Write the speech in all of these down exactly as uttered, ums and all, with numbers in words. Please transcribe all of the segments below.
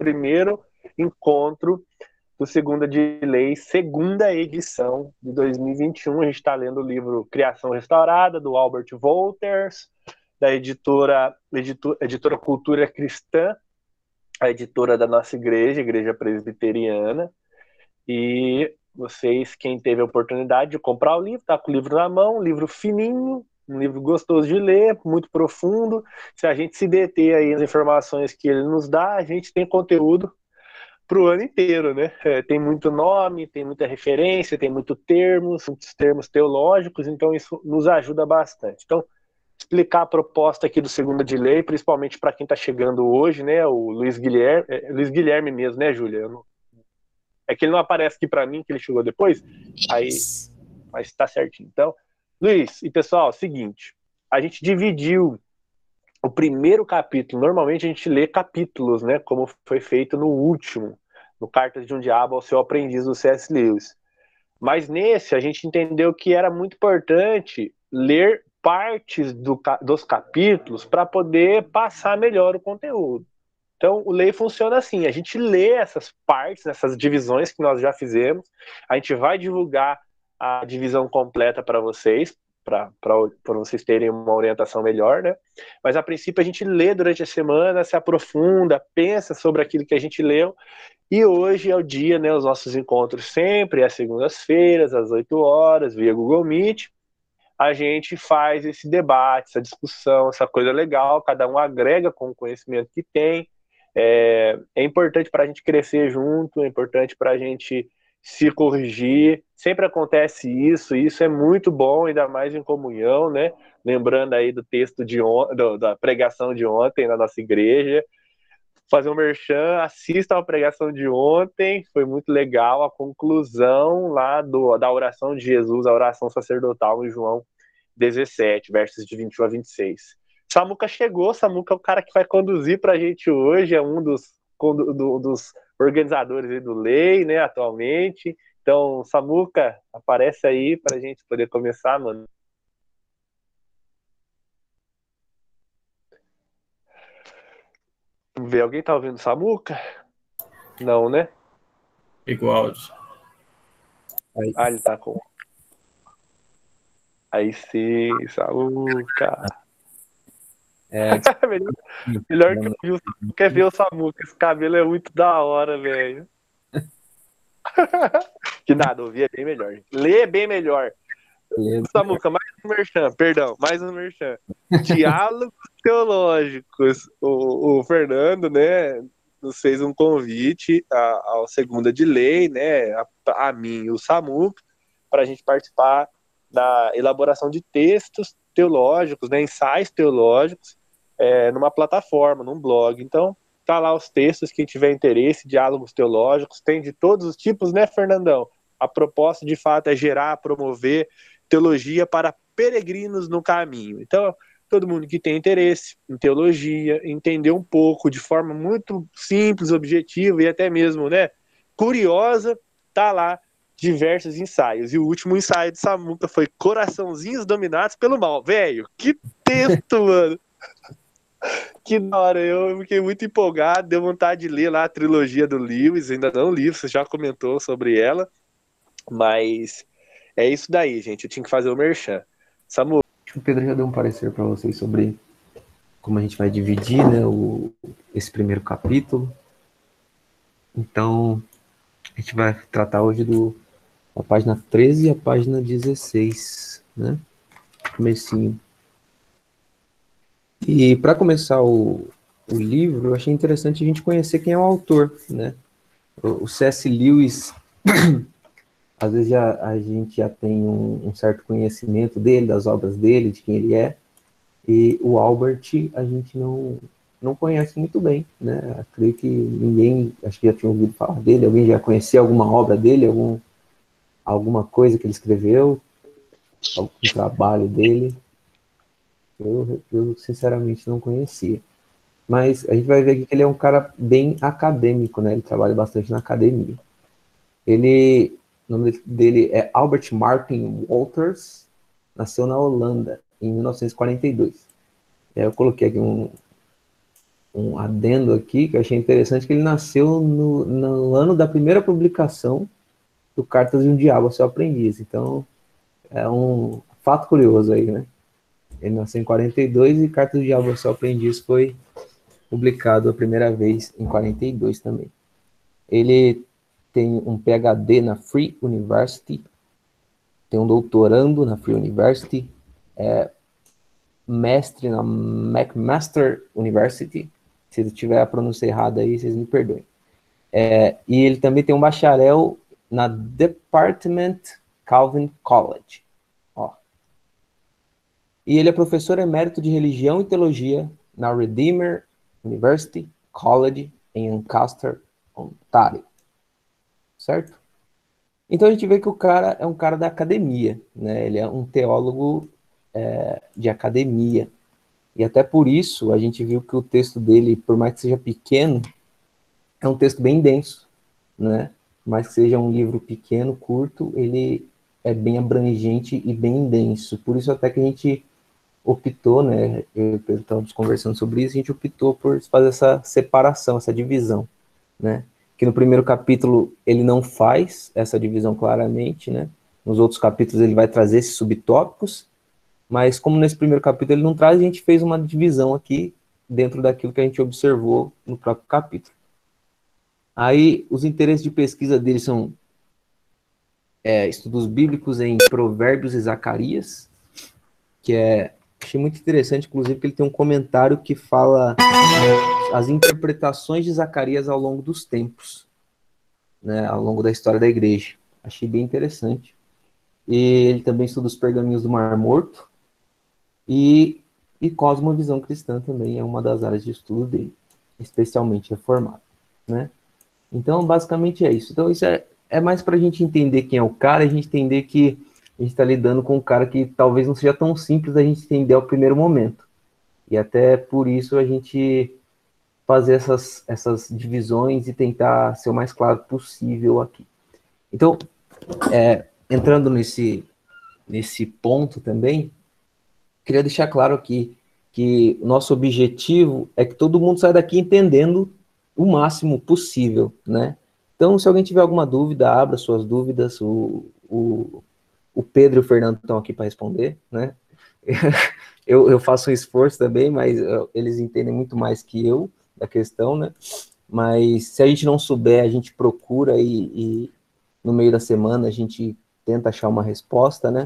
primeiro encontro do Segunda de Lei, segunda edição de dois mil e vinte e um. A gente está lendo o livro Criação Restaurada, do Albert Wolters, da editora, editora, editora Cultura Cristã, a editora da nossa igreja, Igreja Presbiteriana. E vocês, quem teve a oportunidade de comprar o livro, está com o livro na mão, um livro fininho, um livro gostoso de ler, muito profundo. Se a gente se deter aí nas informações que ele nos dá, a gente tem conteúdo para o ano inteiro, né? É, tem muito nome, tem muita referência, tem muito termos, muitos termos teológicos, então isso nos ajuda bastante. Então, explicar a proposta aqui do Segunda de Lei, principalmente para quem está chegando hoje, né? O Luiz Guilherme, é, Luiz Guilherme mesmo, né, Júlia? Não... É que ele não aparece aqui para mim, que ele chegou depois, aí, mas está certinho. Então, Luiz, e pessoal, seguinte, a gente dividiu o primeiro capítulo. Normalmente a gente lê capítulos, né? Como foi feito no último, no Cartas de um Diabo ao Seu Aprendiz, do C S Lewis. Mas nesse a gente entendeu que era muito importante ler partes do, dos capítulos para poder passar melhor o conteúdo. Então, o Lei funciona assim, a gente lê essas partes, essas divisões que nós já fizemos, a gente vai divulgar a divisão completa para vocês, para vocês terem uma orientação melhor, né? Mas, a princípio, a gente lê durante a semana, se aprofunda, pensa sobre aquilo que a gente leu, e hoje é o dia, né, os nossos encontros sempre, às segundas-feiras, às oito horas, via Google Meet, a gente faz esse debate, essa discussão, essa coisa legal, cada um agrega com o conhecimento que tem. É, é importante para a gente crescer junto, é importante para a gente se corrigir. Sempre acontece isso, e isso é muito bom, ainda mais em comunhão, né? Lembrando aí do texto de on... do, da pregação de ontem na nossa igreja. Fazer um merchan, assistam a pregação de ontem, foi muito legal, a conclusão lá do, da oração de Jesus, a oração sacerdotal em João dezessete, versos de vinte e um a vinte e seis. Samuca chegou, Samuca é o cara que vai conduzir para a gente hoje, é um dos, do, dos organizadores aí do Lei, né, atualmente. Então, Samuca, aparece aí para a gente poder começar, mano. Vamos ver, alguém tá ouvindo Samuca? Não, né? Igual. Aí. Ah, ele tá com... Aí sim, Samuca. É, melhor, melhor que eu vi o quer ver o Samuca. Esse cabelo é muito da hora, velho. Que nada, ouvir é bem melhor. Ler é bem melhor. Beleza. Samuca, mais um merchan, perdão, mais um merchan. Diálogos teológicos. O, o Fernando, né, nos fez um convite a, ao Segunda de Lei, né, a, a mim e o Samuca, para a gente participar da elaboração de textos teológicos, né, ensaios teológicos, é, numa plataforma, num blog. Então, tá lá os textos, quem tiver interesse, diálogos teológicos, tem de todos os tipos, né, Fernandão? A proposta, de fato, é gerar, promover teologia para peregrinos no caminho. Então, todo mundo que tem interesse em teologia, entender um pouco de forma muito simples, objetiva e até mesmo, né, curiosa, tá lá diversos ensaios. E o último ensaio de Samuca foi Coraçãozinhos Dominados pelo Mal. Velho, que texto, mano! Que da hora, eu fiquei muito empolgado, deu vontade de ler lá a trilogia do Lewis, ainda não li, você já comentou sobre ela, mas é isso daí, gente, eu tinha que fazer o merchan. Samu. O Pedro já deu um parecer para vocês sobre como a gente vai dividir, né, o, esse primeiro capítulo. Então, a gente vai tratar hoje do a página treze e a página dezesseis, né? Comecinho. E para começar o, o livro, eu achei interessante a gente conhecer quem é o autor, né? O, o C S Lewis, às vezes já, a gente já tem um, um certo conhecimento dele, das obras dele, de quem ele é, e o Albert a gente não, não conhece muito bem, né? Eu creio que ninguém, acho que já tinha ouvido falar dele, alguém já conhecia alguma obra dele, algum, alguma coisa que ele escreveu, algum trabalho dele. Eu, eu, sinceramente, não conhecia. Mas a gente vai ver aqui que ele é um cara bem acadêmico, né? Ele trabalha bastante na academia. Ele, o nome dele é Albert Martin Wolters, nasceu na Holanda, em mil novecentos e quarenta e dois. Eu coloquei aqui um, um adendo aqui, que eu achei interessante, que ele nasceu no, no ano da primeira publicação do Cartas de um Diabo ao Seu Aprendiz. Então, é um fato curioso aí, né? Ele nasceu em quarenta e dois e Cartas do Diabo ao Seu Aprendiz foi publicado a primeira vez em quarenta e dois também. Ele tem um P H D na Free University, tem um doutorando na Free University, é mestre na McMaster University. Se eu tiver a pronúncia errada aí, vocês me perdoem. É, e ele também tem um bacharel na Department Calvin College. Ó. E ele é professor emérito de religião e teologia na Redeemer University College em Ancaster, Ontário. Certo? Então a gente vê que o cara é um cara da academia, né? Ele é um teólogo é, de academia. E até por isso a gente viu que o texto dele, por mais que seja pequeno, é um texto bem denso, né? Por mais que seja um livro pequeno, curto, ele é bem abrangente e bem denso. Por isso até que a gente optou, né? Eu e o Pedro estávamos conversando sobre isso, a gente optou por fazer essa separação, essa divisão, né? Que no primeiro capítulo ele não faz essa divisão claramente, né? Nos outros capítulos ele vai trazer esses subtópicos, mas como nesse primeiro capítulo ele não traz, a gente fez uma divisão aqui dentro daquilo que a gente observou no próprio capítulo. Aí os interesses de pesquisa dele são é, estudos bíblicos em Provérbios e Zacarias, que é, achei muito interessante, inclusive, que ele tem um comentário que fala as interpretações de Zacarias ao longo dos tempos, né, ao longo da história da igreja. Achei bem interessante. E ele também estuda os pergaminhos do Mar Morto e, e cosmovisão cristã também é uma das áreas de estudo dele, especialmente reformado, né? Então, basicamente é isso. Então, isso é, é mais para a gente entender quem é o cara, a gente entender que a gente está lidando com um cara que talvez não seja tão simples a gente entender ao primeiro momento. E até por isso a gente fazer essas, essas divisões e tentar ser o mais claro possível aqui. Então, é, entrando nesse, nesse ponto também, queria deixar claro aqui que o nosso objetivo é que todo mundo saia daqui entendendo o máximo possível, né? Então, se alguém tiver alguma dúvida, abra suas dúvidas, o, o, o Pedro e o Fernando estão aqui para responder, né? Eu, eu faço um esforço também, mas eu, eles entendem muito mais que eu da questão, né? Mas se a gente não souber, a gente procura e, e no meio da semana a gente tenta achar uma resposta, né?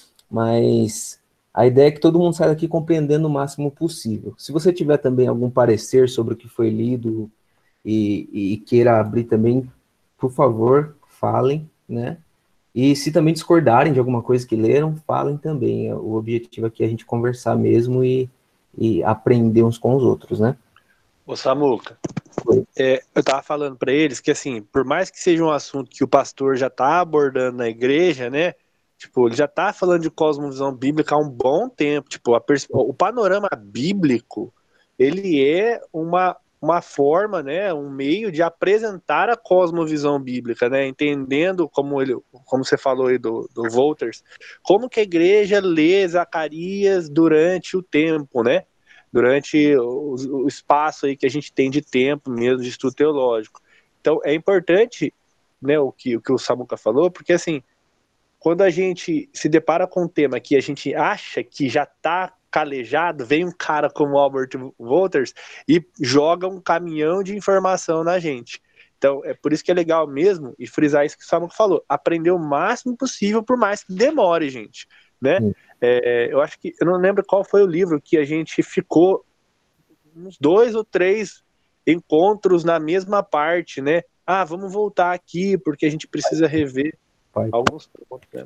Mas a ideia é que todo mundo saia daqui compreendendo o máximo possível. Se você tiver também algum parecer sobre o que foi lido e, e queira abrir também, por favor, falem, né? E se também discordarem de alguma coisa que leram, falem também. O objetivo aqui é a gente conversar mesmo e, e aprender uns com os outros, né? Ô Samuca, é, eu estava falando para eles que, assim, por mais que seja um assunto que o pastor já está abordando na igreja, né? Tipo, ele já está falando de cosmovisão bíblica há um bom tempo. Tipo, a pers- o panorama bíblico, ele é uma, uma forma, né? Um meio de apresentar a cosmovisão bíblica, né? Entendendo, como, ele, como você falou aí do, do Wolters, como que a igreja lê Zacarias durante o tempo, né? Durante o, o espaço aí que a gente tem de tempo mesmo, de estudo teológico. Então, é importante, né, o que o, que o Samuca falou, porque, assim, quando a gente se depara com um tema que a gente acha que já está calejado, vem um cara como Albert Wolters e joga um caminhão de informação na gente. Então, é por isso que é legal mesmo, e frisar isso que o Samuca falou, aprender o máximo possível, por mais que demore, gente, né? É, eu acho que, eu não lembro qual foi o livro que a gente ficou uns dois ou três encontros na mesma parte, né? Ah, vamos voltar aqui, porque a gente precisa rever Pai. alguns pontos, né?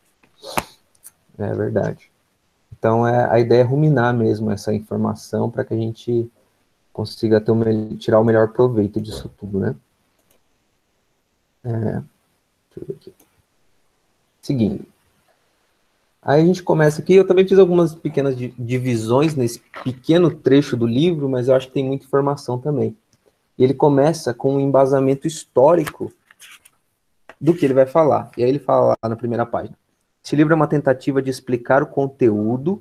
É verdade. Então, é, a ideia é ruminar mesmo essa informação para que a gente consiga ter o, tirar o melhor proveito disso tudo, né? É, deixa eu ver aqui. Seguindo. Aí a gente começa aqui, eu também fiz algumas pequenas divisões nesse pequeno trecho do livro, mas eu acho que tem muita informação também. E ele começa com um embasamento histórico do que ele vai falar. E aí ele fala lá na primeira página. Esse livro é uma tentativa de explicar o conteúdo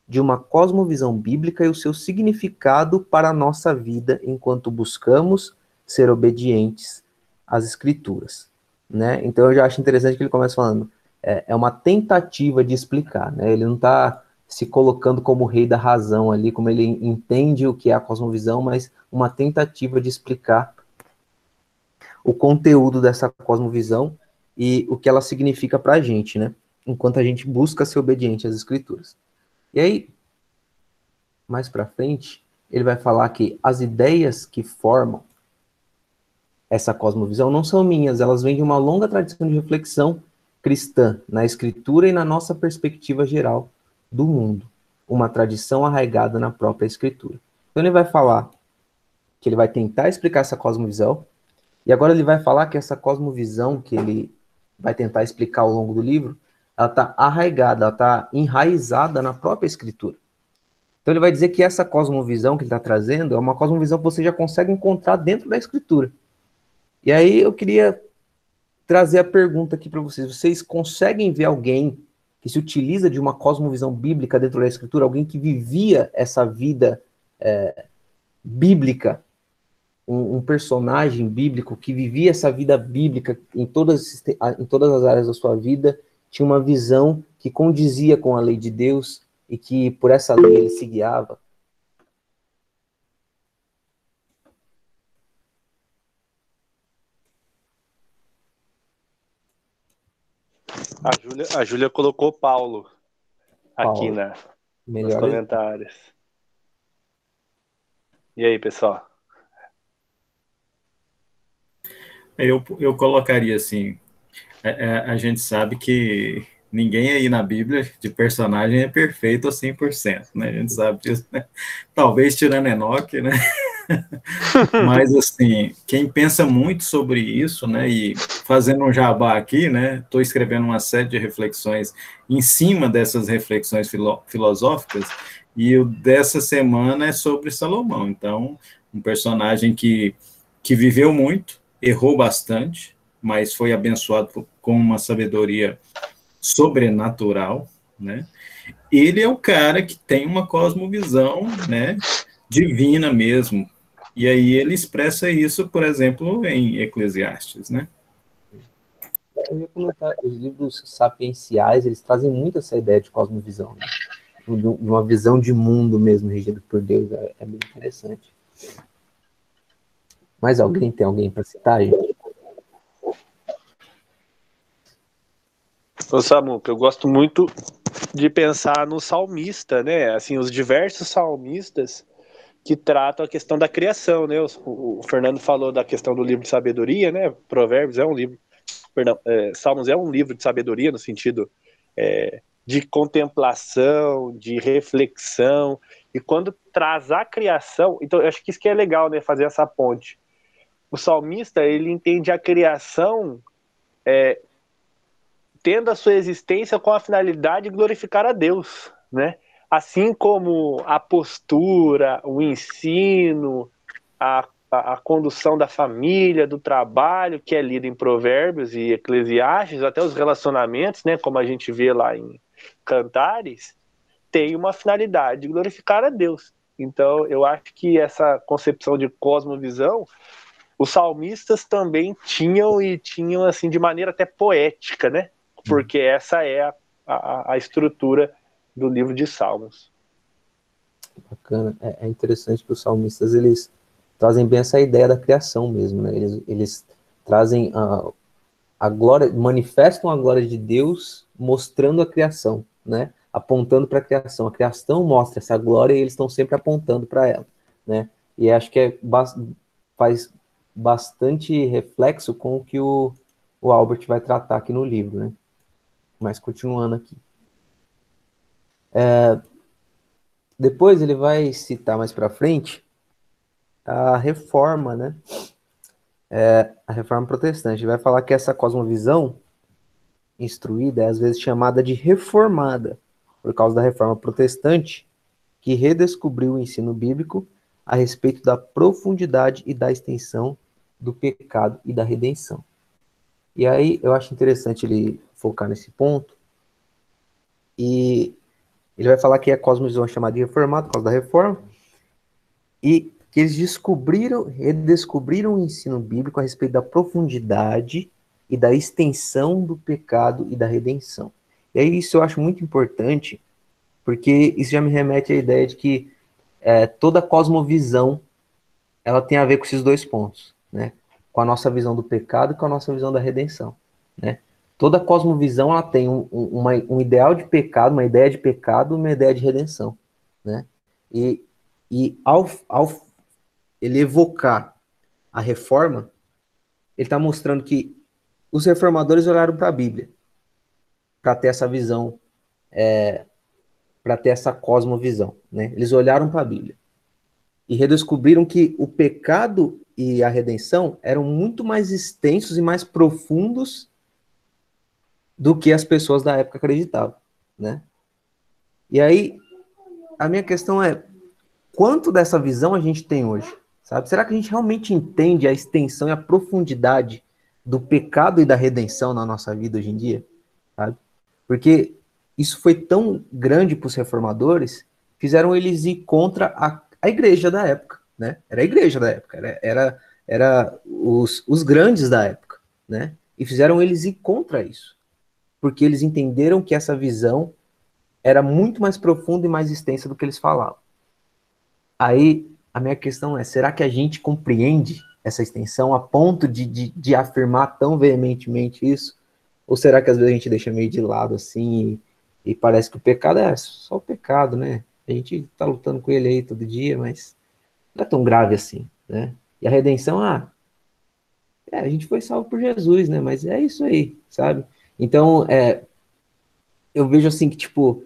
de uma cosmovisão bíblica e o seu significado para a nossa vida enquanto buscamos ser obedientes às Escrituras, né? Então eu já acho interessante que ele começa falando, é, é uma tentativa de explicar, né? Ele não está se colocando como o rei da razão ali, como ele entende o que é a cosmovisão, mas uma tentativa de explicar o conteúdo dessa cosmovisão e o que ela significa para a gente, né? Enquanto a gente busca ser obediente às Escrituras. E aí, mais para frente, ele vai falar que as ideias que formam essa cosmovisão não são minhas, elas vêm de uma longa tradição de reflexão cristã na Escritura e na nossa perspectiva geral do mundo, uma tradição arraigada na própria Escritura. Então ele vai falar que ele vai tentar explicar essa cosmovisão, e agora ele vai falar que essa cosmovisão que ele vai tentar explicar ao longo do livro, ela está arraigada, ela está enraizada na própria Escritura. Então ele vai dizer que essa cosmovisão que ele está trazendo é uma cosmovisão que você já consegue encontrar dentro da Escritura. E aí eu queria trazer a pergunta aqui para vocês. Vocês conseguem ver alguém que se utiliza de uma cosmovisão bíblica dentro da Escritura, alguém que vivia essa vida é, bíblica, um, um personagem bíblico que vivia essa vida bíblica em todas, em todas as áreas da sua vida, tinha uma visão que condizia com a lei de Deus e que por essa lei ele se guiava? A Júlia, a Júlia colocou Paulo aqui Paulo, na, nos melhor comentários. E aí, pessoal? Eu, eu colocaria assim, a, a, a gente sabe que ninguém aí na Bíblia de personagem é perfeito a cem por cento, né? A gente sabe disso, né? Talvez tirando Enoque, né? Mas, assim, quem pensa muito sobre isso, né, e fazendo um jabá aqui, né, estou escrevendo uma série de reflexões em cima dessas reflexões filo filosóficas, e o dessa semana é sobre Salomão. Então, um personagem que, que viveu muito, errou bastante, mas foi abençoado com uma sabedoria sobrenatural, né? Ele é o cara que tem uma cosmovisão, né, divina mesmo. E aí ele expressa isso, por exemplo, em Eclesiastes, né? Eu ia comentar, os livros sapienciais, eles trazem muito essa ideia de cosmovisão, né? De uma visão de mundo mesmo, regido por Deus, é, é bem interessante. Mais alguém? Tem alguém para citar, gente? Ô Samuca, eu gosto muito de pensar no salmista, né? Assim, os diversos salmistas que tratam a questão da criação, né? O, o Fernando falou da questão do livro de sabedoria, né? Provérbios é um livro, perdão, é, Salmos é um livro de sabedoria no sentido é, de contemplação, de reflexão, e quando traz a criação, então eu acho que isso que é legal, né? Fazer essa ponte. O salmista, ele entende a criação é, tendo a sua existência com a finalidade de glorificar a Deus, né? Assim como a postura, o ensino, a, a, a condução da família, do trabalho, que é lido em Provérbios e Eclesiastes, até os relacionamentos, né, como a gente vê lá em Cantares, tem uma finalidade de glorificar a Deus. Então, eu acho que essa concepção de cosmovisão, os salmistas também tinham, e tinham assim de maneira até poética, né? Porque essa é a, a, a estrutura do livro de Salmos. Bacana. É, é interessante que os salmistas, eles trazem bem essa ideia da criação mesmo, né? Eles, eles trazem a, a glória, manifestam a glória de Deus mostrando a criação, né? Apontando para a criação. A criação mostra essa glória e eles estão sempre apontando para ela, né? E acho que é, faz bastante reflexo com o que o, o Albert vai tratar aqui no livro, né? Mas continuando aqui. É, depois ele vai citar mais para frente a reforma, né? É, a reforma protestante. Ele vai falar que essa cosmovisão instruída é às vezes chamada de reformada, por causa da reforma protestante, que redescobriu o ensino bíblico a respeito da profundidade e da extensão do pecado e da redenção. E aí eu acho interessante ele focar nesse ponto, e Ele vai falar que a cosmovisão é chamada de reformada por causa da reforma, e que eles descobriram, redescobriram o ensino bíblico a respeito da profundidade e da extensão do pecado e da redenção. E aí isso eu acho muito importante, porque isso já me remete à ideia de que é, toda cosmovisão ela tem a ver com esses dois pontos, né? Com a nossa visão do pecado e com a nossa visão da redenção, né? Toda cosmovisão ela tem um, um, uma, um ideal de pecado, uma ideia de pecado, uma ideia de redenção, né? E, e ao, ao ele evocar a reforma, ele está mostrando que os reformadores olharam para a Bíblia para ter essa visão, é, para ter essa cosmovisão, né? Eles olharam para a Bíblia e redescobriram que o pecado e a redenção eram muito mais extensos e mais profundos do que as pessoas da época acreditavam, né? E aí, a minha questão é, quanto dessa visão a gente tem hoje, sabe? Será que a gente realmente entende a extensão e a profundidade do pecado e da redenção na nossa vida hoje em dia, sabe? Porque isso foi tão grande para os reformadores, fizeram eles ir contra a, a igreja da época, né? Era a igreja da época, era, era, era os, os grandes da época, né? E fizeram eles ir contra isso, porque eles entenderam que essa visão era muito mais profunda e mais extensa do que eles falavam. Aí, a minha questão é, será que a gente compreende essa extensão a ponto de, de, de afirmar tão veementemente isso? Ou será que às vezes a gente deixa meio de lado assim e, e parece que o pecado é só o pecado, né? A gente tá lutando com ele aí todo dia, mas não é tão grave assim, né? E a redenção, ah, é, a gente foi salvo por Jesus, né? Mas é isso aí, sabe? Então, é, eu vejo assim que, tipo,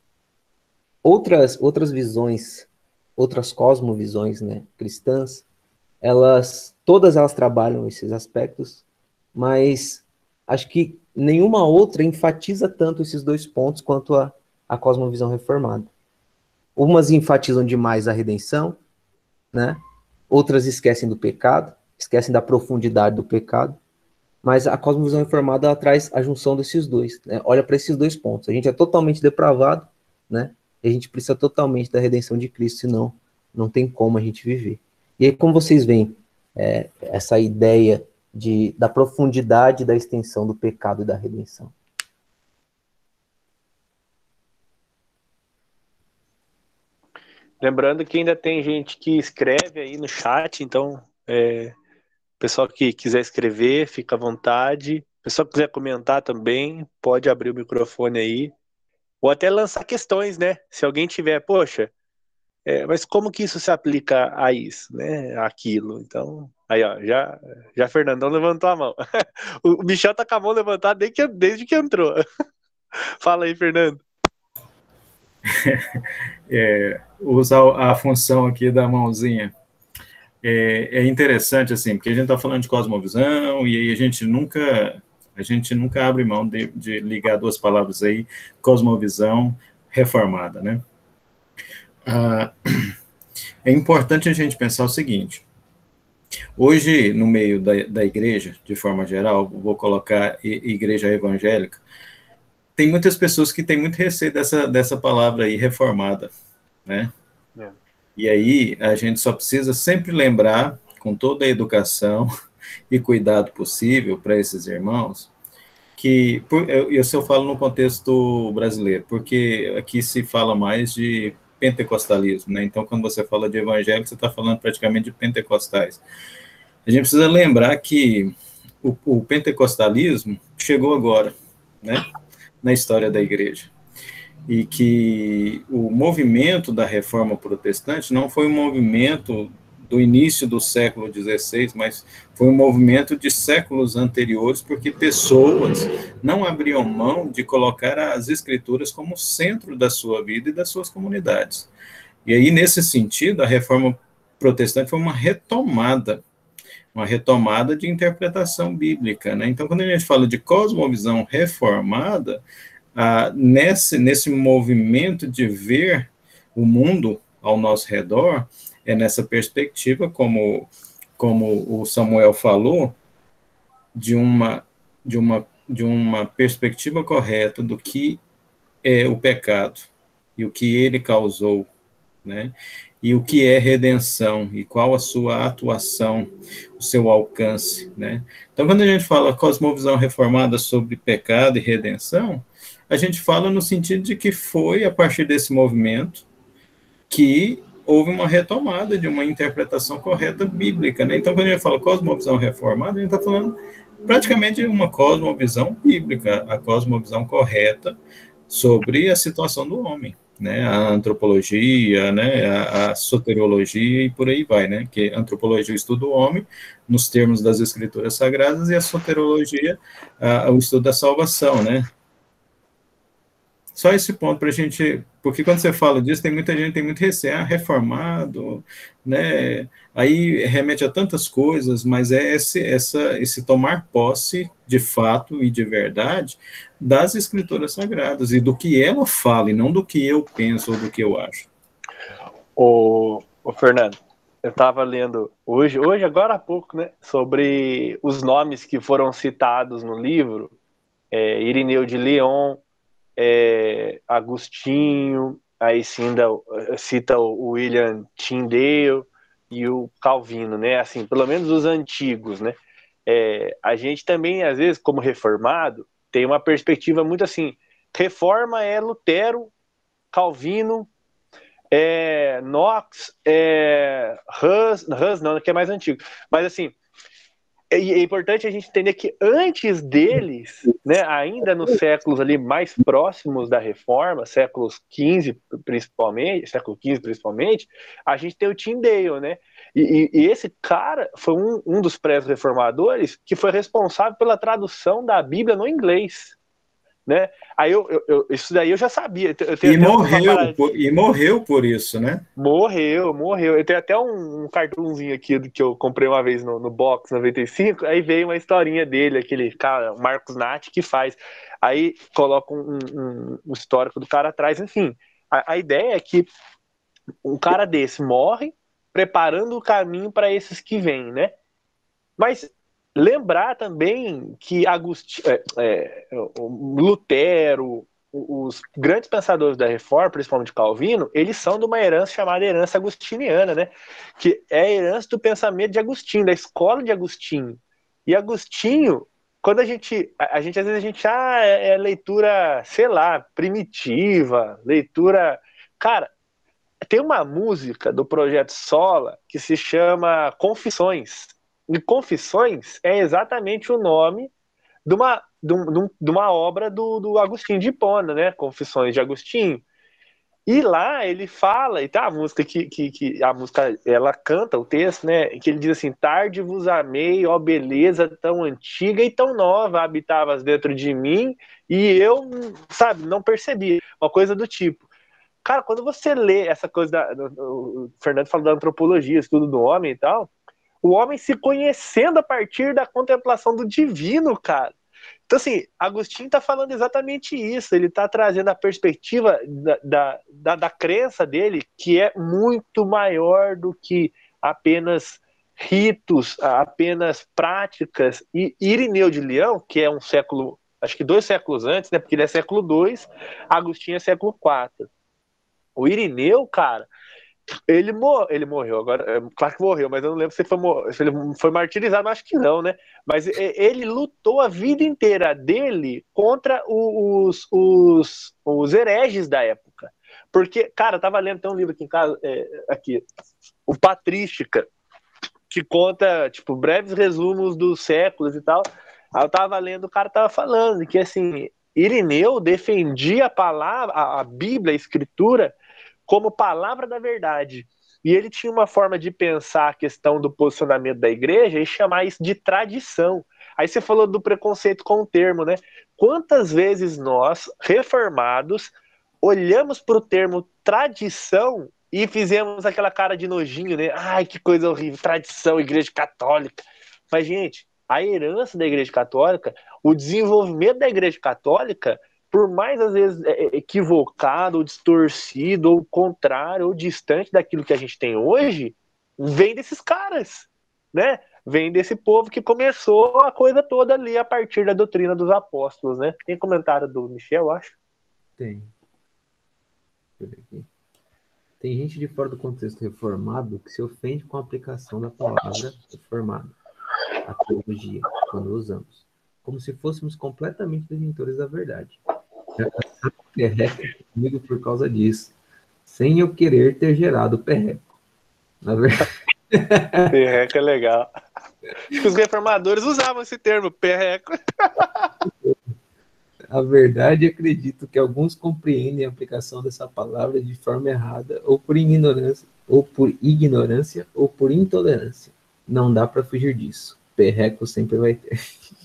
outras, outras visões, outras cosmovisões, né, cristãs, elas, todas elas trabalham esses aspectos, mas acho que nenhuma outra enfatiza tanto esses dois pontos quanto a, a cosmovisão reformada. Umas enfatizam demais a redenção, né? Outras esquecem do pecado, esquecem da profundidade do pecado, mas a cosmovisão reformada ela traz a junção desses dois, né? Olha para esses dois pontos. A gente é totalmente depravado, né? E a gente precisa totalmente da redenção de Cristo, senão não tem como a gente viver. E aí, como vocês veem é, essa ideia de, da profundidade da extensão do pecado e da redenção? Lembrando que ainda tem gente que escreve aí no chat, então, é, pessoal que quiser escrever, fica à vontade. Pessoal que quiser comentar também, pode abrir o microfone aí. Ou até lançar questões, né? Se alguém tiver, poxa, é, mas como que isso se aplica a isso, né? Aquilo. Então, aí, ó, já, já Fernandão levantou a mão. O Michel tá com a mão levantada desde que, desde que entrou. Fala aí, Fernando. É, usar a função aqui da mãozinha. É, é interessante, assim, porque a gente está falando de cosmovisão e aí a gente nunca, a gente nunca abre mão de, de ligar duas palavras aí, cosmovisão reformada, né? Ah, é importante a gente pensar o seguinte, hoje, no meio da, da igreja, de forma geral, vou colocar igreja evangélica, tem muitas pessoas que têm muito receio dessa, dessa palavra aí, reformada, né? É. E aí, a gente só precisa sempre lembrar, com toda a educação e cuidado possível para esses irmãos, que, por, eu, eu falo no contexto brasileiro, porque aqui se fala mais de pentecostalismo, né? Então, quando você fala de evangélico, você está falando praticamente de pentecostais. A gente precisa lembrar que o, o pentecostalismo chegou agora, né? Na história da igreja. E que o movimento da reforma protestante não foi um movimento do início do século dezesseis, mas foi um movimento de séculos anteriores, porque pessoas não abriam mão de colocar as escrituras como centro da sua vida e das suas comunidades. E aí, nesse sentido, a reforma protestante foi uma retomada, uma retomada de interpretação bíblica, né? Então, quando a gente fala de cosmovisão reformada, ah, nesse, nesse movimento de ver o mundo ao nosso redor, é nessa perspectiva, como, como o Samuel falou, de uma, de, uma, de uma perspectiva correta do que é o pecado e o que ele causou, né? E o que é redenção, e qual a sua atuação, o seu alcance, né? Então, quando a gente fala cosmovisão reformada sobre pecado e redenção, a gente fala no sentido de que foi a partir desse movimento que houve uma retomada de uma interpretação correta bíblica, né? Então, quando a gente fala cosmovisão reformada, a gente está falando praticamente de uma cosmovisão bíblica, a cosmovisão correta sobre a situação do homem, né? A antropologia, né? A, a soteriologia e por aí vai, né? Que a antropologia estuda o homem nos termos das escrituras sagradas e a soteriologia a, o estudo da salvação, né? Só esse ponto para a gente, porque quando você fala disso, tem muita gente, tem muito receio, ah, reformado, né? Aí remete a tantas coisas, mas é esse, essa, esse tomar posse de fato e de verdade das escrituras sagradas e do que ela fala, e não do que eu penso ou do que eu acho. Ô, ô Fernando, eu estava lendo hoje, hoje, agora há pouco, né, sobre os nomes que foram citados no livro, é, Irineu de Lyon, É, Agostinho, aí cita, cita o William Tyndale e o Calvino, né? Assim, pelo menos os antigos, né? É, a gente também, às vezes, como reformado, tem uma perspectiva muito assim: reforma é Lutero, Calvino, é, Knox, é, Hus, Hus, não, que é mais antigo, mas assim. É importante a gente entender que antes deles, né, ainda nos séculos ali mais próximos da Reforma, séculos quinze principalmente, século quinze principalmente, a gente tem o Tyndale, né? E, e esse cara foi um, um dos pré-reformadores que foi responsável pela tradução da Bíblia no inglês, né? Aí eu, eu, eu isso daí eu já sabia. Eu tenho E até morreu, por, e morreu por isso, né? Morreu, morreu. Eu tenho até um, um cartãozinho aqui que eu comprei uma vez no, no Box noventa e cinco, aí veio uma historinha dele, aquele cara, Marcos Natt, que faz. Aí coloca um, um, um histórico do cara atrás, enfim. A, a ideia é que um cara desse morre preparando o caminho para esses que vêm, né? Mas lembrar também que Agostinho, é, é, Lutero, os grandes pensadores da Reforma, principalmente Calvino, eles são de uma herança chamada herança agostiniana, né? Que é a herança do pensamento de Agostinho, da escola de Agostinho. E Agostinho, quando a gente, a, a gente às vezes a gente, ah, é, é leitura, sei lá, primitiva, leitura... Cara, tem uma música do Projeto Sola que se chama Confissões. E Confissões é exatamente o nome de uma, de um, de uma obra do, do Agostinho de Hipona, né? Confissões de Agostinho. E lá ele fala, e tá a música que, que, que a música ela canta o texto, né? Que ele diz assim: tarde vos amei, ó beleza tão antiga e tão nova, habitavas dentro de mim, e eu, sabe, não percebi. Uma coisa do tipo. Cara, quando você lê essa coisa da. O Fernando falou da antropologia, estudo do homem e tal. O homem se conhecendo a partir da contemplação do divino, cara. Então, assim, Agostinho está falando exatamente isso. Ele está trazendo a perspectiva da, da, da, da crença dele, que é muito maior do que apenas ritos, apenas práticas. E Irineu de Leão, que é um século, acho que dois séculos antes, né? Porque ele é século dois, Agostinho é século quatro. O Irineu, cara, ele, mor ele morreu, agora, é, claro que morreu, mas eu não lembro se, foi, se ele foi martirizado, acho que não, né? Mas ele lutou a vida inteira dele contra os, os, os hereges da época. Porque, cara, eu tava lendo, tem um livro aqui em casa, é, aqui, o Patrística, que conta, tipo, breves resumos dos séculos e tal. Aí eu tava lendo, o cara tava falando que, assim, Irineu defendia a palavra, a, a Bíblia, a Escritura, como palavra da verdade. E ele tinha uma forma de pensar a questão do posicionamento da igreja e chamar isso de tradição. Aí você falou do preconceito com o termo, né? Quantas vezes nós, reformados, olhamos para o termo tradição e fizemos aquela cara de nojinho, né? Ai, que coisa horrível, tradição, igreja católica. Mas, gente, a herança da igreja católica, o desenvolvimento da igreja católica, por mais, às vezes, equivocado, ou distorcido, ou contrário, ou distante daquilo que a gente tem hoje, vem desses caras, né? Vem desse povo que começou a coisa toda ali a partir da doutrina dos apóstolos, né? Tem comentário do Michel, eu acho? Tem. Deixa eu ver aqui. Tem gente de fora do contexto reformado que se ofende com a aplicação da palavra reformado, a teologia, quando usamos, como se fôssemos completamente detentores da verdade. Já passaram perreco comigo por causa disso, sem eu querer ter gerado perreco. Na verdade, Perreco é legal. Acho que os reformadores usavam esse termo, perreco. a verdade, acredito que alguns compreendem a aplicação dessa palavra de forma errada, ou por ignorância, ou por ignorância, ou por intolerância. Não dá para fugir disso. Perreco sempre vai ter.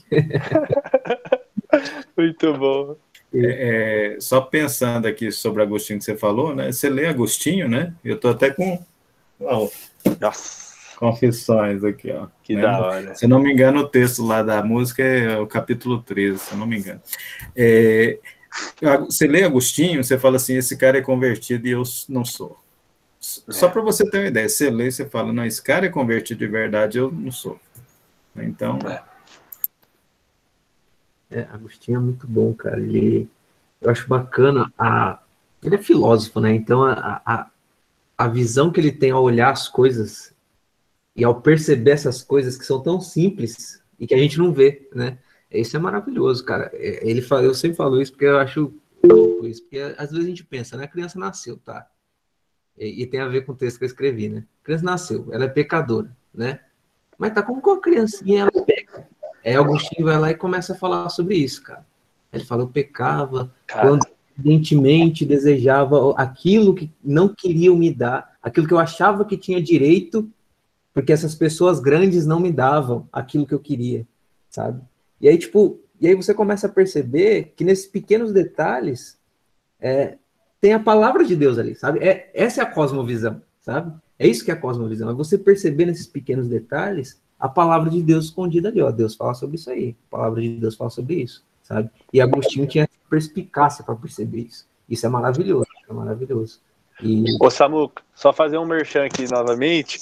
Muito bom. É, é, só pensando aqui sobre Agostinho que você falou, né? Você lê Agostinho, né? Eu tô até com ó, Nossa, confissões aqui, ó. que né? da hora. Se eu não me engano, o texto lá da música é o capítulo treze, se eu não me engano. É, você lê Agostinho, você fala assim, esse cara é convertido e eu não sou. Só para você ter uma ideia, você lê e você fala, não, esse cara é convertido de verdade, eu não sou. Então... É, Agostinho é muito bom, cara. Ele, eu acho bacana. A, ele é filósofo, né? Então, a, a, a visão que ele tem ao olhar as coisas e ao perceber essas coisas que são tão simples e que a gente não vê, né? Isso é maravilhoso, cara. Ele fala, eu sempre falo isso porque eu acho louco isso, porque às vezes a gente pensa, né? A criança nasceu, tá? E, e tem a ver com o texto que eu escrevi, né? A criança nasceu, ela é pecadora, né? Mas tá como com a criancinha, ela peca. Aí Agostinho vai lá e começa a falar sobre isso, cara. Ele fala, eu pecava Cara. quando evidentemente desejava aquilo que não queriam me dar, aquilo que eu achava que tinha direito, porque essas pessoas grandes não me davam aquilo que eu queria, sabe? E aí, tipo, e aí você começa a perceber que nesses pequenos detalhes é, tem a palavra de Deus ali, sabe? É, essa é a cosmovisão, sabe? É isso que é a cosmovisão, é você perceber nesses pequenos detalhes a palavra de Deus escondida ali, ó. Deus fala sobre isso aí, a palavra de Deus fala sobre isso, sabe? E Agostinho tinha perspicácia para perceber isso. Isso é maravilhoso, é maravilhoso. E... Ô, Samuca, só fazer um merchan aqui novamente.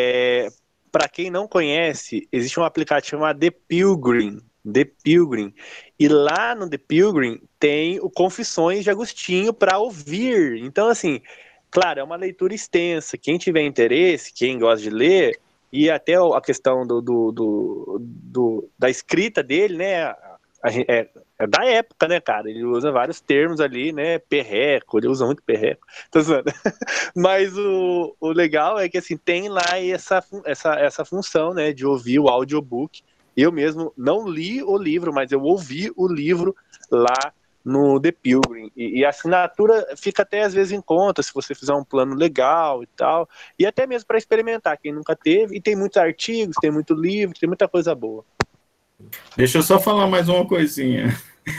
É, para quem não conhece, existe um aplicativo chamado The Pilgrim. The Pilgrim. E lá no The Pilgrim tem o Confissões de Agostinho para ouvir. Então, assim, claro, é uma leitura extensa. Quem tiver interesse, quem gosta de ler, e até a questão do, do, do, do da escrita dele, né? A gente, é, é da época, né, cara? Ele usa vários termos ali, né? Perreco, ele usa muito perreco. Tô zoando. Mas o, o legal é que, assim, tem lá essa, essa, essa função, né? De ouvir o audiobook. Eu mesmo não li o livro, mas eu ouvi o livro lá no The Pilgrim. E, e a assinatura fica até às vezes em conta, se você fizer um plano legal e tal. E até mesmo para experimentar, quem nunca teve. E tem muitos artigos, tem muito livro, tem muita coisa boa. Deixa eu só falar mais uma coisinha.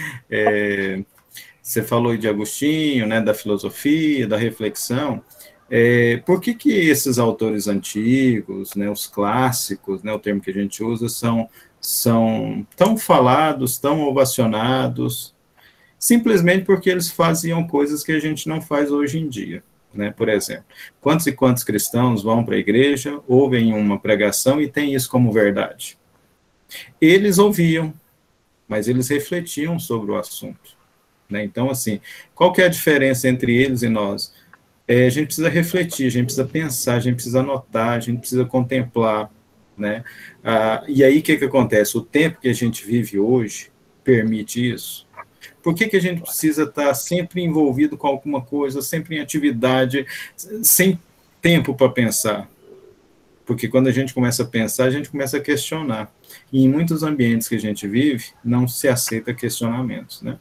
É, você falou de Agostinho, né, da filosofia, da reflexão. É, por que que esses autores antigos, né, os clássicos, né, o termo que a gente usa, são, são tão falados, tão ovacionados? Simplesmente porque eles faziam coisas que a gente não faz hoje em dia. Né? Por exemplo, quantos e quantos cristãos vão para a igreja, ouvem uma pregação e têm isso como verdade? Eles ouviam, mas eles refletiam sobre o assunto. Né? Então, assim, qual que é a diferença entre eles e nós? É, a gente precisa refletir, a gente precisa pensar, a gente precisa anotar, a gente precisa contemplar. Né? Ah, e aí, o que, que acontece? O tempo que a gente vive hoje permite isso. Por que, que a gente precisa estar sempre envolvido com alguma coisa, sempre em atividade, sem tempo para pensar? Porque quando a gente começa a pensar, a gente começa a questionar. E em muitos ambientes que a gente vive, não se aceita questionamentos, né?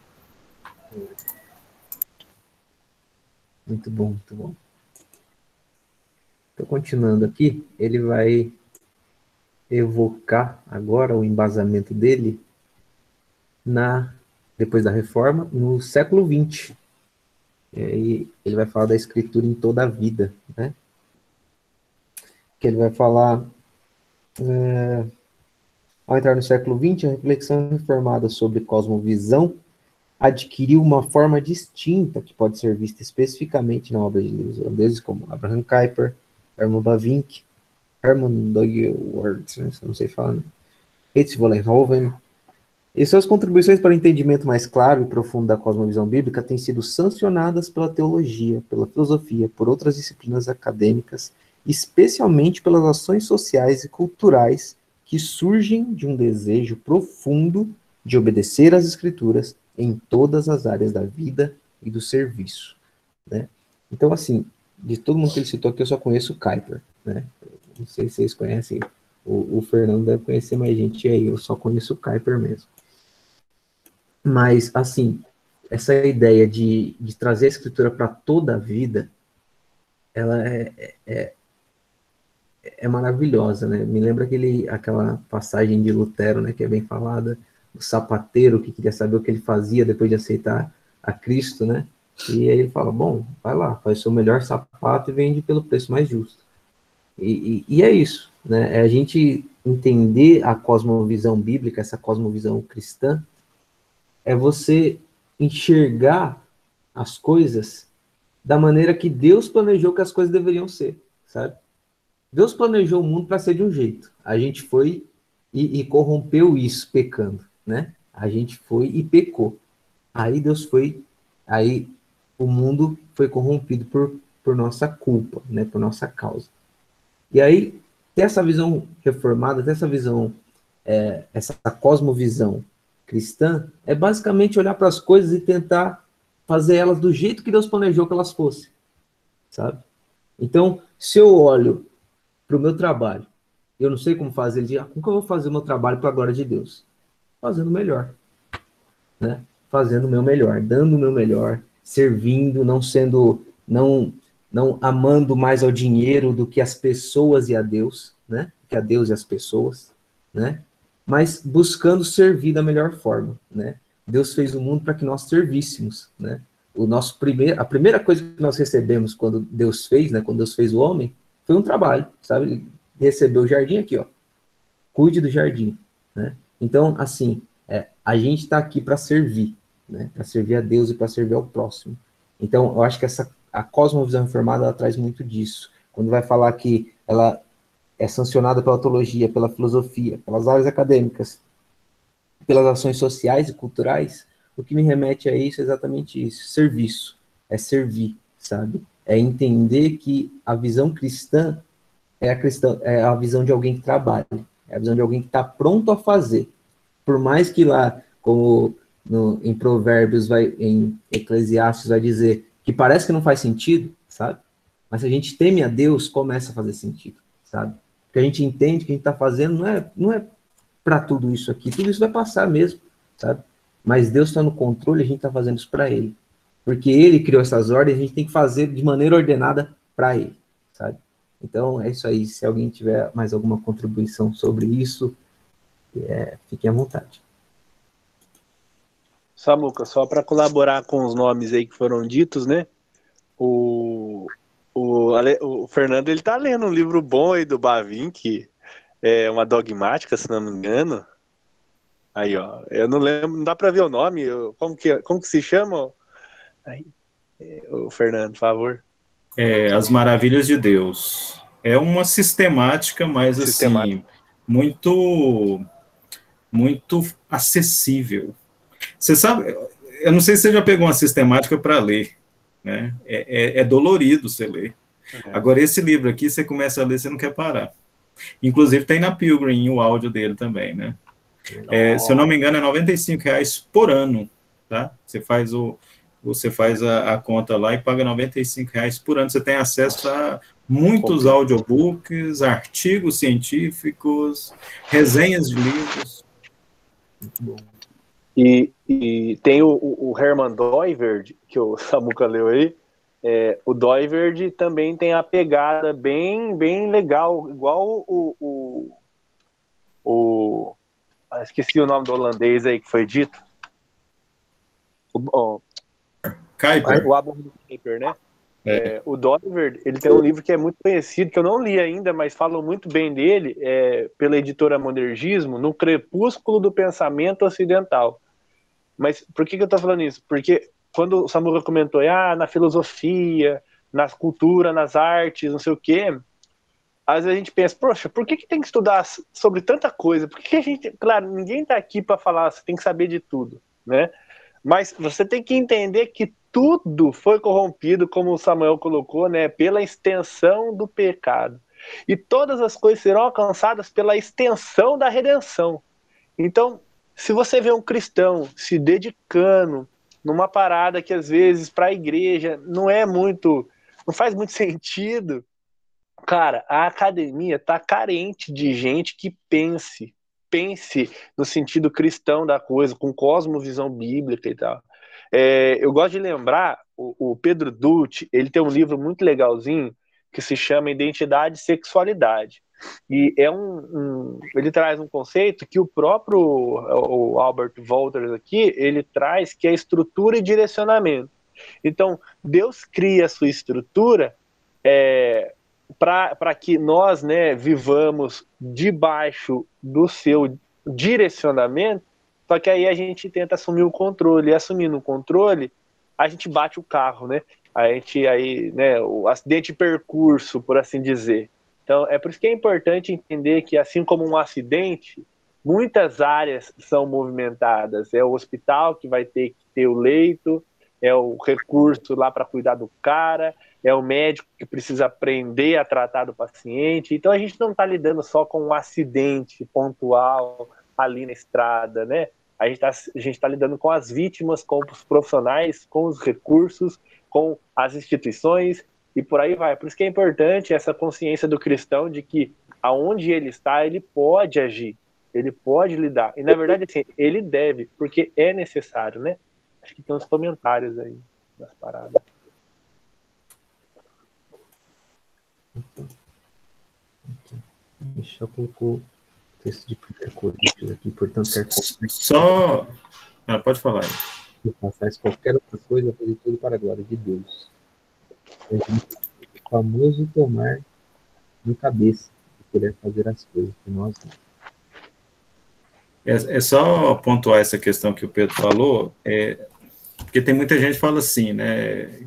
Muito bom, muito bom. Então, continuando aqui, ele vai evocar agora o embasamento dele na, depois da reforma, no século vinte. E aí ele vai falar da escritura em toda a vida, né? Que ele vai falar, é, ao entrar no século vinte, a reflexão reformada sobre cosmovisão adquiriu uma forma distinta que pode ser vista especificamente na obra de livros holandeses como Abraham Kuyper, Herman Bavinck, Herman Dooyeweerd, não sei falar, né? Hertz Vollenhoven, E suas contribuições para o entendimento mais claro e profundo da cosmovisão bíblica têm sido sancionadas pela teologia, pela filosofia, por outras disciplinas acadêmicas, especialmente pelas ações sociais e culturais que surgem de um desejo profundo de obedecer às Escrituras em todas as áreas da vida e do serviço, né? Então, assim, de todo mundo que ele citou aqui, eu só conheço o Kuyper, né? Não sei se vocês conhecem, o, o Fernando deve conhecer mais gente aí, eu só conheço o Kuyper mesmo. Mas, assim, essa ideia de, de trazer a Escritura para toda a vida, ela é, é, é maravilhosa, né? Me lembra aquele, aquela passagem de Lutero, né, que é bem falada, do sapateiro que queria saber o que ele fazia depois de aceitar a Cristo, né? E aí ele fala, bom, vai lá, faz o seu melhor sapato e vende pelo preço mais justo. E, e, e é isso, né? É a gente entender a cosmovisão bíblica, essa cosmovisão cristã, é você enxergar as coisas da maneira que Deus planejou que as coisas deveriam ser, sabe? Deus planejou o mundo para ser de um jeito. A gente foi e, e corrompeu isso pecando, né? A gente foi e pecou. Aí Deus foi, aí o mundo foi corrompido por, por nossa culpa, né? Por nossa causa. E aí, ter essa visão reformada, ter essa visão, é, essa cosmovisão cristã, é basicamente olhar para as coisas e tentar fazer elas do jeito que Deus planejou que elas fossem, sabe? Então, se eu olho para o meu trabalho, eu não sei como fazer, ele diz, ah, como que eu vou fazer o meu trabalho para a glória de Deus? Fazendo o melhor, né? Fazendo o meu melhor, dando o meu melhor, servindo, não sendo, não, não amando mais ao dinheiro do que as pessoas e a Deus, né? Que a Deus e as pessoas, né? Mas buscando servir da melhor forma, né? Deus fez o mundo para que nós servíssemos, né? O nosso primeiro, a primeira coisa que nós recebemos quando Deus fez, né? Quando Deus fez o homem, foi um trabalho, sabe? Ele recebeu o jardim aqui, ó. Cuide do jardim, né? Então, assim, é, a gente está aqui para servir, né? Para servir a Deus e para servir ao próximo. Então, eu acho que essa a cosmovisão reformada ela traz muito disso. Quando vai falar que ela é sancionada pela teologia, pela filosofia, pelas áreas acadêmicas, pelas ações sociais e culturais, o que me remete a isso é exatamente isso, serviço, é servir, sabe? É entender que a visão cristã é a, cristã, é a visão de alguém que trabalha, é a visão de alguém que está pronto a fazer. Por mais que lá, como no, em Provérbios, vai, em Eclesiastes vai dizer que parece que não faz sentido, sabe? Mas se a gente teme a Deus, começa a fazer sentido, sabe? Porque a gente entende que o que a gente está fazendo não é, não é para tudo isso aqui, tudo isso vai passar mesmo, sabe? Mas Deus está no controle, a gente está fazendo isso para Ele. Porque Ele criou essas ordens, a gente tem que fazer de maneira ordenada para Ele, sabe? Então, é isso aí. Se alguém tiver mais alguma contribuição sobre isso, é, fiquem à vontade. Samuca, só para colaborar com os nomes aí que foram ditos, né? O, o, o Fernando, ele tá lendo um livro bom aí do Bavinck, é uma dogmática, se não me engano. Aí, ó, eu não lembro, não dá para ver o nome, eu, como, que, como que se chama? Aí, é, o Fernando, por favor. É, As Maravilhas de Deus. É uma sistemática, mas Sistemática. assim, muito, muito acessível. Você sabe, eu não sei se você já pegou uma sistemática para ler, né? É, é, é dolorido você ler. É. Agora, esse livro aqui, você começa a ler, você não quer parar. Inclusive, tem na Pilgrim o áudio dele também, né? É, se eu não me engano, é noventa e cinco reais por ano, tá? Você faz, o, você faz a, a conta lá e paga noventa e cinco reais por ano. Você tem acesso a muitos Compre. audiobooks, artigos científicos, resenhas de livros. Muito bom. E, e tem o, o Herman Doiverd, que o Samuca leu aí. É, o Doiverd também tem a pegada bem, bem legal, igual o, o, o ah, esqueci o nome do holandês aí que foi dito. O, o, Kuyper. O Abraham Kuyper, né? É. É, o Doiverd, ele tem um livro que é muito conhecido, que eu não li ainda, mas falam muito bem dele, é, pela editora Monergismo, No Crepúsculo do Pensamento Ocidental. Mas por que, que eu tô falando isso? Porque quando o Samuca comentou, ah, na filosofia, na cultura, nas artes, não sei o quê, às vezes a gente pensa, poxa, por que, que tem que estudar sobre tanta coisa? Por que, que a gente... Claro, ninguém está aqui para falar, você tem que saber de tudo, né? Mas você tem que entender que tudo foi corrompido, como o Samuel colocou, né? Pela extensão do pecado. E todas as coisas serão alcançadas pela extensão da redenção. Então, se você vê um cristão se dedicando numa parada que às vezes para a igreja não é muito, não faz muito sentido, cara, a academia tá carente de gente que pense, pense no sentido cristão da coisa, com cosmovisão bíblica e tal. É, eu gosto de lembrar, o, o Pedro Dutti, ele tem um livro muito legalzinho que se chama Identidade e Sexualidade. E é um, um, ele traz um conceito que o próprio o Albert Wolters aqui, ele traz, que é estrutura e direcionamento. Então, Deus cria a sua estrutura é, para que nós, né, vivamos debaixo do seu direcionamento, só que aí a gente tenta assumir o controle, e assumindo o controle, a gente bate o carro, né? A gente aí, né, o acidente de percurso, por assim dizer. Então, é por isso que é importante entender que, assim como um acidente, muitas áreas são movimentadas. É o hospital que vai ter que ter o leito, é o recurso lá para cuidar do cara, é o médico que precisa aprender a tratar do paciente. Então, a gente não está lidando só com um acidente pontual ali na estrada, né? A gente está tá lidando com as vítimas, com os profissionais, com os recursos, com as instituições, e por aí vai. Por isso que é importante essa consciência do cristão de que aonde ele está, ele pode agir, ele pode lidar. E, na verdade, assim, ele deve, porque é necessário, né? Acho que tem uns comentários aí nas paradas. Michel colocou texto de Peter Coríntios aqui, portanto, quer só... Ah, pode falar aí. Faz qualquer outra coisa, fazer tudo para a glória de Deus. O famoso tomar de cabeça e querer fazer as coisas que nós não. É, é só pontuar essa questão que o Pedro falou, é, porque tem muita gente que fala assim, né,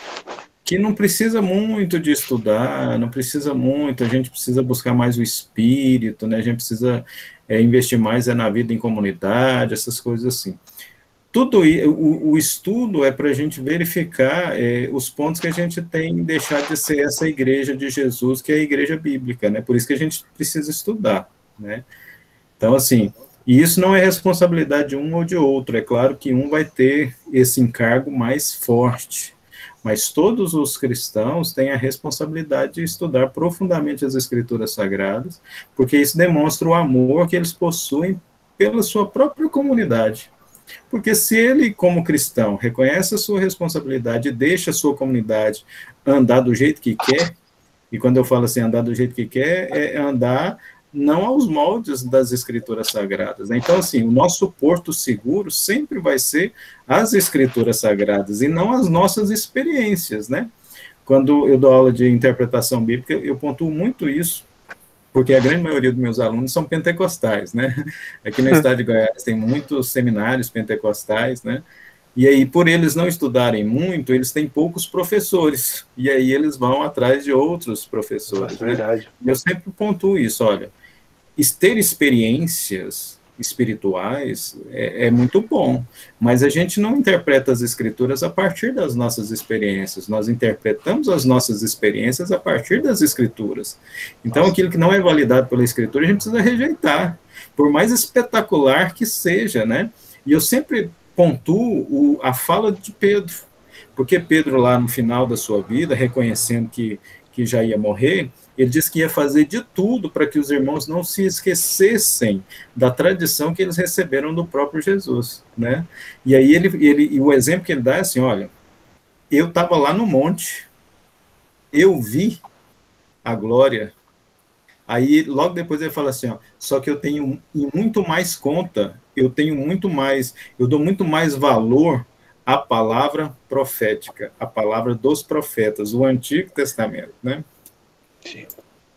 que não precisa muito de estudar, não precisa muito, a gente precisa buscar mais o espírito, né, a gente precisa é, investir mais é, na vida em comunidade, essas coisas assim. Tudo o, o estudo é para a gente verificar é, os pontos que a gente tem deixar de ser essa igreja de Jesus, que é a igreja bíblica, né? Por isso que a gente precisa estudar, né? Então, assim, e isso não é responsabilidade de um ou de outro, é claro que um vai ter esse encargo mais forte, mas todos os cristãos têm a responsabilidade de estudar profundamente as Escrituras Sagradas, porque isso demonstra o amor que eles possuem pela sua própria comunidade. Porque se ele, como cristão, reconhece a sua responsabilidade e deixa a sua comunidade andar do jeito que quer, e quando eu falo assim, andar do jeito que quer, é andar não aos moldes das Escrituras Sagradas, né? Então, assim, o nosso porto seguro sempre vai ser as Escrituras Sagradas, e não as nossas experiências, né? Quando eu dou aula de interpretação bíblica, eu pontuo muito isso, porque a grande maioria dos meus alunos são pentecostais, né? Aqui no estado de Goiás tem muitos seminários pentecostais, né? E aí, por eles não estudarem muito, eles têm poucos professores, e aí eles vão atrás de outros professores. É verdade. Né? Eu sempre pontuo isso, olha, ter experiências espirituais é, é muito bom, mas a gente não interpreta as escrituras a partir das nossas experiências, nós interpretamos as nossas experiências a partir das escrituras. Então, Nossa. Aquilo que não é validado pela escritura, a gente precisa rejeitar, por mais espetacular que seja, né? E eu sempre pontuo o, a fala de Pedro, porque Pedro, lá no final da sua vida, reconhecendo que, que já ia morrer, ele disse que ia fazer de tudo para que os irmãos não se esquecessem da tradição que eles receberam do próprio Jesus, né? E aí ele, ele e o exemplo que ele dá é assim, olha, eu estava lá no monte, eu vi a glória, aí logo depois ele fala assim, ó, só que eu tenho muito mais conta, eu tenho muito mais, eu dou muito mais valor à palavra profética, a palavra dos profetas, o Antigo Testamento, né? Sim.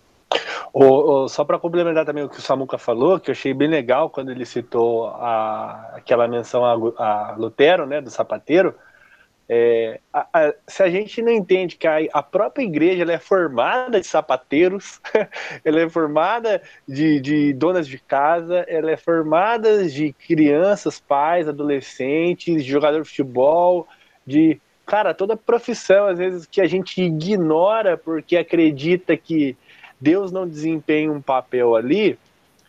O, o, só para complementar também o que o Samuca falou, que eu achei bem legal quando ele citou a, aquela menção a, a Lutero, né, do sapateiro, É, a, a, se a gente não entende que a, a própria igreja ela é formada de sapateiros, ela é formada de, de donas de casa, ela é formada de crianças, pais, adolescentes, de jogador de futebol, de, cara, toda profissão, às vezes, que a gente ignora porque acredita que Deus não desempenha um papel ali,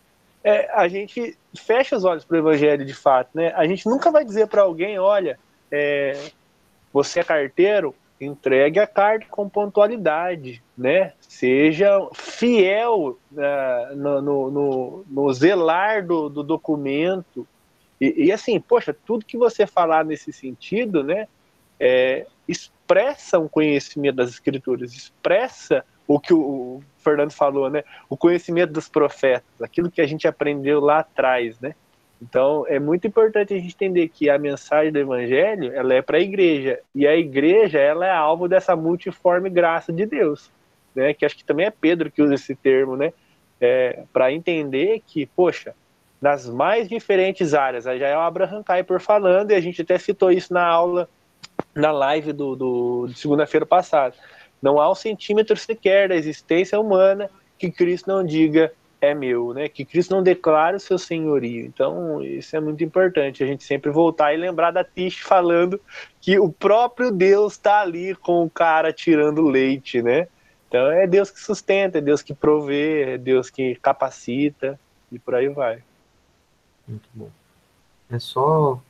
é, a gente fecha os olhos para o evangelho de fato, né? A gente nunca vai dizer para alguém, olha, é, você é carteiro, entregue a carta com pontualidade, né? Seja fiel uh, no, no, no, no zelar do, do documento. E, e assim, poxa, tudo que você falar nesse sentido, né? É, expressa um conhecimento das escrituras, expressa o que o, o Fernando falou, né? O conhecimento dos profetas, aquilo que a gente aprendeu lá atrás, né? Então, é muito importante a gente entender que a mensagem do evangelho, ela é para a igreja, e a igreja, ela é alvo dessa multiforme graça de Deus, né? Que acho que também é Pedro que usa esse termo, né? É, para entender que, poxa, nas mais diferentes áreas, aí já é o Abraham Kuyper falando, e a gente até citou isso na aula, na live do, do, de segunda-feira passada. Não há um centímetro sequer da existência humana que Cristo não diga é meu, né? Que Cristo não declare o seu senhorio. Então, isso é muito importante, a gente sempre voltar e lembrar da Tish falando que o próprio Deus está ali com o cara tirando leite, né? Então, é Deus que sustenta, é Deus que provê, é Deus que capacita, e por aí vai. Muito bom. É só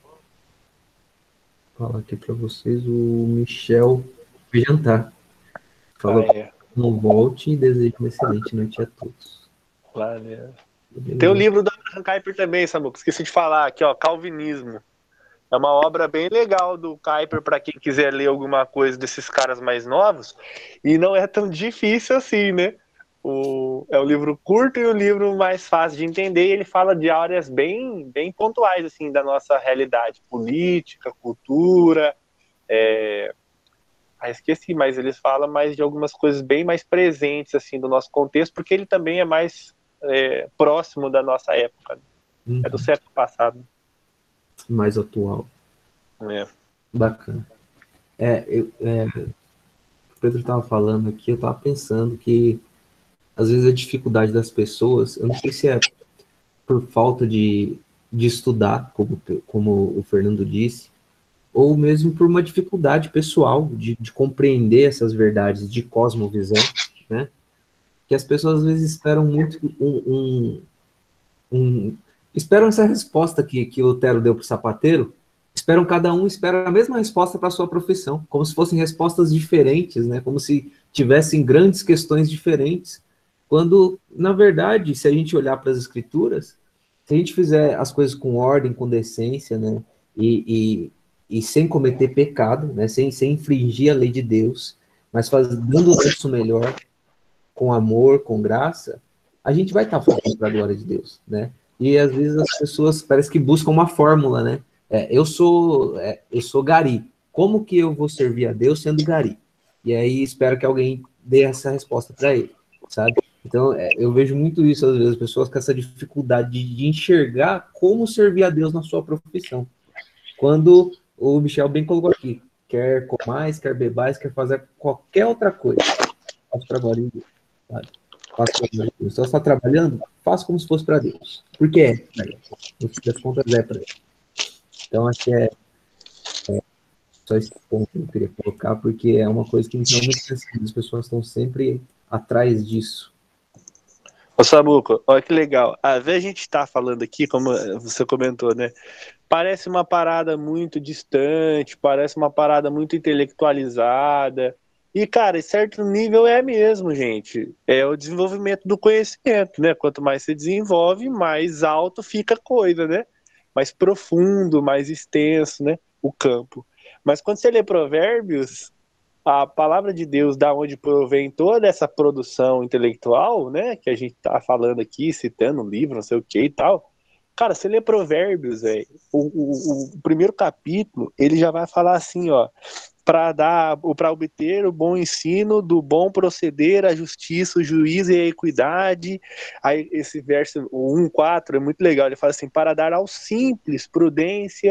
falar aqui para vocês, o Michel foi jantar. Falou Ah, é. não volte e desejo uma excelente noite a todos. Valeu. Tem o livro do Abraham Kuyper também, Samuca, esqueci de falar aqui, ó, Calvinismo. É uma obra bem legal do Kuyper para quem quiser ler alguma coisa desses caras mais novos, e não é tão difícil assim, né? O, é um livro curto e um livro mais fácil de entender, e ele fala de áreas bem, bem pontuais assim, da nossa realidade, política, cultura, é... ah, esqueci, mas eles falam mais de algumas coisas bem mais presentes assim do nosso contexto, porque ele também é mais é, próximo da nossa época, né? Uhum. É do século passado. Mais atual. É. Bacana. É, eu, é, o Pedro estava falando aqui, eu estava pensando que às vezes a dificuldade das pessoas, eu não sei se é por falta de, de estudar, como, como o Fernando disse, ou mesmo por uma dificuldade pessoal de, de compreender essas verdades de cosmovisão, né? Que as pessoas às vezes esperam muito um, um, um esperam essa resposta que, que Lutero deu para o sapateiro, esperam, cada um espera a mesma resposta para a sua profissão, como se fossem respostas diferentes, né? Como se tivessem grandes questões diferentes, quando, na verdade, se a gente olhar para as escrituras, se a gente fizer as coisas com ordem, com decência, né? E, e, e sem cometer pecado, né? Sem, sem infringir a lei de Deus, mas faz, dando o nosso melhor, com amor, com graça, a gente vai estar fazendo para a glória de Deus, né? E às vezes as pessoas parece que buscam uma fórmula, né? É, eu sou é, eu sou gari. Como que eu vou servir a Deus sendo gari? E aí espero que alguém dê essa resposta para ele, sabe? Então é, eu vejo muito isso às vezes, as pessoas com essa dificuldade de, de enxergar como servir a Deus na sua profissão. Quando o Michel bem colocou aqui, quer comais, quer bebais, quer fazer qualquer outra coisa, faça para a glória de Deus, sabe? Faça para a glória de Deus. Se você está trabalhando, faça como se fosse para Deus. Porque é, né? No fim das contas é para Deus. Então, acho que é, é só esse ponto que eu queria colocar, porque é uma coisa que me chama muito atenção. As pessoas estão sempre atrás disso. Ô Samuca, olha que legal. Às vezes a gente está falando aqui, como você comentou, né? Parece uma parada muito distante, parece uma parada muito intelectualizada. E, cara, em certo nível é mesmo, gente. É o desenvolvimento do conhecimento, né? Quanto mais você desenvolve, mais alto fica a coisa, né? Mais profundo, mais extenso, né? O campo. Mas quando você lê Provérbios, a palavra de Deus, da onde provém toda essa produção intelectual, né? Que a gente tá falando aqui, citando um livro, não sei o que e tal. Cara, você lê Provérbios, velho, o, o, o primeiro capítulo, ele já vai falar assim, ó, para dar, para obter o bom ensino, do bom proceder, a justiça, o juízo e a equidade. Aí esse verso, o um, quatro, é muito legal, ele fala assim, para dar ao simples prudência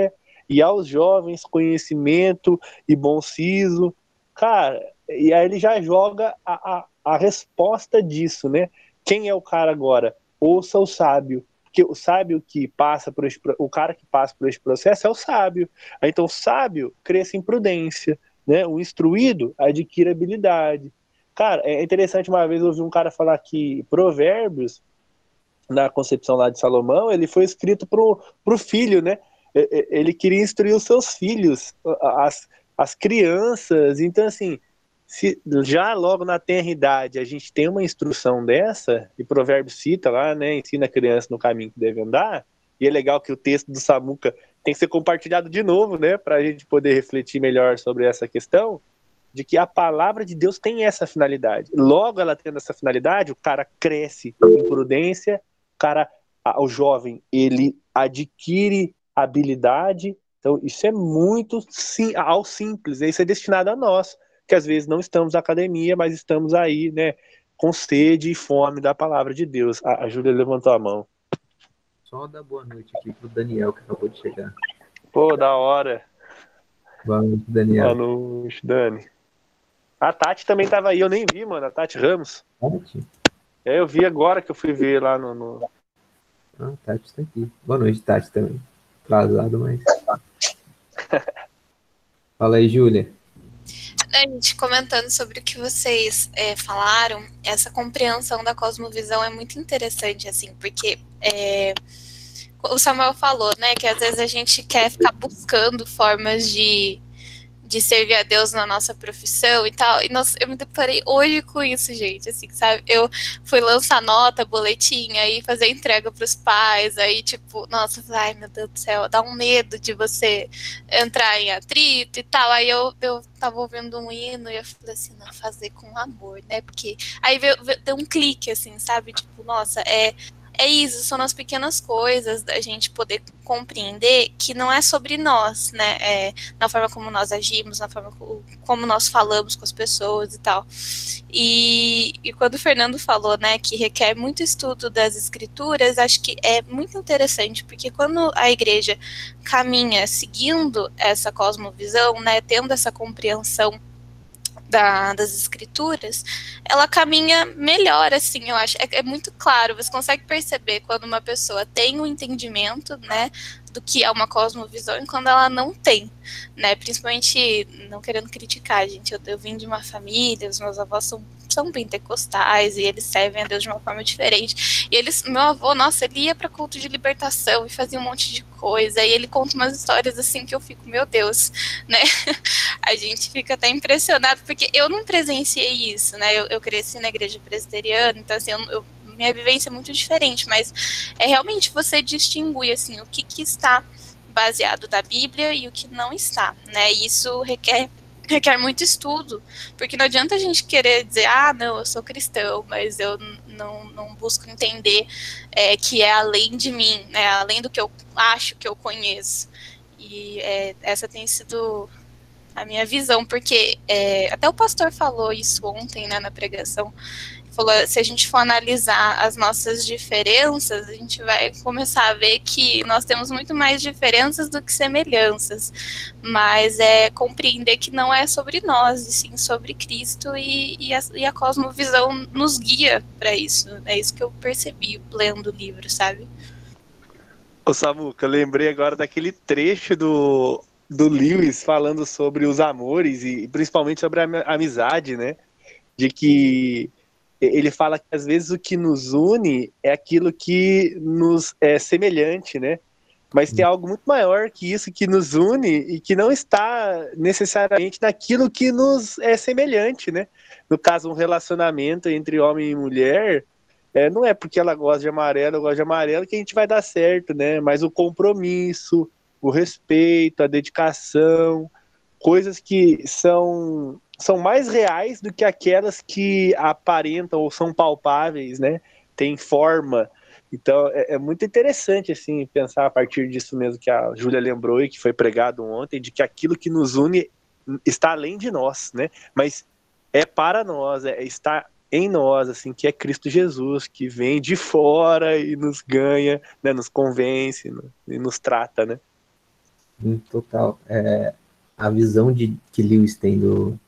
e aos jovens conhecimento e bom siso. Cara, e aí ele já joga a, a, a resposta disso, né? Quem é o cara agora? Ouça o sábio. Porque o sábio que passa por esse, o cara que passa por esse processo é o sábio. Então o sábio cresce em prudência, né? O instruído adquire habilidade. Cara, é interessante, uma vez eu ouvi um cara falar que Provérbios, na concepção lá de Salomão, ele foi escrito pro, pro filho, né? Ele queria instruir os seus filhos, as, as crianças. Então, assim, se já logo na tenra idade a gente tem uma instrução dessa, e Provérbios cita lá, né, ensina a criança no caminho que deve andar, e é legal que o texto do Samuca tem que ser compartilhado de novo, né, para a gente poder refletir melhor sobre essa questão, de que a palavra de Deus tem essa finalidade. Logo ela tendo essa finalidade, o cara cresce em prudência, o cara, o jovem, ele adquire habilidade. Então isso é muito sim, ao simples, isso é destinado a nós, que às vezes não estamos na academia, mas estamos aí, né, com sede e fome da palavra de Deus. A, a Júlia levantou a mão. Só dar boa noite aqui pro Daniel, que acabou de chegar. Pô, da hora. Boa noite, Daniel. Boa noite, Dani. A Tati também tava aí, eu nem vi, mano, a Tati Ramos. Tati? É, eu vi agora que eu fui ver lá no... no... Ah, a Tati tá aqui. Boa noite, Tati também. Atrasado, mas... Fala aí, Júlia. A gente comentando sobre o que vocês é, falaram, essa compreensão da cosmovisão é muito interessante, assim, porque é, o Samuel falou, né, que às vezes a gente quer ficar buscando formas de, de servir a Deus na nossa profissão e tal, e nós, eu me deparei hoje com isso, gente, assim, sabe, eu fui lançar nota, boletim, aí fazer entrega pros pais, aí tipo, nossa, ai meu Deus do céu, dá um medo de você entrar em atrito e tal, aí eu, eu tava ouvindo um hino e eu falei assim, não, fazer com amor, né, porque aí veio, veio, deu um clique, assim, sabe, tipo, nossa, é É isso, são as pequenas coisas da gente poder compreender que não é sobre nós, né? É, na forma como nós agimos, na forma como nós falamos com as pessoas e tal. E, e quando o Fernando falou, né, que requer muito estudo das escrituras, acho que é muito interessante, porque quando a igreja caminha seguindo essa cosmovisão, né, tendo essa compreensão Da, das escrituras, ela caminha melhor, assim, eu acho, é, é muito claro, você consegue perceber quando uma pessoa tem um entendimento, né, do que é uma cosmovisão e quando ela não tem, né, principalmente, não querendo criticar, gente, eu, eu vim de uma família, os meus avós são, são pentecostais e eles servem a Deus de uma forma diferente, e eles, meu avô, nossa, ele ia para culto de libertação e fazia um monte de coisa, e ele conta umas histórias assim que eu fico, meu Deus, né, a gente fica até impressionado, porque eu não presenciei isso, né, eu, eu cresci na igreja presbiteriana, então assim, eu, eu, minha vivência é muito diferente, mas é realmente você distinguir, assim, o que, que está baseado da Bíblia e o que não está, né, e isso requer requer muito estudo, porque não adianta a gente querer dizer, ah, não, eu sou cristão, mas eu não, não busco entender é, que é além de mim, né, além do que eu acho que eu conheço, e é, essa tem sido a minha visão, porque é, até o pastor falou isso ontem, né, na pregação, falou, se a gente for analisar as nossas diferenças, a gente vai começar a ver que nós temos muito mais diferenças do que semelhanças, mas é compreender que não é sobre nós, e sim sobre Cristo, e, e, a, e a cosmovisão nos guia para isso, é isso que eu percebi lendo o livro, sabe? Ô Samuca, eu lembrei agora daquele trecho do, do Lewis falando sobre os amores, e principalmente sobre a amizade, né, de que ele fala que às vezes o que nos une é aquilo que nos é semelhante, né? Mas tem algo muito maior que isso que nos une e que não está necessariamente naquilo que nos é semelhante, né? No caso, um relacionamento entre homem e mulher, é, não é porque ela gosta de amarelo, eu gosto de amarelo que a gente vai dar certo, né? Mas o compromisso, o respeito, a dedicação, coisas que são... são mais reais do que aquelas que aparentam ou são palpáveis, né? Tem forma. Então, é, é muito interessante, assim, pensar a partir disso mesmo que a Júlia lembrou e que foi pregado ontem, de que aquilo que nos une está além de nós, né? Mas é para nós, é, está em nós, assim, que é Cristo Jesus, que vem de fora e nos ganha, né? Nos convence, né? E nos trata, né? Hum, Total. É, a visão de, que Lewis tem do,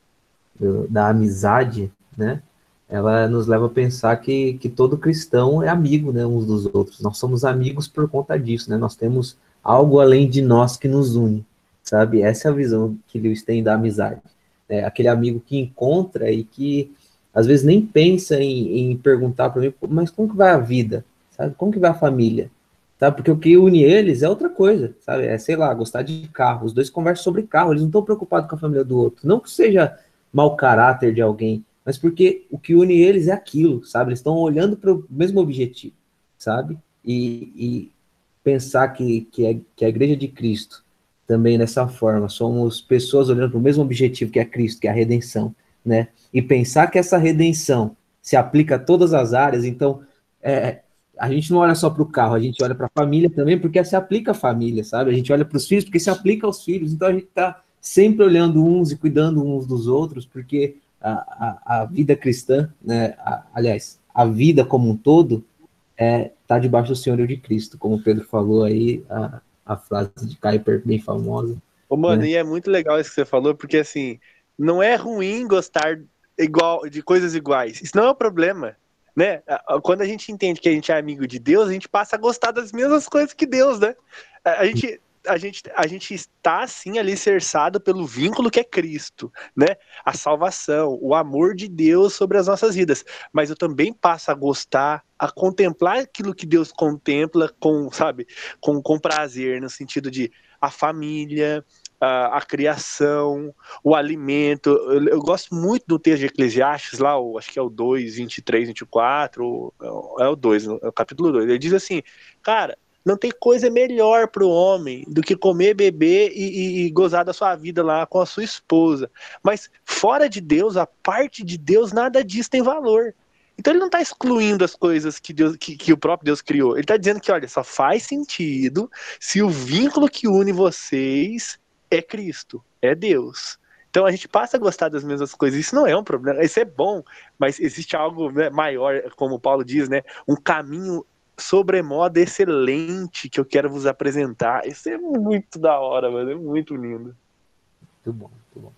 do- da amizade, né? Ela nos leva a pensar que, que todo cristão é amigo, né, uns dos outros. Nós somos amigos por conta disso, né? Nós temos algo além de nós que nos une, sabe? Essa é a visão que Lewis tem da amizade. É aquele amigo que encontra e que às vezes nem pensa em, em perguntar para mim, mas como que vai a vida? Sabe? Como que vai a família? Sabe? Porque o que une eles é outra coisa, sabe? É, sei lá, gostar de carro. Os dois conversam sobre carro, eles não estão preocupados com a família do outro. Não que seja mau caráter de alguém, mas porque o que une eles é aquilo, sabe? Eles estão olhando para o mesmo objetivo, sabe? E, e pensar que, que, é, que a Igreja de Cristo, também dessa forma, somos pessoas olhando para o mesmo objetivo que é Cristo, que é a redenção, né? E pensar que essa redenção se aplica a todas as áreas, então, é, a gente não olha só para o carro, a gente olha para a família também, porque se aplica à família, sabe? A gente olha para os filhos, porque se aplica aos filhos, então a gente está sempre olhando uns e cuidando uns dos outros, porque a, a, a vida cristã, né? A, aliás, a vida como um todo, é, tá debaixo do senhorio de Cristo, como o Pedro falou aí, a, a frase de Kuyper bem famosa. Ô, mano, né? e é muito legal isso que você falou, porque assim, não é ruim gostar igual de coisas iguais. Isso não é o problema, né? Quando a gente entende que a gente é amigo de Deus, a gente passa a gostar das mesmas coisas que Deus, né? A a gente, a gente, a gente está assim alicerçado pelo vínculo que é Cristo, né? A salvação, o amor de Deus sobre as nossas vidas. Mas eu também passo a gostar, a contemplar aquilo que Deus contempla com, sabe, com, com prazer, no sentido de a família, a, a criação, o alimento. Eu, eu gosto muito do texto de Eclesiastes, lá, o, acho que é o dois, vinte e três, vinte e quatro, é o dois, é o capítulo dois. Ele diz assim, cara, não tem coisa melhor para o homem do que comer, beber e, e, e gozar da sua vida lá com a sua esposa. Mas fora de Deus, a parte de Deus, nada disso tem valor. Então ele não está excluindo as coisas que, Deus, que, que o próprio Deus criou. Ele está dizendo que, olha, só faz sentido se o vínculo que une vocês é Cristo, é Deus. Então a gente passa a gostar das mesmas coisas. Isso não é um problema, isso é bom, mas existe algo, né, maior, como o Paulo diz, né, um caminho sobremodo excelente que eu quero vos apresentar. Isso é muito da hora, mano, é muito lindo. Muito bom, muito bom.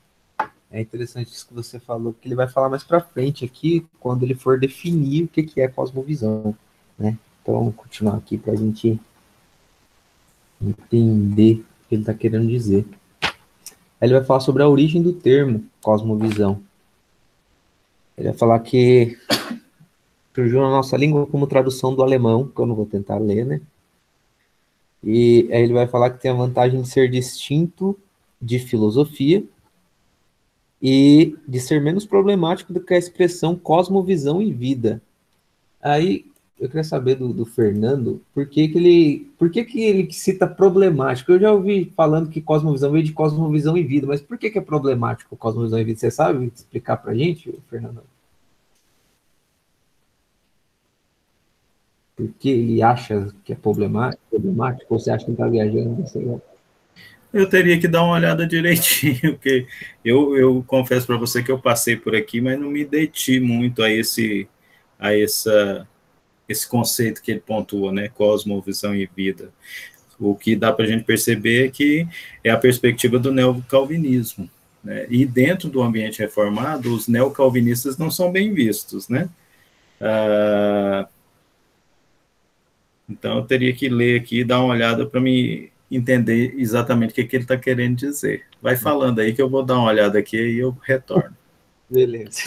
É interessante isso que você falou, porque ele vai falar mais para frente aqui, quando ele for definir o que, que é cosmovisão, né? Então, vamos continuar aqui para a gente entender o que ele está querendo dizer. Aí ele vai falar sobre a origem do termo cosmovisão. Ele vai falar que surgiu na nossa língua como tradução do alemão, que eu não vou tentar ler, né? E aí ele vai falar que tem a vantagem de ser distinto de filosofia e de ser menos problemático do que a expressão cosmovisão e vida. Aí eu queria saber do, do Fernando, por que que ele, por que que ele cita problemático? Eu já ouvi falando que cosmovisão veio de cosmovisão e vida, mas por que que é problemático cosmovisão e vida? Você sabe explicar pra gente, Fernando? Por que ele acha que é problemático, problemático ou você acha que ele está viajando? Sei lá. Eu teria que dar uma olhada direitinho, porque eu, eu confesso para você que eu passei por aqui, mas não me deti muito a esse, a essa, esse conceito que ele pontua, né? Cosmovisão e vida. O que dá para a gente perceber é que é a perspectiva do neocalvinismo, né? E dentro do ambiente reformado, os neocalvinistas não são bem vistos, né? Ah, então eu teria que ler aqui e dar uma olhada para me entender exatamente o que, que ele está querendo dizer. Vai falando aí que eu vou dar uma olhada aqui e eu retorno. Beleza.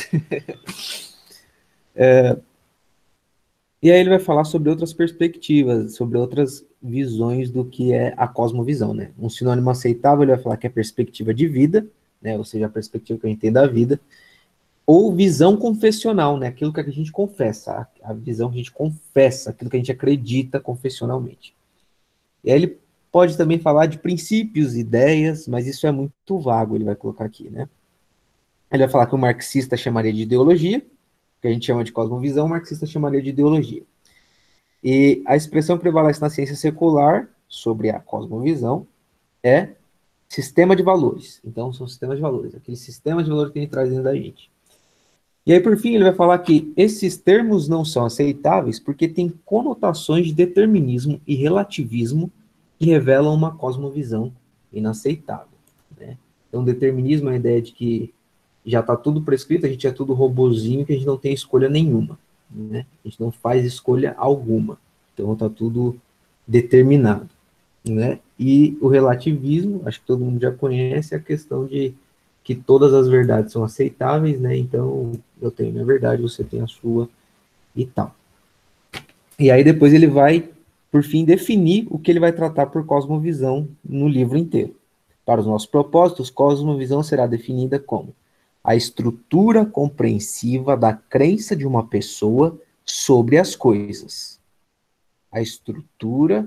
É, e aí ele vai falar sobre outras perspectivas, sobre outras visões do que é a cosmovisão, né? Um sinônimo aceitável, ele vai falar que é a perspectiva de vida, né? Ou seja, a perspectiva que a gente tem da vida, ou visão confessional, né? Aquilo que a gente confessa, a visão que a gente confessa, aquilo que a gente acredita confessionalmente. E aí ele pode também falar de princípios, ideias, mas isso é muito vago, ele vai colocar aqui, né? Ele vai falar que o marxista chamaria de ideologia, que a gente chama de cosmovisão, o marxista chamaria de ideologia. E a expressão que prevalece na ciência secular sobre a cosmovisão é sistema de valores. Então, são sistemas de valores, aquele sistema de valores que a gente traz dentro da gente. E aí, por fim, ele vai falar que esses termos não são aceitáveis porque têm conotações de determinismo e relativismo que revelam uma cosmovisão inaceitável, né? Então, determinismo é a ideia de que já está tudo prescrito, a gente é tudo robozinho, que a gente não tem escolha nenhuma, né? A gente não faz escolha alguma. Então, está tudo determinado, né? E o relativismo, acho que todo mundo já conhece, a questão de que todas as verdades são aceitáveis, né? Então, eu tenho a minha verdade, você tem a sua e tal. E aí depois ele vai, por fim, definir o que ele vai tratar por cosmovisão no livro inteiro. Para os nossos propósitos, cosmovisão será definida como a estrutura compreensiva da crença de uma pessoa sobre as coisas. A estrutura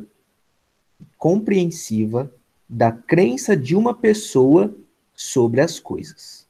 compreensiva da crença de uma pessoa sobre as coisas.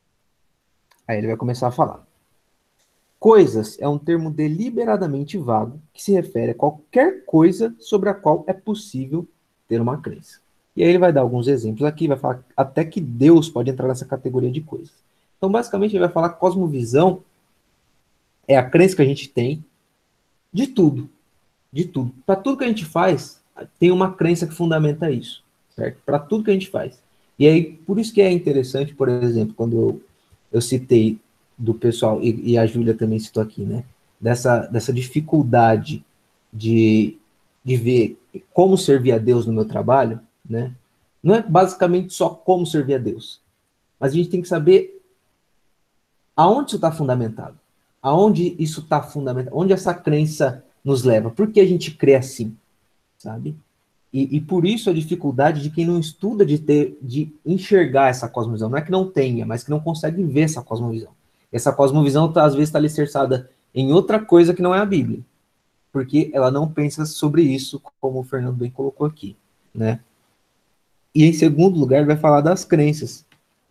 Aí ele vai começar a falar. Coisas é um termo deliberadamente vago que se refere a qualquer coisa sobre a qual é possível ter uma crença. E aí ele vai dar alguns exemplos aqui, vai falar até que Deus pode entrar nessa categoria de coisas. Então, basicamente, ele vai falar que cosmovisão é a crença que a gente tem de tudo. De tudo. Para tudo que a gente faz, tem uma crença que fundamenta isso. Certo? Para tudo que a gente faz. E aí, por isso que é interessante, por exemplo, quando eu, eu citei do pessoal, e, e a Júlia também citou aqui, né? Dessa, dessa dificuldade de, de ver como servir a Deus no meu trabalho, né? Não é basicamente só como servir a Deus, mas a gente tem que saber aonde isso está fundamentado, aonde isso está fundamentado, onde essa crença nos leva, por que a gente crê assim, sabe? E, e por isso a dificuldade de quem não estuda de ter, de enxergar essa cosmovisão, não é que não tenha, mas que não consegue ver essa cosmovisão. Essa cosmovisão, tá, às vezes, está alicerçada em outra coisa que não é a Bíblia, porque ela não pensa sobre isso, como o Fernando bem colocou aqui, né? E, em segundo lugar, ele vai falar das crenças,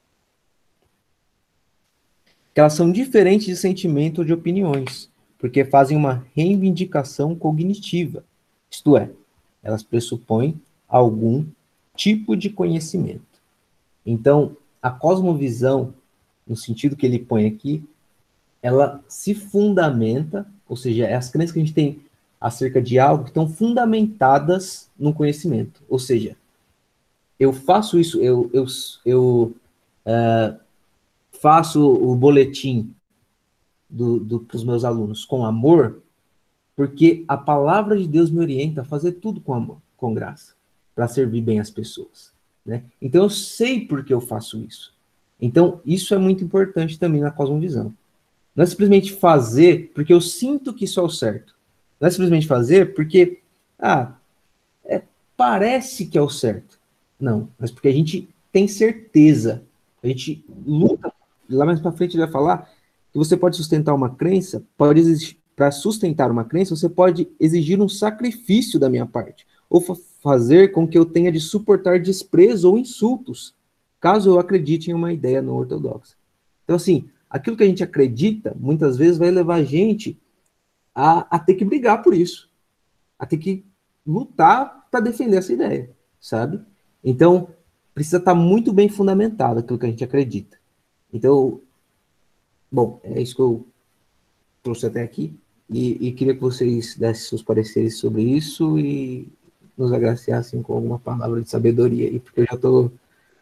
que elas são diferentes de sentimento ou de opiniões, porque fazem uma reivindicação cognitiva, isto é, elas pressupõem algum tipo de conhecimento. Então, a cosmovisão, no sentido que ele põe aqui, ela se fundamenta, ou seja, é as crenças que a gente tem acerca de algo que estão fundamentadas no conhecimento. Ou seja, eu faço isso, eu, eu, eu uh, faço o boletim do, do, para os meus alunos com amor, porque a palavra de Deus me orienta a fazer tudo com amor, com graça, para servir bem as pessoas, né? Então eu sei por que eu faço isso. Então isso é muito importante também na cosmovisão. Não é simplesmente fazer porque eu sinto que isso é o certo. Não é simplesmente fazer porque, ah, é, parece que é o certo. Não, mas porque a gente tem certeza. A gente luta. Lá mais para frente ele vai falar que você pode sustentar uma crença, pode existir, para sustentar uma crença, você pode exigir um sacrifício da minha parte, ou fa fazer com que eu tenha de suportar desprezo ou insultos, caso eu acredite em uma ideia não ortodoxa. Então, assim, aquilo que a gente acredita, muitas vezes vai levar a gente a, a ter que brigar por isso, a ter que lutar para defender essa ideia, sabe? Então, precisa estar muito bem fundamentado aquilo que a gente acredita. Então, bom, é isso que eu trouxe até aqui, e, e queria que vocês dessem seus pareceres sobre isso e nos agraciassem com alguma palavra de sabedoria aí, porque eu já estou...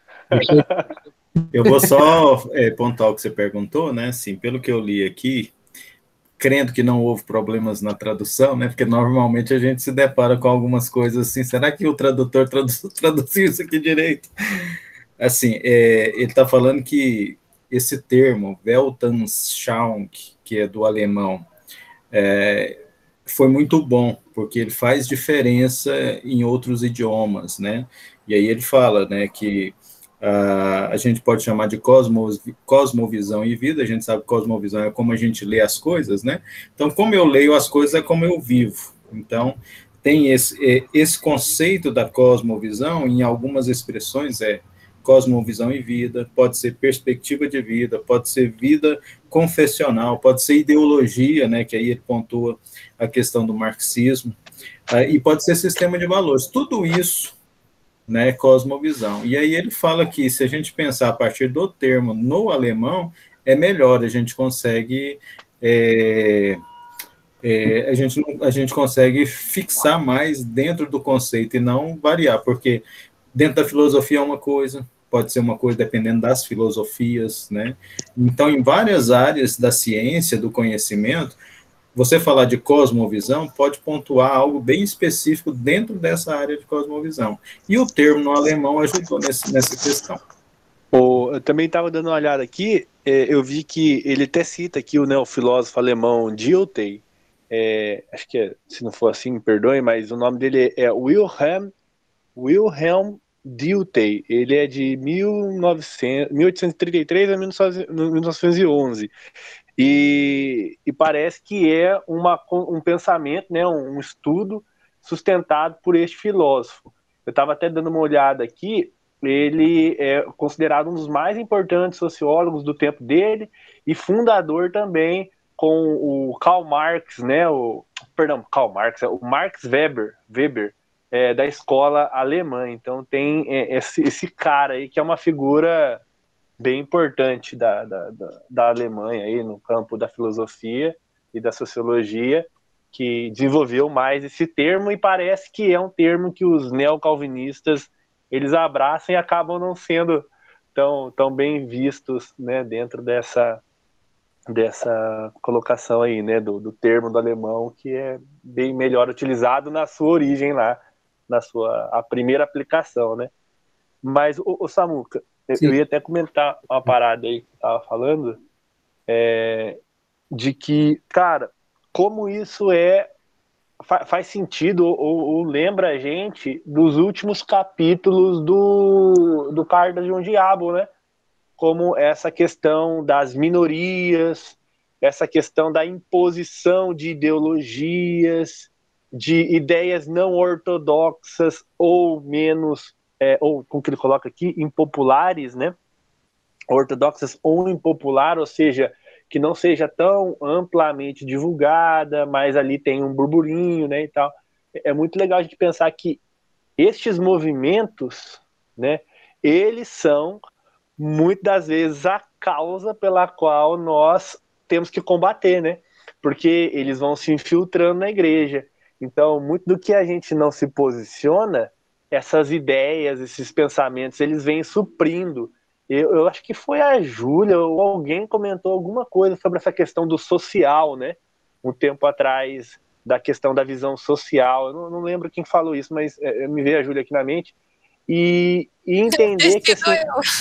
Eu vou só é, pontuar o que você perguntou, né? Assim, pelo que eu li aqui, crendo que não houve problemas na tradução, né? Porque normalmente a gente se depara com algumas coisas assim, será que o tradutor traduziu, traduziu isso aqui direito? Assim, é, ele está falando que esse termo, Weltanschauung, que é do alemão, é, foi muito bom, porque ele faz diferença em outros idiomas, né? E aí ele fala, né, que Uh, a gente pode chamar de cosmos, cosmovisão e vida. A gente sabe que cosmovisão é como a gente lê as coisas, né? Então, como eu leio as coisas é como eu vivo. Então, tem esse, esse conceito da cosmovisão, em algumas expressões é cosmovisão e vida, pode ser perspectiva de vida, pode ser vida confessional, pode ser ideologia, né, que aí ele pontua a questão do marxismo, uh, e pode ser sistema de valores. Tudo isso, né, cosmovisão. E aí ele fala que se a gente pensar a partir do termo no alemão, é melhor, a gente consegue é, é, a, gente, a gente consegue fixar mais dentro do conceito e não variar, porque dentro da filosofia é uma coisa, pode ser uma coisa dependendo das filosofias, né? Então, em várias áreas da ciência, do conhecimento, você falar de cosmovisão pode pontuar algo bem específico dentro dessa área de cosmovisão. E o termo no alemão ajudou nesse, nessa questão. Oh, eu também estava dando uma olhada aqui, é, eu vi que ele até cita aqui o, né, o filósofo alemão Dilthey, é, acho que é, se não for assim, me perdoe, mas o nome dele é Wilhelm, Wilhelm Dilthey. Ele é de mil oitocentos e trinta e três a mil novecentos e onze. E, e parece que é uma, um pensamento, né, um, um estudo sustentado por este filósofo. Eu estava até dando uma olhada aqui, ele é considerado um dos mais importantes sociólogos do tempo dele e fundador também com o Karl Marx, né, o, perdão, Karl Marx, o Max Weber, Weber é, da escola alemã. Então tem esse, esse cara aí que é uma figura bem importante da, da, da, da Alemanha aí no campo da filosofia e da sociologia, que desenvolveu mais esse termo, e parece que é um termo que os neocalvinistas eles abraçam e acabam não sendo tão, tão bem vistos, né, dentro dessa, dessa colocação aí, né, do, do termo do alemão, que é bem melhor utilizado na sua origem lá, na sua a primeira aplicação, né? Mas, o, o Samuca, eu ia até comentar uma parada aí que eu tava falando, é, de que, cara, como isso é fa, faz sentido ou, ou lembra a gente dos últimos capítulos do, do Cartas de um Diabo, né? Como essa questão das minorias, essa questão da imposição de ideologias, de ideias não ortodoxas ou menos, é, ou como que ele coloca aqui, impopulares, né? Ortodoxas ou impopular, ou seja, que não seja tão amplamente divulgada, mas ali tem um burburinho, né, e tal. É muito legal a gente pensar que estes movimentos, né, eles são, muitas das vezes, a causa pela qual nós temos que combater, né, porque eles vão se infiltrando na igreja. Então, muito do que a gente não se posiciona, essas ideias, esses pensamentos, eles vêm suprindo. Eu, eu acho que foi a Júlia ou alguém comentou alguma coisa sobre essa questão do social, né? Um tempo atrás, da questão da visão social. Eu não, não lembro quem falou isso, mas é, me veio a Júlia aqui na mente. E, e entender que assim...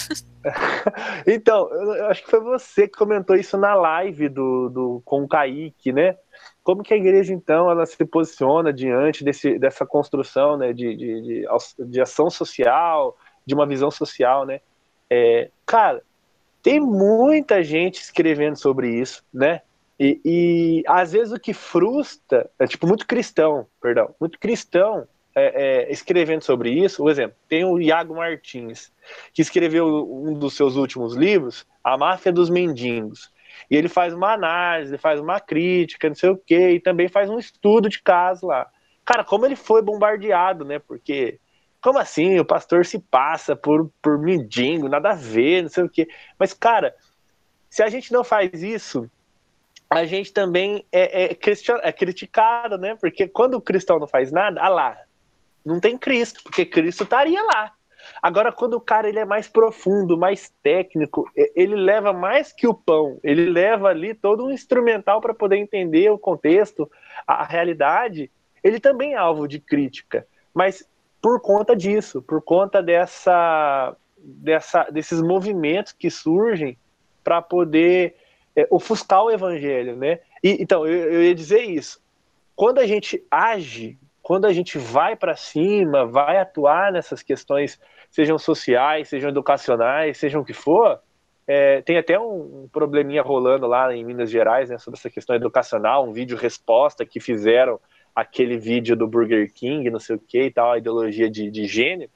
Então, eu acho que foi você que comentou isso na live do, do, com o Kaique, né? Como que a igreja, então, ela se posiciona diante desse, dessa construção, né, de, de, de, de ação social, de uma visão social, né? É, cara, tem muita gente escrevendo sobre isso, né? E, e às vezes o que frustra, é tipo muito cristão, perdão, muito cristão é, é, escrevendo sobre isso. Por exemplo, tem o Iago Martins, que escreveu um dos seus últimos livros, A Máfia dos Mendigos. E ele faz uma análise, ele faz uma crítica, não sei o quê, e também faz um estudo de caso lá. Cara, como ele foi bombardeado, né? Porque como assim? O pastor se passa por, por mendigo, nada a ver, não sei o quê. Mas, cara, se a gente não faz isso, a gente também é, é, é criticado, né? Porque quando o cristão não faz nada, ah lá, não tem Cristo, porque Cristo estaria lá. Agora, quando o cara ele é mais profundo, mais técnico, ele leva mais que o pão, ele leva ali todo um instrumental para poder entender o contexto, a, a realidade, ele também é alvo de crítica. Mas por conta disso, por conta dessa, dessa, desses movimentos que surgem para poder é, ofuscar o evangelho, né? E, então, eu, eu ia dizer isso. Quando a gente age, quando a gente vai para cima, vai atuar nessas questões, sejam sociais, sejam educacionais, sejam o que for, é, tem até um, um probleminha rolando lá em Minas Gerais, né, sobre essa questão educacional, um vídeo resposta que fizeram aquele vídeo do Burger King, não sei o que e tal, a ideologia de, de gênero.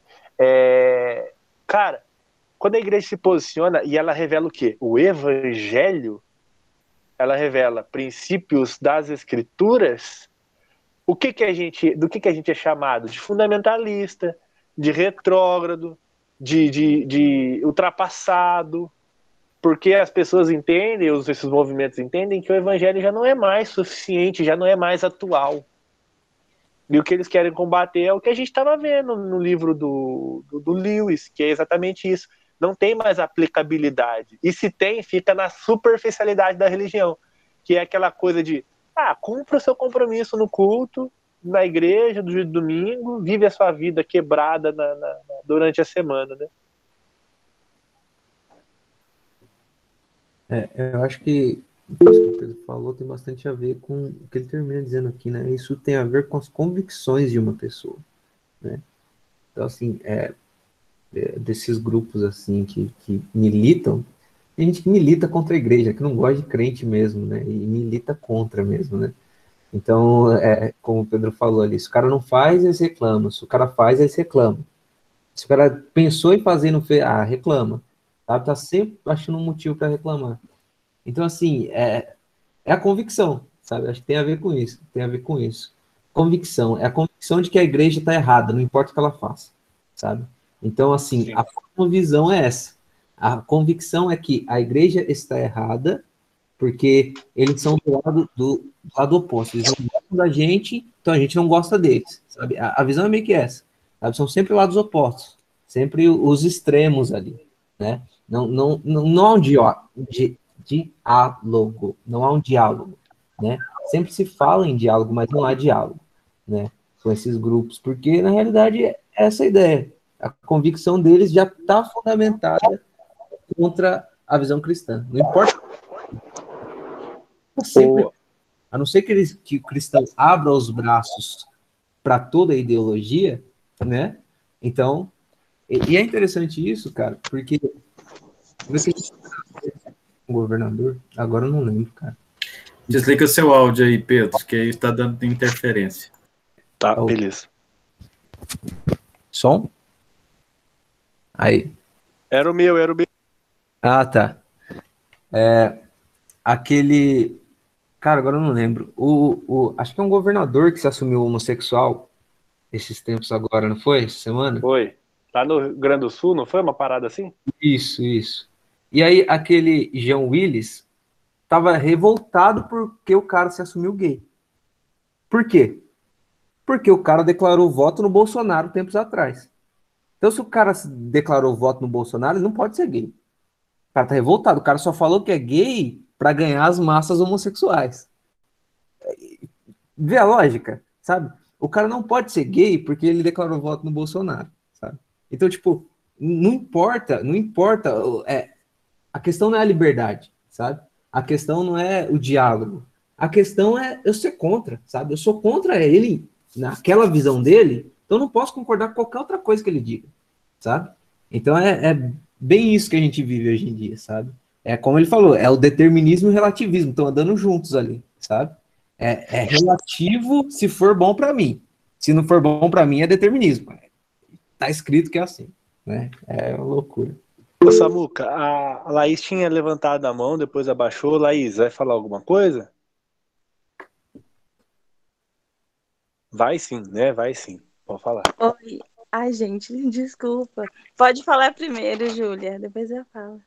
É, cara, quando a igreja se posiciona e ela revela o quê? O evangelho, ela revela princípios das escrituras, o que que a gente, do que que a gente é chamado? De fundamentalista, de retrógrado, de, de, de ultrapassado, porque as pessoas entendem, esses movimentos entendem que o evangelho já não é mais suficiente, já não é mais atual. E o que eles querem combater é o que a gente estava vendo no livro do, do, do Lewis, que é exatamente isso. Não tem mais aplicabilidade. E se tem, fica na superficialidade da religião, que é aquela coisa de, ah, cumpra o seu compromisso no culto, na igreja, do domingo, vive a sua vida quebrada na, na, durante a semana, né? É, eu acho que isso que o Pedro falou tem bastante a ver com o que ele termina dizendo aqui, né? Isso tem a ver com as convicções de uma pessoa, né? Então, assim, é, é, desses grupos, assim, que, que militam, tem gente que milita contra a igreja, que não gosta de crente mesmo, né? E milita contra mesmo, né? Então, é, como o Pedro falou ali, se o cara não faz, eles reclamam. Se o cara faz, eles reclamam. Se o cara pensou em fazer e não fez, ah, reclama. Sabe? Tá sempre achando um motivo para reclamar. Então, assim, é, é a convicção, sabe? Acho que tem a ver com isso. Tem a ver com isso. Convicção. É a convicção de que a igreja está errada, não importa o que ela faça, sabe? Então, assim, Sim. a visão é essa. A convicção é que a igreja está errada porque eles são do lado, do, do lado oposto. Eles não gostam da gente, então a gente não gosta deles, sabe? A, a visão é meio que essa, sabe? São sempre lados opostos, sempre os extremos ali, né? Não, não, não, não há um dió, di, diálogo, não há um diálogo, né? Sempre se fala em diálogo, mas não há diálogo, né? Com esses grupos, porque na realidade é essa a ideia. A convicção deles já está fundamentada contra a visão cristã. Não importa. Sempre, a não ser que, eles, que o cristão abra os braços para toda a ideologia, né? Então, e, e é interessante isso, cara, porque o governador, agora eu não lembro, cara. Desliga o seu áudio aí, Pedro, que aí está dando interferência. Tá, beleza. Som? Aí. Era o meu, era o meu. Ah, tá. É, aquele... Cara, agora eu não lembro. O, o, acho que é um governador que se assumiu homossexual esses tempos agora, não foi? Essa semana? Foi. Lá no Rio Grande do Sul, não foi uma parada assim? Isso, isso. E aí, aquele Jean Willis tava revoltado porque o cara se assumiu gay. Por quê? Porque o cara declarou voto no Bolsonaro tempos atrás. Então, se o cara declarou voto no Bolsonaro, ele não pode ser gay. O cara tá revoltado. O cara só falou que é gay para ganhar as massas homossexuais. Vê a lógica, sabe? O cara não pode ser gay porque ele declarou voto no Bolsonaro, sabe? Então, tipo, não importa, não importa. É, a questão não é a liberdade, sabe? A questão não é o diálogo. A questão é eu ser contra, sabe? Eu sou contra ele, naquela visão dele, então eu não posso concordar com qualquer outra coisa que ele diga, sabe? Então é, é bem isso que a gente vive hoje em dia, sabe? É como ele falou, é o determinismo e o relativismo, estão andando juntos ali, sabe? É, é relativo se for bom para mim. Se não for bom para mim, é determinismo. Tá escrito que é assim, né? É uma loucura. Ô, Samuca, a Laís tinha levantado a mão, depois abaixou. Laís, vai falar alguma coisa? Vai sim, né? Vai sim. Pode falar. Oi. Ai, gente, desculpa. Pode falar primeiro, Júlia, depois eu falo.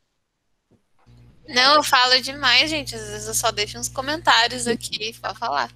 Não, eu falo demais, gente. Às vezes eu só deixo uns comentários aqui pra falar.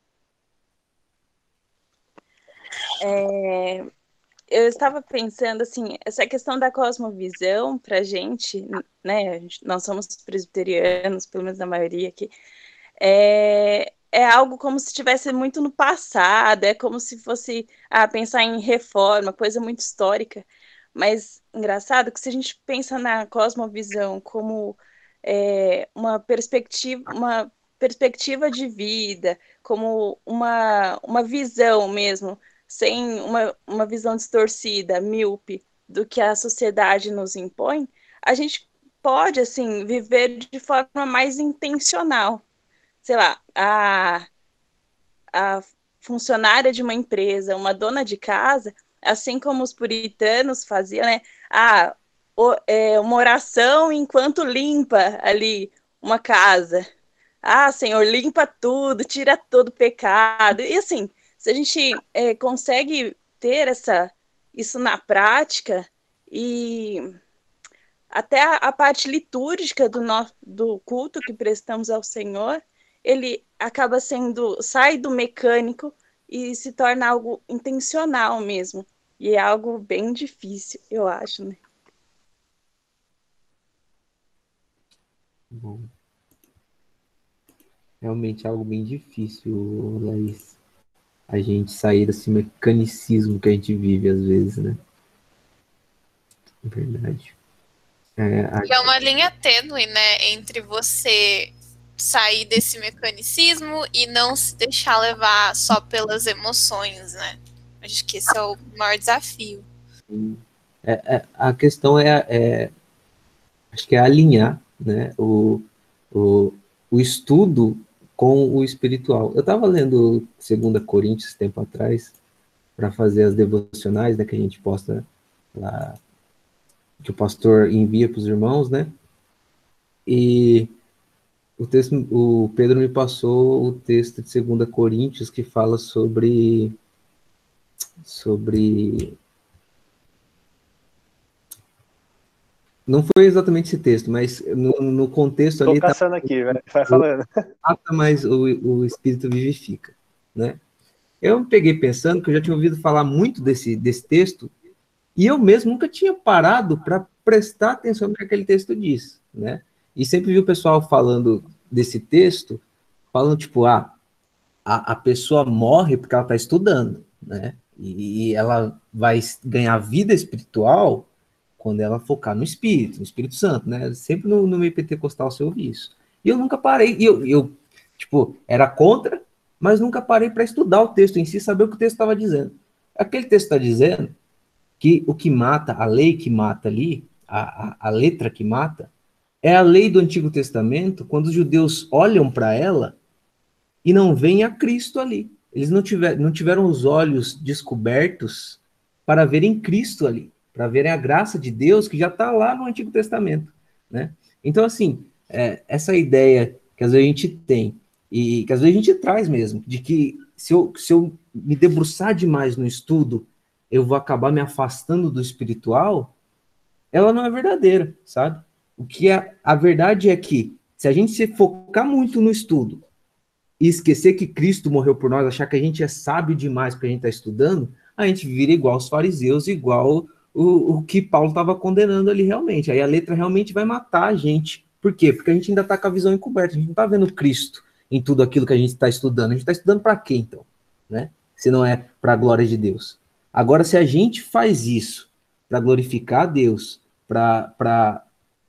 É, eu estava pensando, assim, essa questão da cosmovisão pra gente, né, a gente, nós somos presbiterianos, pelo menos a maioria aqui, é, é algo como se estivesse muito no passado, é como se fosse ah, pensar em reforma, coisa muito histórica, mas engraçado que se a gente pensa na cosmovisão como é, uma perspectiva, uma perspectiva de vida, como uma, uma visão mesmo, sem uma, uma visão distorcida, míope, do que a sociedade nos impõe, a gente pode, assim, viver de forma mais intencional. Sei lá, a, a funcionária de uma empresa, uma dona de casa, assim como os puritanos faziam, né? Ah, o, é, uma oração enquanto limpa ali uma casa. Ah, Senhor, limpa tudo, tira todo pecado. E assim, se a gente é, consegue ter essa, isso na prática e até a, a parte litúrgica do, no, do culto que prestamos ao Senhor, ele acaba sendo, sai do mecânico e se torna algo intencional mesmo. E é algo bem difícil, eu acho, né? Bom, realmente é algo bem difícil, Laís. A gente sair desse mecanicismo que a gente vive às vezes, né? Verdade. É, a... E é uma linha tênue, né, entre você sair desse mecanicismo e não se deixar levar só pelas emoções, né? Acho que esse é o maior desafio. É, é, a questão é, é, acho que é alinhar, né, o, o, o estudo com o espiritual. Eu estava lendo dois Coríntios tempo atrás para fazer as devocionais, né, que a gente posta lá, que o pastor envia para os irmãos, né? E o texto, o Pedro me passou o texto de dois Coríntios que fala sobre sobre não foi exatamente esse texto, mas no, no contexto Tô ali tá caçando aqui, vai, vai falando. Mas o, o espírito vivifica, né? Eu me peguei pensando que eu já tinha ouvido falar muito desse, desse texto e eu mesmo nunca tinha parado para prestar atenção no que aquele texto diz, né? E sempre vi o pessoal falando desse texto, falando tipo, ah, a, a pessoa morre porque ela está estudando, né? E, e ela vai ganhar vida espiritual quando ela focar no Espírito, no Espírito Santo, né? Sempre no, no meio pentecostal você ouve isso. E eu nunca parei, e eu, eu tipo, era contra, mas nunca parei para estudar o texto em si, saber o que o texto estava dizendo. Aquele texto está dizendo que o que mata, a lei que mata ali, a, a, a letra que mata, é a lei do Antigo Testamento, quando os judeus olham para ela e não veem a Cristo ali. Eles não, tiver, não tiveram os olhos descobertos para verem Cristo ali, para verem a graça de Deus que já está lá no Antigo Testamento, né? Então, assim, é, essa ideia que às vezes a gente tem, e que às vezes a gente traz mesmo, de que se eu, se eu me debruçar demais no estudo, eu vou acabar me afastando do espiritual, ela não é verdadeira, sabe? O que é a verdade é que, se a gente se focar muito no estudo, e esquecer que Cristo morreu por nós, achar que a gente é sábio demais porque a gente está estudando, a gente vira igual os fariseus, igual o, o que Paulo estava condenando ali realmente. Aí a letra realmente vai matar a gente. Por quê? Porque a gente ainda está com a visão encoberta, a gente não está vendo Cristo em tudo aquilo que a gente está estudando. A gente está estudando para quê, então? Né? Se não é para a glória de Deus. Agora, se a gente faz isso para glorificar a Deus, para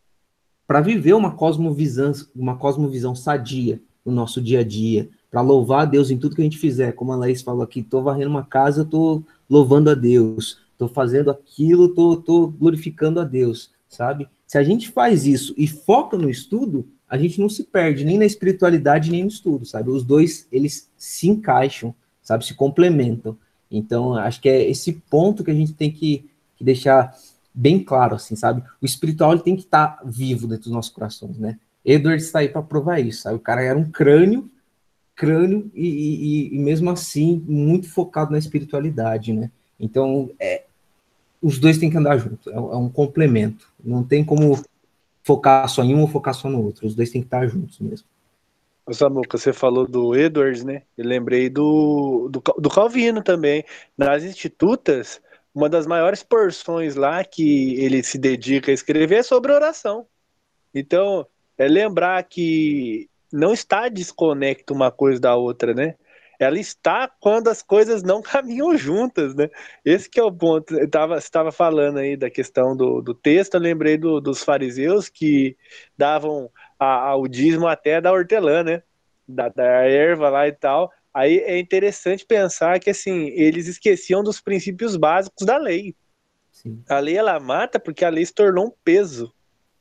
viver uma cosmovisão, uma cosmovisão sadia, no nosso dia a dia, para louvar a Deus em tudo que a gente fizer. Como a Laís falou aqui, estou varrendo uma casa, estou louvando a Deus, estou fazendo aquilo, estou glorificando a Deus, sabe? Se a gente faz isso e foca no estudo, a gente não se perde nem na espiritualidade nem no estudo, sabe? Os dois, eles se encaixam, sabe? Se complementam. Então, acho que é esse ponto que a gente tem que, que deixar bem claro, assim, sabe? O espiritual ele tem que estar tá vivo dentro dos nossos corações, né? Edward está aí para provar isso, sabe? O cara era um crânio, crânio e, e, e mesmo assim muito focado na espiritualidade, né? Então, é, os dois têm que andar juntos, é, é um complemento. Não tem como focar só em um ou focar só no outro. Os dois têm que estar juntos mesmo. Samuca, você falou do Edwards, né? Eu lembrei do, do, do Calvino também. Nas Institutas, uma das maiores porções lá que ele se dedica a escrever é sobre oração. Então, é lembrar que não está desconecto uma coisa da outra, né? Ela está quando as coisas não caminham juntas, né? Esse que é o ponto. Eu tava, você estava falando aí da questão do, do texto, eu lembrei do, dos fariseus que davam a, ao dízimo até da hortelã, né? Da, da erva lá e tal. Aí é interessante pensar que, assim, eles esqueciam dos princípios básicos da lei. Sim. A lei, ela mata porque a lei se tornou um peso,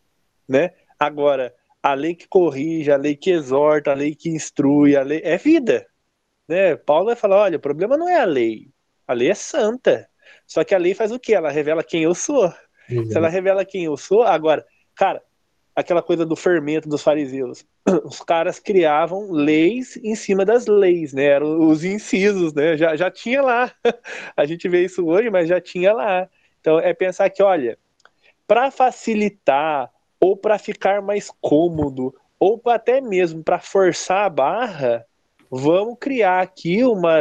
né? Agora, a lei que corrige, a lei que exorta, a lei que instrui, a lei é vida, né? Paulo vai falar, olha, o problema não é a lei, a lei é santa, só que a lei faz o quê? Ela revela quem eu sou. Exato. Se ela revela quem eu sou, agora, cara, aquela coisa do fermento dos fariseus, os caras criavam leis em cima das leis, né? Eram os incisos, né? Já, já tinha lá, a gente vê isso hoje, mas já tinha lá. Então, é pensar que, olha, para facilitar ou para ficar mais cômodo, ou até mesmo para forçar a barra, vamos criar aqui umas,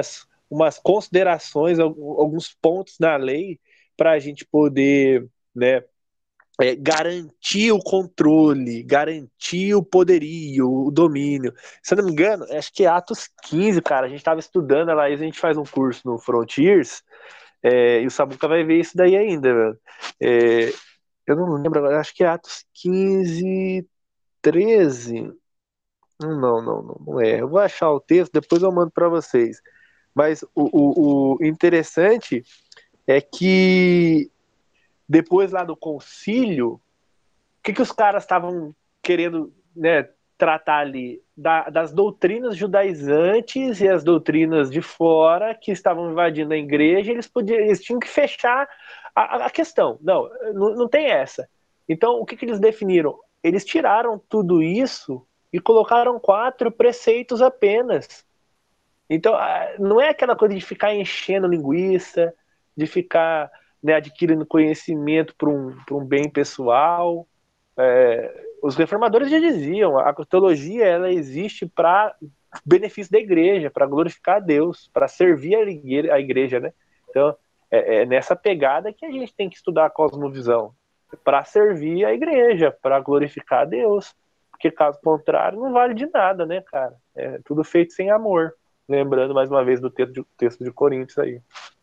umas considerações, alguns pontos na lei para a gente poder, né, é, garantir o controle, garantir o poderio, o domínio. Se eu não me engano, acho que é Atos quinze, cara, a gente estava estudando, a Laís, a gente faz um curso no Frontiers, é, e o Samuca vai ver isso daí ainda, velho. É, eu não lembro agora, acho que é Atos quinze, treze. Não, não, não, não é. Eu vou achar o texto, depois eu mando para vocês. Mas o, o, o interessante é que depois lá do concílio, o que, que os caras estavam querendo, né, tratar ali? Da, das doutrinas judaizantes e as doutrinas de fora que estavam invadindo a igreja, eles, podiam, eles tinham que fechar a, a questão. Não, não, não tem essa. Então, o que, que eles definiram? Eles tiraram tudo isso e colocaram quatro preceitos apenas. Então, não é aquela coisa de ficar enchendo linguiça, de ficar, né, adquirindo conhecimento para um, para um bem pessoal. É, os reformadores já diziam, a teologia ela existe para benefício da igreja, para glorificar a Deus, para servir a igreja, a igreja, né? Então, é, é nessa pegada que a gente tem que estudar a cosmovisão, para servir a igreja, para glorificar a Deus. Porque, caso contrário, não vale de nada, né, cara? É tudo feito sem amor. Lembrando, mais uma vez, do texto de, texto de Coríntios aí.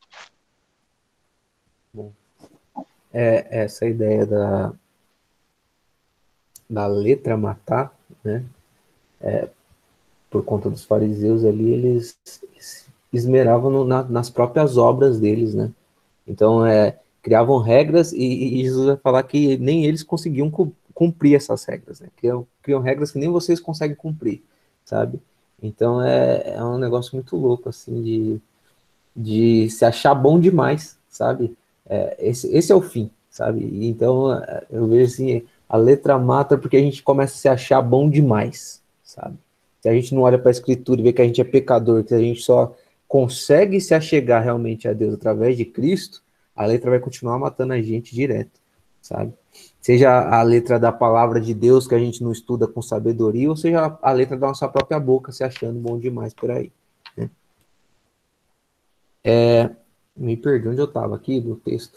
Bom, é, essa ideia da, da letra matar, né? É, por conta dos fariseus ali, eles esmeravam no, na, nas próprias obras deles, né? Então, é, criavam regras e, e Jesus vai falar que nem eles conseguiam cumprir essas regras, né? Criam, criam regras que nem vocês conseguem cumprir, sabe? Então é, é um negócio muito louco, assim, de, de se achar bom demais, sabe? É, esse, esse é o fim, sabe? Então eu vejo assim, a letra mata porque a gente começa a se achar bom demais, sabe? Se a gente não olha para a Escritura e vê que a gente é pecador, que a gente só consegue se achegar realmente a Deus através de Cristo, a letra vai continuar matando a gente direto, sabe? Seja a letra da palavra de Deus que a gente não estuda com sabedoria, ou seja a letra da nossa própria boca se achando bom demais por aí, né? É, me perdi onde eu estava aqui do texto.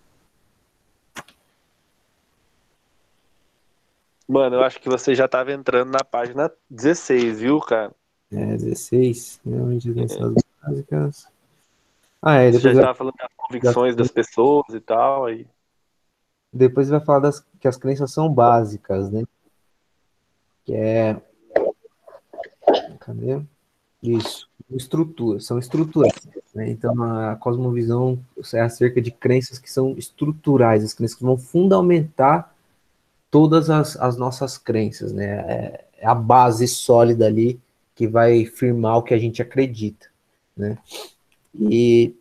Mano, eu acho que você já estava entrando na página dezesseis, viu, cara? É, dezesseis, né, onde essas básicas. Ah, é, Você depois já vai, estava falando das convicções das pessoas e tal. Aí. depois vai falar das, que as crenças são básicas, né? Que é... Cadê? Isso, estrutura, são estruturais, né? Então a cosmovisão é acerca de crenças que são estruturais, as crenças que vão fundamentar todas as, as nossas crenças, né? É, é a base sólida ali que vai firmar o que a gente acredita, né? E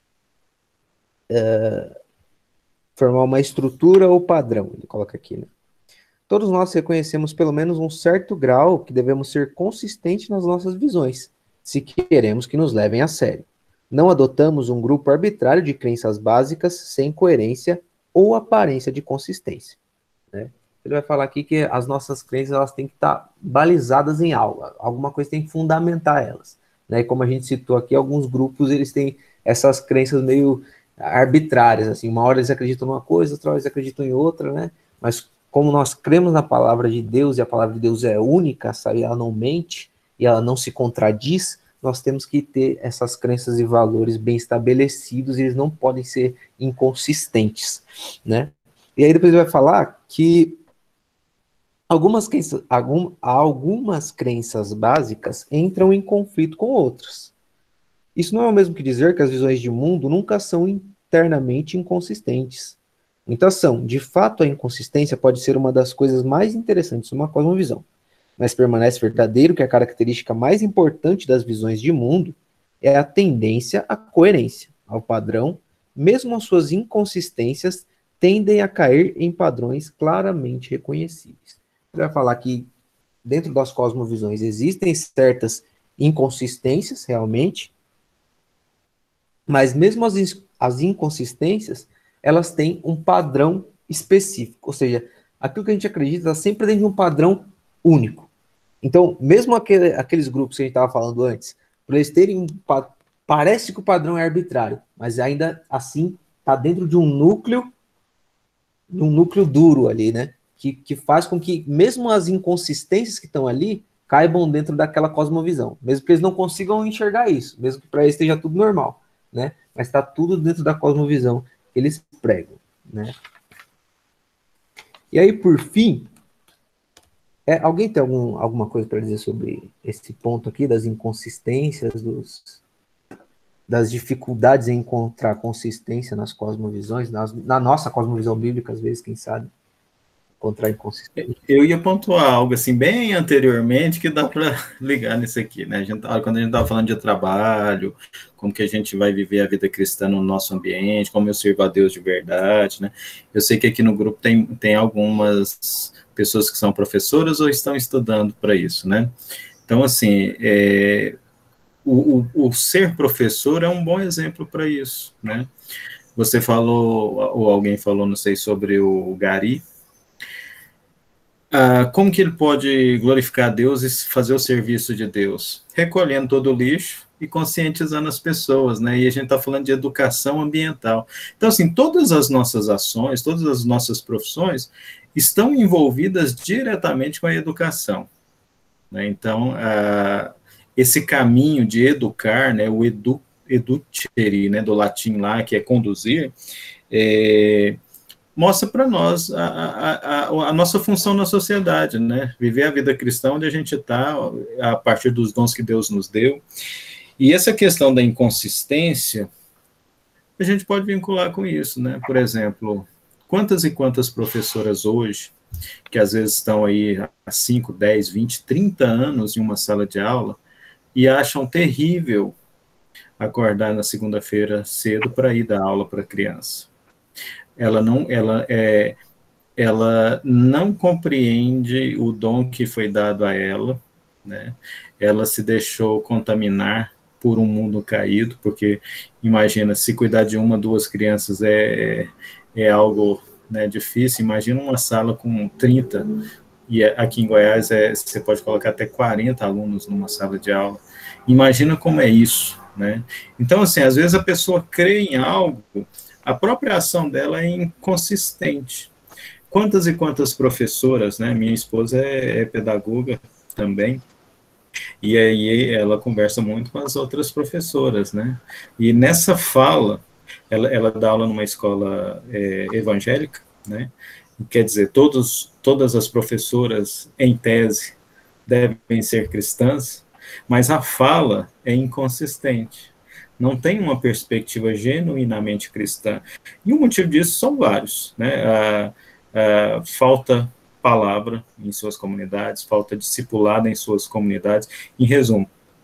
é, formar uma estrutura ou padrão, ele coloca aqui, né? Todos nós reconhecemos pelo menos um certo grau que devemos ser consistentes nas nossas visões, se queremos que nos levem a sério. Não adotamos um grupo arbitrário de crenças básicas sem coerência ou aparência de consistência, né? Ele vai falar aqui que as nossas crenças elas têm que estar balizadas em algo, alguma coisa tem que fundamentar elas, né? E como a gente citou aqui, alguns grupos eles têm essas crenças meio arbitrárias, assim, uma hora eles acreditam numa coisa, outra hora eles acreditam em outra, né? Mas como nós cremos na palavra de Deus, e a palavra de Deus é única, sabe? Ela não mente, e ela não se contradiz, nós temos que ter essas crenças e valores bem estabelecidos, e eles não podem ser inconsistentes, né? E aí depois ele vai falar que algumas crenças, algum, algumas crenças básicas entram em conflito com outras. Isso não é o mesmo que dizer que as visões de mundo nunca são internamente inconsistentes. Muitas são. De fato, a inconsistência pode ser uma das coisas mais interessantes de uma cosmovisão, mas permanece verdadeiro que a característica mais importante das visões de mundo é a tendência à coerência, ao padrão, mesmo as suas inconsistências tendem a cair em padrões claramente reconhecíveis. Ele vai falar que dentro das cosmovisões existem certas inconsistências, realmente, mas mesmo as, as inconsistências, elas têm um padrão específico, ou seja, aquilo que a gente acredita está sempre dentro de um padrão único. Então, mesmo aquele, aqueles grupos que a gente estava falando antes, para eles terem um parece que o padrão é arbitrário, mas ainda assim está dentro de um núcleo, de um núcleo duro ali, né? Que, que faz com que mesmo as inconsistências que estão ali caibam dentro daquela cosmovisão, mesmo que eles não consigam enxergar isso, mesmo que para eles esteja tudo normal, né? Mas está tudo dentro da cosmovisão que eles pregam, né? E aí, por fim, é, alguém tem algum, alguma coisa para dizer sobre esse ponto aqui das inconsistências, dos, das dificuldades em encontrar consistência nas cosmovisões, nas, na nossa cosmovisão bíblica, às vezes, quem sabe, encontrar inconsistência? Eu ia pontuar algo assim, bem anteriormente, que dá para ligar nisso aqui, né? A gente, quando a gente estava falando de trabalho, como que a gente vai viver a vida cristã no nosso ambiente, como eu sirvo a Deus de verdade, né? Eu sei que aqui no grupo tem, tem algumas pessoas que são professoras ou estão estudando para isso, né? Então, assim, é, o, o, o ser professor é um bom exemplo para isso, né? Você falou, ou alguém falou, não sei, sobre o Gari. Ah, como que ele pode glorificar a Deus e fazer o serviço de Deus? Recolhendo todo o lixo e conscientizando as pessoas, né? E a gente está falando de educação ambiental. Então, assim, todas as nossas ações, todas as nossas profissões estão envolvidas diretamente com a educação, né? Então, ah, esse caminho de educar, né, o edu, educere, né, do latim lá, que é conduzir, é, mostra para nós a, a, a, a nossa função na sociedade, né? Viver a vida cristã onde a gente está, a partir dos dons que Deus nos deu. E essa questão da inconsistência, a gente pode vincular com isso, né? Por exemplo, quantas e quantas professoras hoje, que às vezes estão aí há cinco, dez, vinte, trinta anos em uma sala de aula, e acham terrível acordar na segunda-feira cedo para ir dar aula para a criança. Ela não, ela, é, ela não compreende o dom que foi dado a ela, né? Ela se deixou contaminar por um mundo caído, porque imagina, se cuidar de uma, duas crianças é, é algo, né, difícil, imagina uma sala com trinta, e aqui em Goiás é, você pode colocar até quarenta alunos numa sala de aula. Imagina como é isso, né? Então, assim, às vezes a pessoa crê em algo, a própria ação dela é inconsistente. Quantas e quantas professoras, né? Minha esposa é, é pedagoga também, e aí ela conversa muito com as outras professoras, né? E nessa fala, ela, ela dá aula numa escola é, evangélica, né? Quer dizer, todos, todas as professoras, em tese, devem ser cristãs, mas a fala é inconsistente. Não tem uma perspectiva genuinamente cristã. E o motivo disso são vários, né? A, a falta palavra em suas comunidades, falta discipulado em suas comunidades. Em resumo,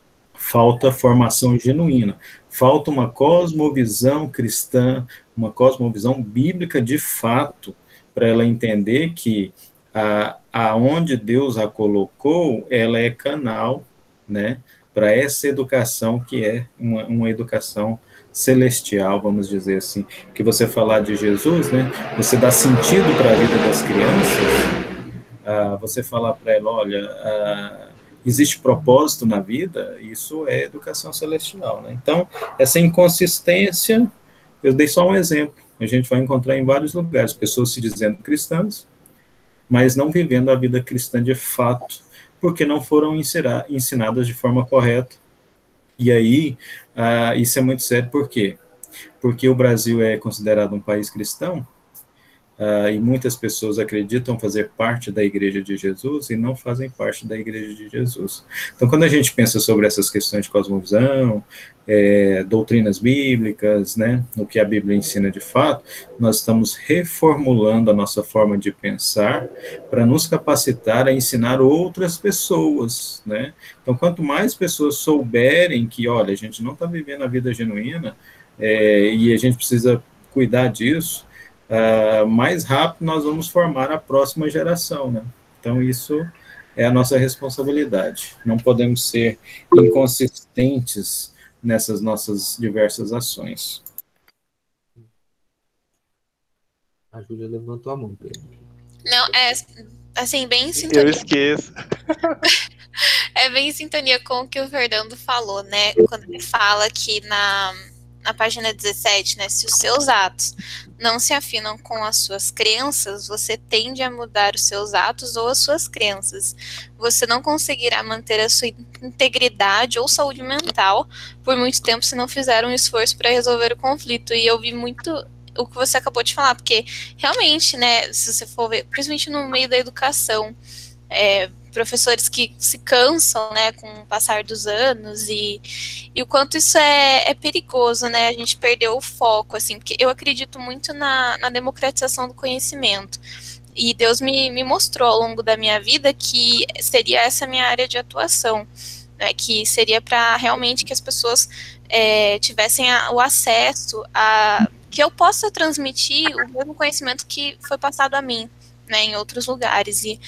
falta formação genuína, falta uma cosmovisão cristã, uma cosmovisão bíblica de fato, para ela entender que a, aonde Deus a colocou, ela é canal, né, para essa educação que é uma, uma educação celestial, vamos dizer assim. Que você falar de Jesus, né, você dá sentido para a vida das crianças, ah, você falar para ela, olha, ah, existe propósito na vida, isso é educação celestial, né? Então, essa inconsistência, eu dei só um exemplo, a gente vai encontrar em vários lugares, pessoas se dizendo cristãs, mas não vivendo a vida cristã de fato, porque não foram ensinar, ensinadas de forma correta. E aí, ah, isso é muito sério, por quê? Porque o Brasil é considerado um país cristão, ah, e muitas pessoas acreditam fazer parte da Igreja de Jesus e não fazem parte da Igreja de Jesus. Então, quando a gente pensa sobre essas questões de cosmovisão, é, doutrinas bíblicas, né, o que a Bíblia ensina de fato, nós estamos reformulando a nossa forma de pensar para nos capacitar a ensinar outras pessoas, né? Então, quanto mais pessoas souberem que, olha, a gente não está vivendo a vida genuína, é, e a gente precisa cuidar disso, Uh, mais rápido nós vamos formar a próxima geração, né? Então, isso é a nossa responsabilidade. Não podemos ser inconsistentes nessas nossas diversas ações. A Júlia levantou a mão, Pedro. Não, é assim, bem em Eu sintonia. esqueço. É bem em sintonia com o que o Fernando falou, né? Quando ele fala que na, na página dezessete, né? Se os seus atos não se afinam com as suas crenças, você tende a mudar os seus atos ou as suas crenças. Você não conseguirá manter a sua integridade ou saúde mental por muito tempo se não fizer um esforço para resolver o conflito. E eu vi muito o que você acabou de falar, porque realmente, né, se você for ver, principalmente no meio da educação, é, professores que se cansam, né, com o passar dos anos e, e o quanto isso é, é perigoso, né, a gente perdeu o foco, assim, porque eu acredito muito na, na democratização do conhecimento e Deus me, me mostrou ao longo da minha vida que seria essa minha área de atuação, né, que seria para realmente que as pessoas é, tivessem a, o acesso a que eu possa transmitir o mesmo conhecimento que foi passado a mim, né, em outros lugares. E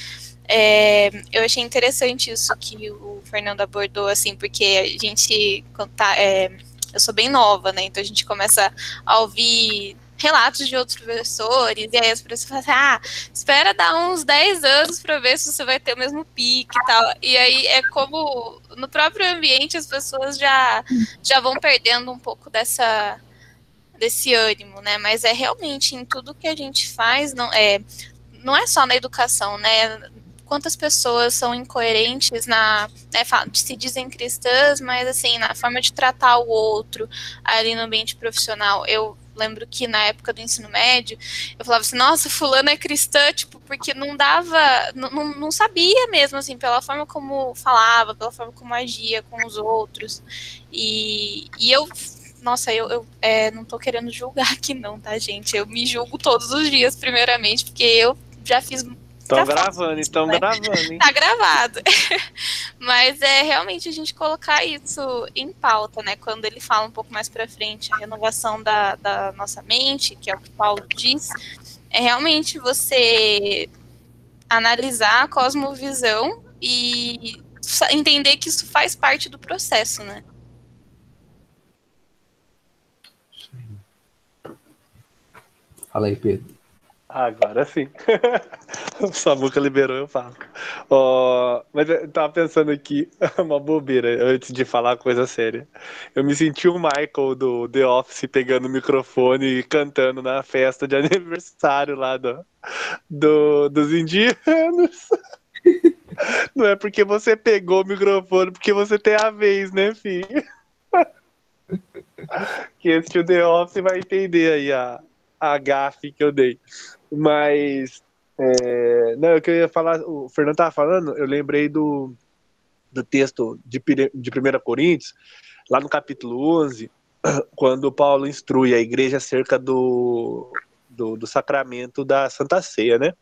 é, eu achei interessante isso que o Fernando abordou, assim, porque a gente tá, é, eu sou bem nova, né, então a gente começa a ouvir relatos de outros professores, e aí as pessoas falam assim, ah, espera dar uns dez anos para ver se você vai ter o mesmo pique e tal, e aí é como no próprio ambiente as pessoas já, já vão perdendo um pouco dessa, desse ânimo, né, mas é realmente em tudo que a gente faz, não é, não é só na educação, né, quantas pessoas são incoerentes na, né, se dizem cristãs, mas assim, na forma de tratar o outro ali no ambiente profissional. Eu lembro que na época do ensino médio, eu falava assim, nossa, fulano é cristã, tipo, porque não dava, não, não sabia mesmo, assim, pela forma como falava, pela forma como agia com os outros. E, e eu, nossa, eu, eu é, não tô querendo julgar aqui não, tá, gente? Eu me julgo todos os dias, primeiramente, porque eu já fiz... Estão gravando, estão né? gravando, hein? Tá gravado. Mas é realmente a gente colocar isso em pauta, né? Quando ele fala um pouco mais pra frente, a renovação da, da nossa mente, que é o que Paulo diz, é realmente você analisar a cosmovisão e entender que isso faz parte do processo, né? Fala aí, Pedro. Agora sim. Sua boca liberou, eu falo. Oh, mas eu tava pensando aqui, uma bobeira, antes de falar coisa séria. Eu me senti o Michael do The Office pegando o microfone e cantando na festa de aniversário lá do, do, dos indianos. Não é porque você pegou o microfone, porque você tem a vez, né, filho? Que esse The Office vai entender aí a, a gafe que eu dei. Mas, é, não, o que eu ia falar, o Fernando estava falando, eu lembrei do, do texto de, de primeira Coríntios, lá no capítulo onze, quando Paulo instrui a igreja acerca do, do, do sacramento da Santa Ceia, né?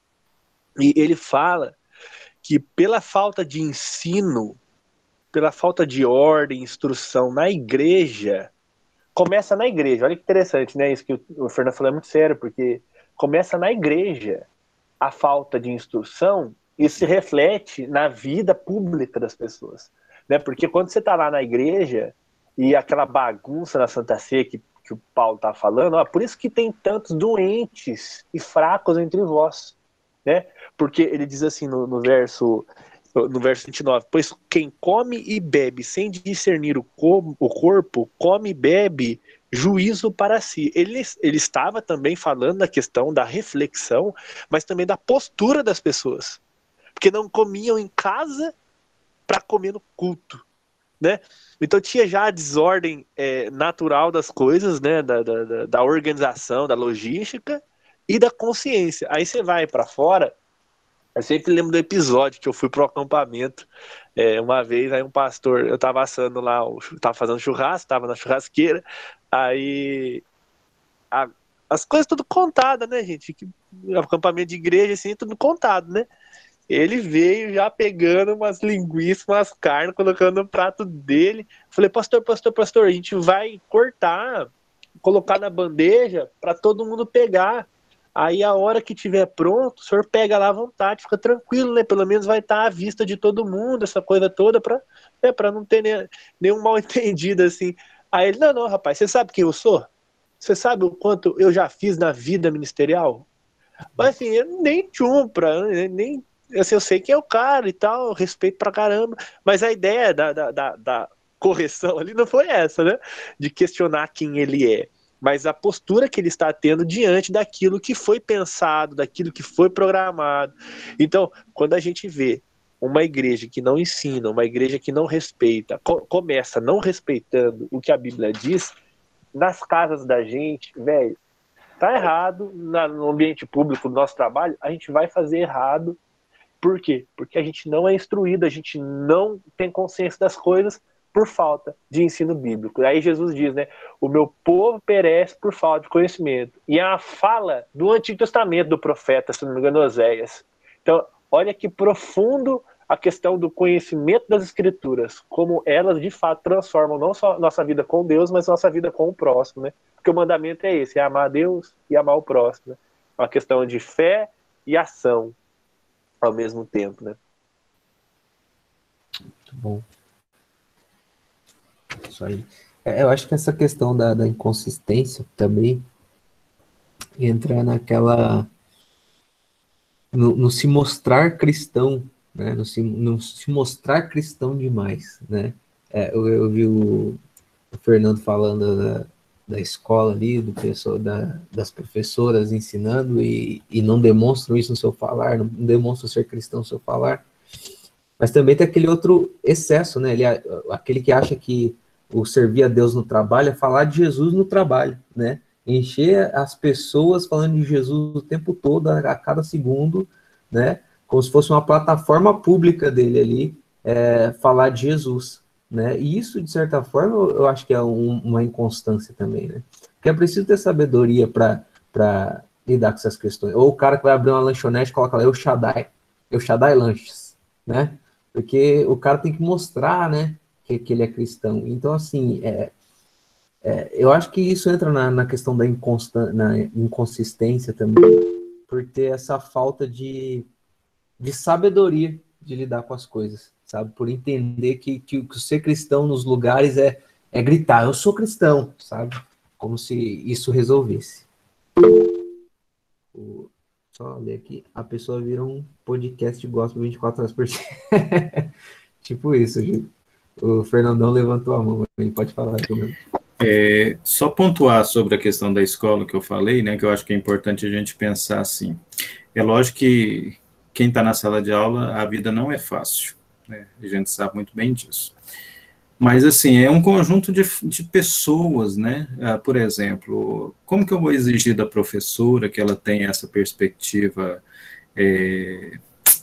E ele fala que pela falta de ensino, pela falta de ordem, instrução na igreja, começa na igreja, olha que interessante, né? Isso que o Fernando falou é muito sério, porque começa na igreja a falta de instrução e se reflete na vida pública das pessoas, né? Porque quando você está lá na igreja e aquela bagunça na Santa Ceia que, que o Paulo está falando, ó, por isso que tem tantos doentes e fracos entre vós, né? Porque ele diz assim no, no verso no verso vinte e nove, pois quem come e bebe sem discernir o, co- o corpo, come e bebe juízo para si. Ele, ele estava também falando da questão da reflexão, mas também da postura das pessoas, porque não comiam em casa para comer no culto, né? Então tinha já a desordem é, natural das coisas, né? Da, da, da organização, da logística e da consciência. Aí você vai para fora. Eu sempre lembro do episódio que eu fui pro acampamento. É, uma vez, aí um pastor, eu tava assando lá, eu tava fazendo churrasco, tava na churrasqueira, aí a, as coisas tudo contadas, né, gente? Que, acampamento de igreja, assim, tudo contado, né? Ele veio já pegando umas linguiças, umas carnes, colocando no prato dele. Falei, pastor, pastor, pastor, a gente vai cortar, colocar na bandeja para todo mundo pegar. Aí a hora que tiver pronto, o senhor pega lá à vontade, fica tranquilo, né? Pelo menos vai estar à vista de todo mundo, essa coisa toda, para né, para não ter nem, nenhum mal entendido assim. Aí ele, não, não, rapaz, você sabe quem eu sou? Você sabe o quanto eu já fiz na vida ministerial? Mas assim, eu nem chumpra, nem. Assim, eu sei quem é o cara e tal, eu respeito pra caramba. Mas a ideia da, da, da, da correção ali não foi essa, né? De questionar quem ele é. Mas a postura que ele está tendo diante daquilo que foi pensado, daquilo que foi programado. Então, quando a gente vê uma igreja que não ensina, uma igreja que não respeita, co começa não respeitando o que a Bíblia diz, nas casas da gente, velho, tá errado, na, no ambiente público do nosso trabalho, a gente vai fazer errado. Por quê? Porque a gente não é instruído, a gente não tem consciência das coisas por falta de ensino bíblico. Aí Jesus diz, né, o meu povo perece por falta de conhecimento. E é a fala do Antigo Testamento do profeta, se não me engano, Oséias. Então, olha que profundo a questão do conhecimento das Escrituras, como elas de fato transformam não só nossa vida com Deus, mas nossa vida com o próximo, né? Porque o mandamento é esse, é amar a Deus e amar o próximo, né? É uma questão de fé e ação ao mesmo tempo, né? Muito bom. Isso aí. É, eu acho que essa questão da, da inconsistência também entra naquela no, no se mostrar cristão, né? No se, no se mostrar cristão demais, né? É, eu, eu vi o, o Fernando falando da, da escola ali, do pessoal, da, das professoras ensinando e, e não demonstram isso no seu falar, não demonstram ser cristão no seu falar. Mas também tem aquele outro excesso, né? Ele, aquele que acha que o servir a Deus no trabalho é falar de Jesus no trabalho, né? Encher as pessoas falando de Jesus o tempo todo, a, a cada segundo, né? Como se fosse uma plataforma pública dele ali, é, falar de Jesus, né? E isso, de certa forma, eu, eu acho que é um, uma inconstância também, né? Porque é preciso ter sabedoria para lidar com essas questões. Ou o cara que vai abrir uma lanchonete coloca lá, Eu Shaddai, Eu Shaddai Lanches, né? Porque o cara tem que mostrar, né, que, que ele é cristão. Então, assim, é, é, eu acho que isso entra na, na questão da inconstan- na inconsistência também, por ter essa falta de, de sabedoria de lidar com as coisas, sabe? Por entender que, que, que ser cristão nos lugares é, é gritar, eu sou cristão, sabe? Como se isso resolvesse. O, Só ler aqui, a pessoa vira um podcast de gospel vinte e quatro horas por dia. Tipo isso, gente. O Fernandão levantou a mão, ele pode falar também. É, só pontuar sobre a questão da escola que eu falei, né, que eu acho que é importante a gente pensar assim. É lógico que quem está na sala de aula, a vida não é fácil, né, a gente sabe muito bem disso. Mas, assim, é um conjunto de, de pessoas, né? Ah, por exemplo, como que eu vou exigir da professora que ela tenha essa perspectiva é,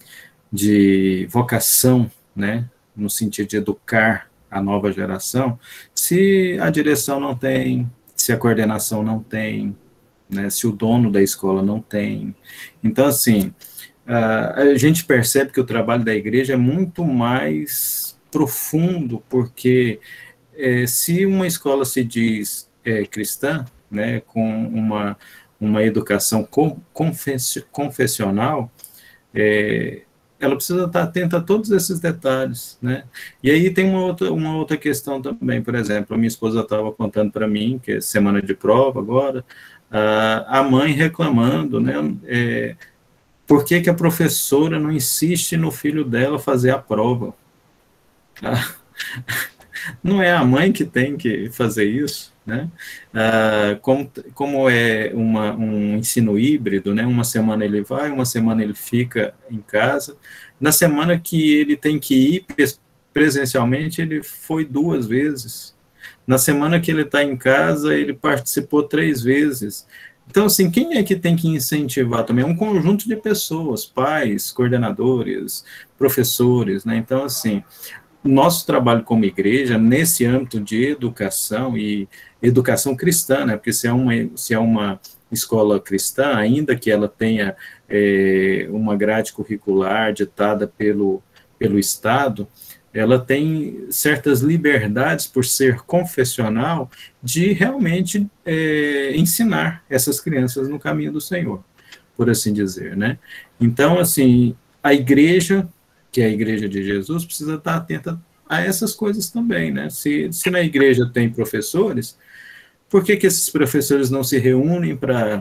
de vocação, né? No sentido de educar a nova geração, se a direção não tem, se a coordenação não tem, né? Se o dono da escola não tem. Então, assim, ah, a gente percebe que o trabalho da igreja é muito mais profundo, porque é, se uma escola se diz é, cristã, né, com uma, uma educação com, confessi, confessional, é, ela precisa estar atenta a todos esses detalhes, né, e aí tem uma outra, uma outra questão também, por exemplo, a minha esposa estava contando para mim, que é semana de prova agora, a, a mãe reclamando, né, é, por que que a professora não insiste no filho dela fazer a prova? Ah, não é a mãe que tem que fazer isso, né? Ah, como, como é uma, um ensino híbrido, né? Uma semana ele vai, uma semana ele fica em casa. Na semana que ele tem que ir presencialmente, ele foi duas vezes. Na semana que ele está em casa, ele participou três vezes. Então, assim, quem é que tem que incentivar também? É um conjunto de pessoas, pais, coordenadores, professores, né? Então, assim, nosso trabalho como igreja, nesse âmbito de educação, e educação cristã, né, porque se é uma, se é uma escola cristã, ainda que ela tenha é, uma grade curricular ditada pelo, pelo Estado, ela tem certas liberdades, por ser confessional, de realmente é, ensinar essas crianças no caminho do Senhor, por assim dizer, né? Então, assim, a igreja, que é a igreja de Jesus, precisa estar atenta a essas coisas também, né? Se, se na igreja tem professores, por que que esses professores não se reúnem para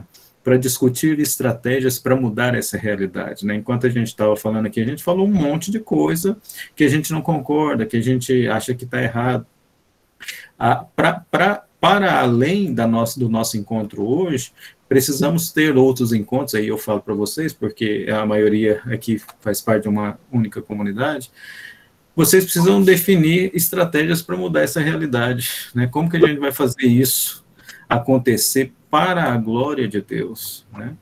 para discutir estratégias para mudar essa realidade, né? Enquanto a gente estava falando aqui, a gente falou um monte de coisa que a gente não concorda, que a gente acha que está errado. Ah, pra, pra, para além da nossa, do nosso encontro hoje, precisamos ter outros encontros, aí eu falo para vocês, porque a maioria aqui faz parte de uma única comunidade. Vocês precisam definir estratégias para mudar essa realidade, né? Como que a gente vai fazer isso acontecer para a glória de Deus, né?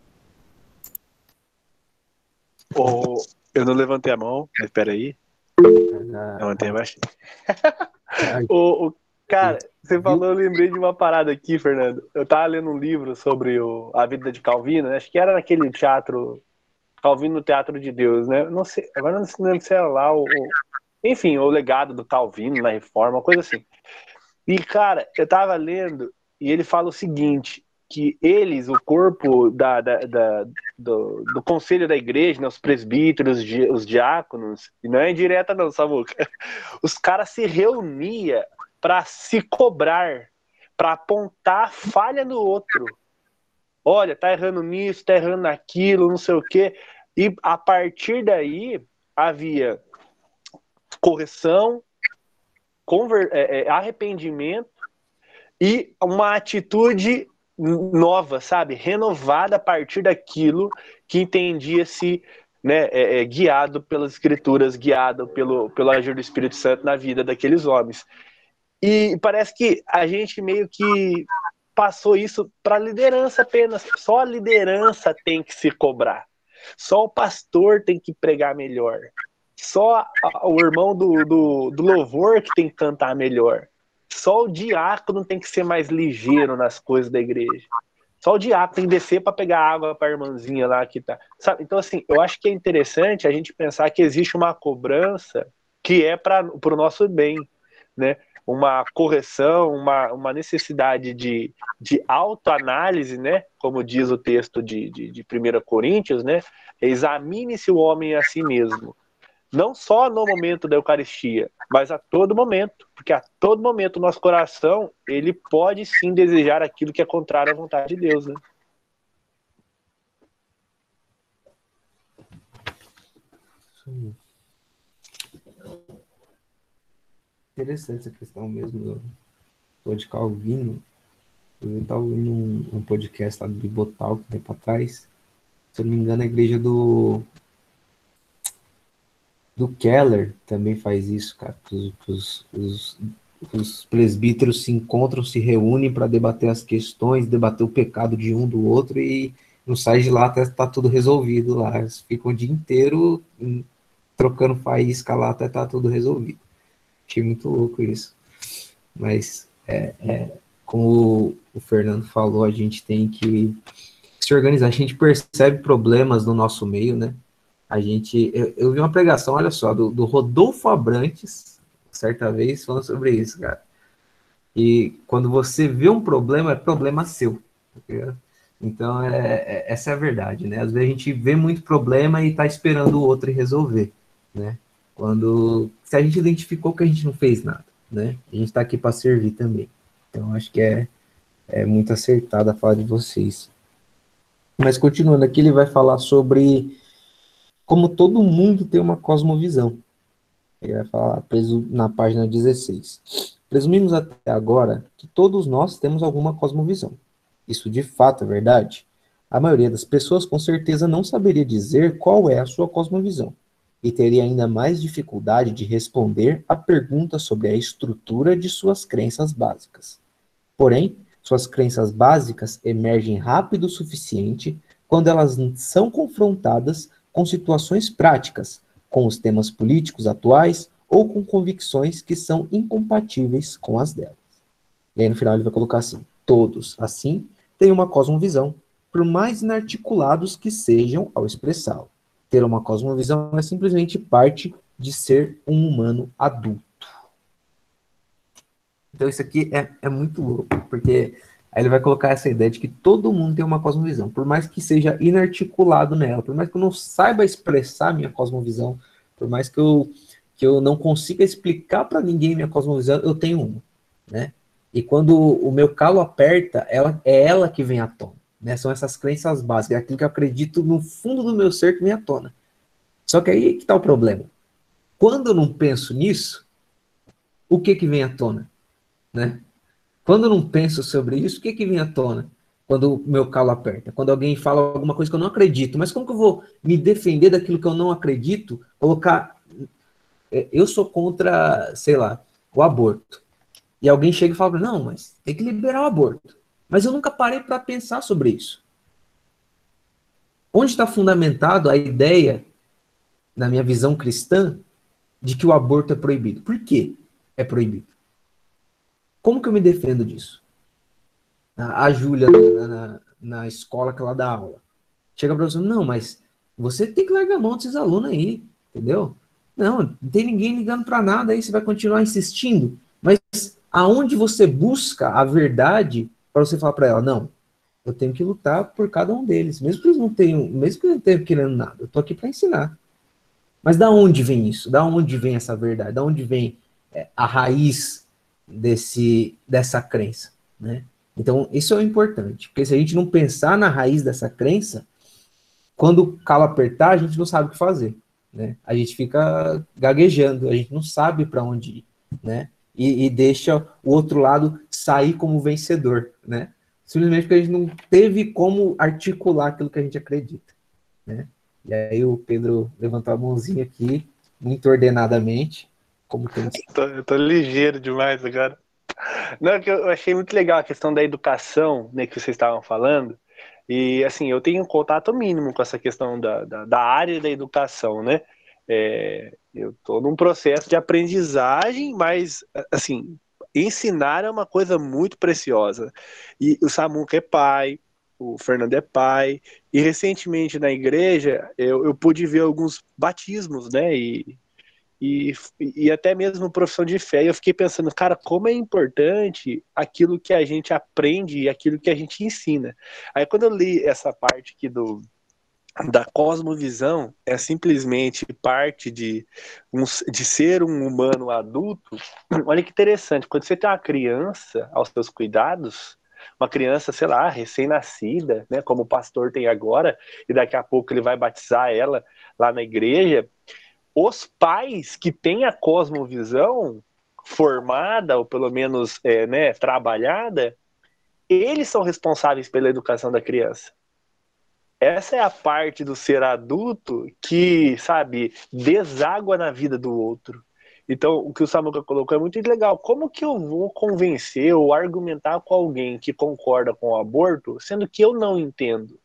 Oh, eu não levantei a mão, mas espera aí. Ah, Levantei abaixo. ai, O, o, cara, você falou, eu lembrei de uma parada aqui, Fernando. Eu tava lendo um livro sobre o, a vida de Calvino, né? Acho que era naquele teatro, Calvino no Teatro de Deus, né? Não sei, agora não sei se era lá o, o, enfim, o legado do Calvino na Reforma, uma coisa assim. E, cara, eu tava lendo e ele fala o seguinte, que eles, o corpo da, da, da, do, do conselho da igreja, né, os presbíteros, os diáconos, e não é indireta não, Samuca, os caras se reuniam para se cobrar, para apontar falha no outro. Olha, tá errando nisso, tá errando naquilo, não sei o quê. E a partir daí havia correção, conver, é, arrependimento e uma atitude nova, sabe? Renovada a partir daquilo que entendia-se, né, é, é, guiado pelas escrituras, guiado pelo, pelo agir do Espírito Santo na vida daqueles homens. E parece que a gente meio que passou isso para a liderança apenas. Só a liderança tem que se cobrar. Só o pastor tem que pregar melhor. Só o irmão do, do, do louvor que tem que cantar melhor. Só o diácono tem que ser mais ligeiro nas coisas da igreja. Só o diácono tem que descer para pegar água para a irmãzinha lá que tá. Sabe? Então, assim, eu acho que é interessante a gente pensar que existe uma cobrança que é para o nosso bem, né? Uma correção, uma, uma necessidade de, de autoanálise, né? Como diz o texto de, de, de primeira Coríntios, né? Examine-se o homem a si mesmo. Não só no momento da Eucaristia, mas a todo momento, porque a todo momento o nosso coração, ele pode sim desejar aquilo que é contrário à vontade de Deus, né? interessante essa questão mesmo do de Calvino. Eu estava ouvindo um, um podcast lá do Bibotal, que tempo atrás. Se eu não me engano, a igreja do do Keller também faz isso, cara. Os, os, os, os presbíteros se encontram, se reúnem para debater as questões, debater o pecado de um do outro e não sai de lá até estar tudo resolvido lá. Eles ficam o dia inteiro trocando faísca lá até estar tudo resolvido. Achei muito louco isso. Mas, é, é, como o Fernando falou, a gente tem que se organizar. A gente percebe problemas no nosso meio, né? A gente, eu, eu vi uma pregação, olha só, do, do Rodolfo Abrantes, certa vez, falando sobre isso, cara. E quando você vê um problema, é problema seu. Tá? Então, é, é, essa é a verdade, né? Às vezes a gente vê muito problema e tá esperando o outro resolver, né? Quando, se a gente identificou que a gente não fez nada, né? A gente tá aqui para servir também. Então, acho que é, é muito acertada a fala de vocês. Mas, continuando aqui, ele vai falar sobre como todo mundo tem uma cosmovisão. Ele vai falar preso na página dezesseis. Presumimos até agora que todos nós temos alguma cosmovisão. Isso de fato é verdade? A maioria das pessoas com certeza não saberia dizer qual é a sua cosmovisão e teria ainda mais dificuldade de responder a pergunta sobre a estrutura de suas crenças básicas. Porém, suas crenças básicas emergem rápido o suficiente quando elas são confrontadas com situações práticas, com os temas políticos atuais ou com convicções que são incompatíveis com as delas. E aí no final ele vai colocar assim: todos, assim, têm uma cosmovisão, por mais inarticulados que sejam ao expressá-la. Ter uma cosmovisão é simplesmente parte de ser um humano adulto. Então isso aqui é, é muito louco, porque aí ele vai colocar essa ideia de que todo mundo tem uma cosmovisão, por mais que seja inarticulado nela, por mais que eu não saiba expressar minha cosmovisão, por mais que eu, que eu não consiga explicar para ninguém minha cosmovisão, eu tenho uma, né? E quando o meu calo aperta, ela, é ela que vem à tona, né? São essas crenças básicas, é aquilo que eu acredito no fundo do meu ser que vem à tona. Só que aí que está o problema. Quando eu não penso nisso, o que que vem à tona, né? Quando eu não penso sobre isso, o que que vem à tona? Quando o meu calo aperta, quando alguém fala alguma coisa que eu não acredito, mas como que eu vou me defender daquilo que eu não acredito, colocar, eu sou contra, sei lá, o aborto, e alguém chega e fala, não, mas tem que liberar o aborto, mas eu nunca parei para pensar sobre isso. Onde está fundamentado a ideia, na minha visão cristã, de que o aborto é proibido? Por quê é proibido? Como que eu me defendo disso? A Júlia, na, na, na escola que ela dá aula, chega para você, não, mas você tem que largar a mão desses alunos aí, entendeu? Não, não tem ninguém ligando para nada aí, você vai continuar insistindo. Mas aonde você busca a verdade para você falar para ela, não, eu tenho que lutar por cada um deles, mesmo que eles não tenham, mesmo que eles não tenham querendo nada, eu tô aqui para ensinar. Mas da onde vem isso? Da onde vem essa verdade? Da onde vem é, a raiz desse, dessa crença, né? Então, isso é o importante, porque se a gente não pensar na raiz dessa crença, quando o calo apertar, a gente não sabe o que fazer, né? A gente fica gaguejando, a gente não sabe para onde ir, né? E, e deixa o outro lado sair como vencedor, né? Simplesmente porque a gente não teve como articular aquilo que a gente acredita, né? E aí o Pedro levantou a mãozinha aqui, muito ordenadamente, como tem... Eu tô, eu tô ligeiro demais agora. Não, que eu achei muito legal a questão da educação, né, que vocês estavam falando. E, assim, eu tenho um contato mínimo com essa questão da, da, da área da educação, né? É, eu estou num processo de aprendizagem, mas, assim, ensinar é uma coisa muito preciosa. E o Samuca é pai, o Fernando é pai, e recentemente na igreja eu, eu pude ver alguns batismos, né? E, e, e até mesmo profissão de fé. E eu fiquei pensando, cara, como é importante aquilo que a gente aprende e aquilo que a gente ensina. Aí quando eu li essa parte aqui do, da cosmovisão, é simplesmente parte de, um, de ser um humano adulto. Olha que interessante, quando você tem uma criança aos seus cuidados, uma criança, sei lá, recém-nascida, né, como o pastor tem agora, e daqui a pouco ele vai batizar ela lá na igreja, os pais que têm a cosmovisão formada, ou pelo menos é, né, trabalhada, eles são responsáveis pela educação da criança. Essa é a parte do ser adulto que, sabe, deságua na vida do outro. Então, o que o Samuca colocou é muito legal. Como que eu vou convencer ou argumentar com alguém que concorda com o aborto, sendo que eu não entendo?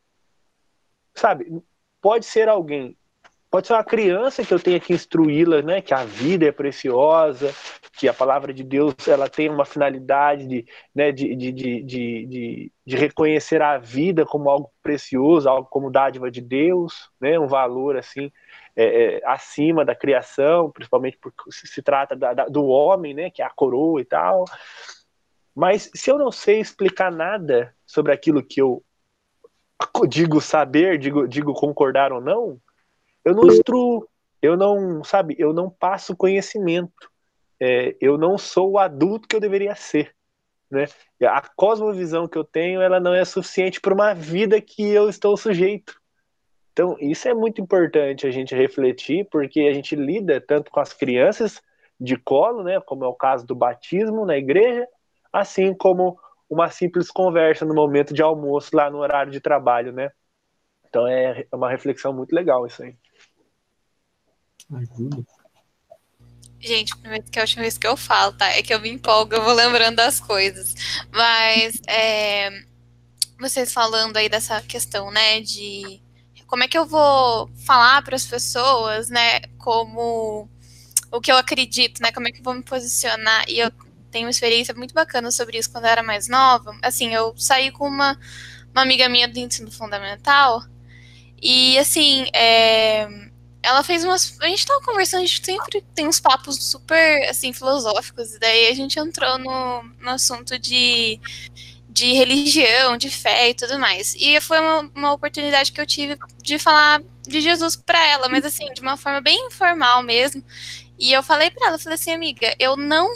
Sabe, pode ser alguém... Pode ser uma criança que eu tenha que instruí-la, né, que a vida é preciosa, que a palavra de Deus ela tem uma finalidade de, né, de, de, de, de, de reconhecer a vida como algo precioso, algo como dádiva de Deus, né, um valor assim é, é, acima da criação, principalmente porque se trata da, da, do homem, né, que é a coroa e tal. Mas se eu não sei explicar nada sobre aquilo que eu digo saber, digo, digo concordar ou não, eu não instruo, eu não, sabe, eu não passo conhecimento, é, eu não sou o adulto que eu deveria ser, né? A cosmovisão que eu tenho, ela não é suficiente para uma vida que eu estou sujeito. Então, isso é muito importante a gente refletir, porque a gente lida tanto com as crianças de colo, né, como é o caso do batismo na igreja, assim como uma simples conversa no momento de almoço lá no horário de trabalho, né? Então, é uma reflexão muito legal isso aí. Ajuda. Gente, prometo que é a última vez que eu falo, tá? É que eu me empolgo, eu vou lembrando das coisas. Mas, é, vocês falando aí dessa questão, né, de como é que eu vou falar para as pessoas, né, como o que eu acredito, né, como é que eu vou me posicionar. E eu tenho uma experiência muito bacana sobre isso quando eu era mais nova. Assim, eu saí com uma, uma amiga minha do ensino fundamental e, assim, é... ela fez umas... A gente tava conversando, a gente sempre tem uns papos super, assim, filosóficos, e daí a gente entrou no, no assunto de, de religião, de fé e tudo mais. E foi uma, uma oportunidade que eu tive de falar de Jesus pra ela, mas, assim, de uma forma bem informal mesmo. E eu falei pra ela, eu falei assim, amiga, eu não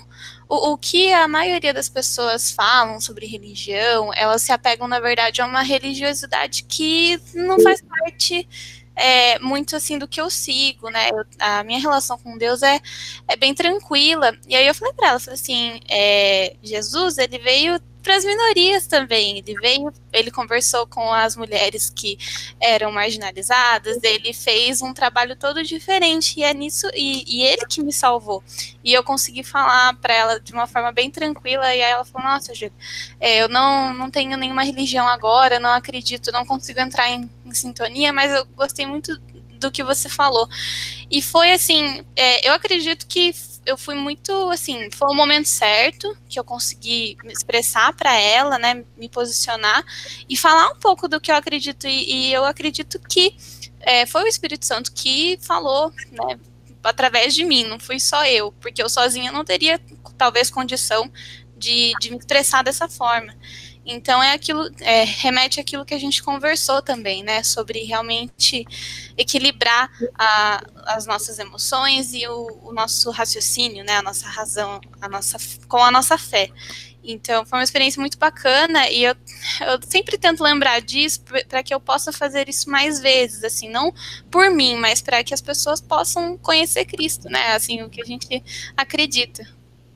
o, o que a maioria das pessoas falam sobre religião, elas se apegam, na verdade, a uma religiosidade que não faz parte é, muito assim do que eu sigo, né? Eu, a minha relação com Deus é, é bem tranquila. E aí eu falei para ela, falei assim, é, Jesus, ele veio para as minorias também. Ele veio, ele conversou com as mulheres que eram marginalizadas, ele fez um trabalho todo diferente, e é nisso, e, e ele que me salvou. E eu consegui falar para ela de uma forma bem tranquila, e aí ela falou, nossa, Júlia, é, eu não, não tenho nenhuma religião agora, não acredito, não consigo entrar em, em sintonia, mas eu gostei muito do que você falou. E foi assim, é, eu acredito que eu fui muito, assim, foi o momento certo que eu consegui me expressar para ela, né, me posicionar e falar um pouco do que eu acredito, e, e eu acredito que é, foi o Espírito Santo que falou, né, através de mim, não fui só eu, porque eu sozinha não teria, talvez, condição de, de me expressar dessa forma. Então, é aquilo, é, remete àquilo que a gente conversou também, né, sobre realmente equilibrar a, as nossas emoções e o, o nosso raciocínio, né, a nossa razão, a nossa, com a nossa fé. Então, foi uma experiência muito bacana, e eu, eu sempre tento lembrar disso para que eu possa fazer isso mais vezes, assim, não por mim, mas para que as pessoas possam conhecer Cristo, né, assim, o que a gente acredita.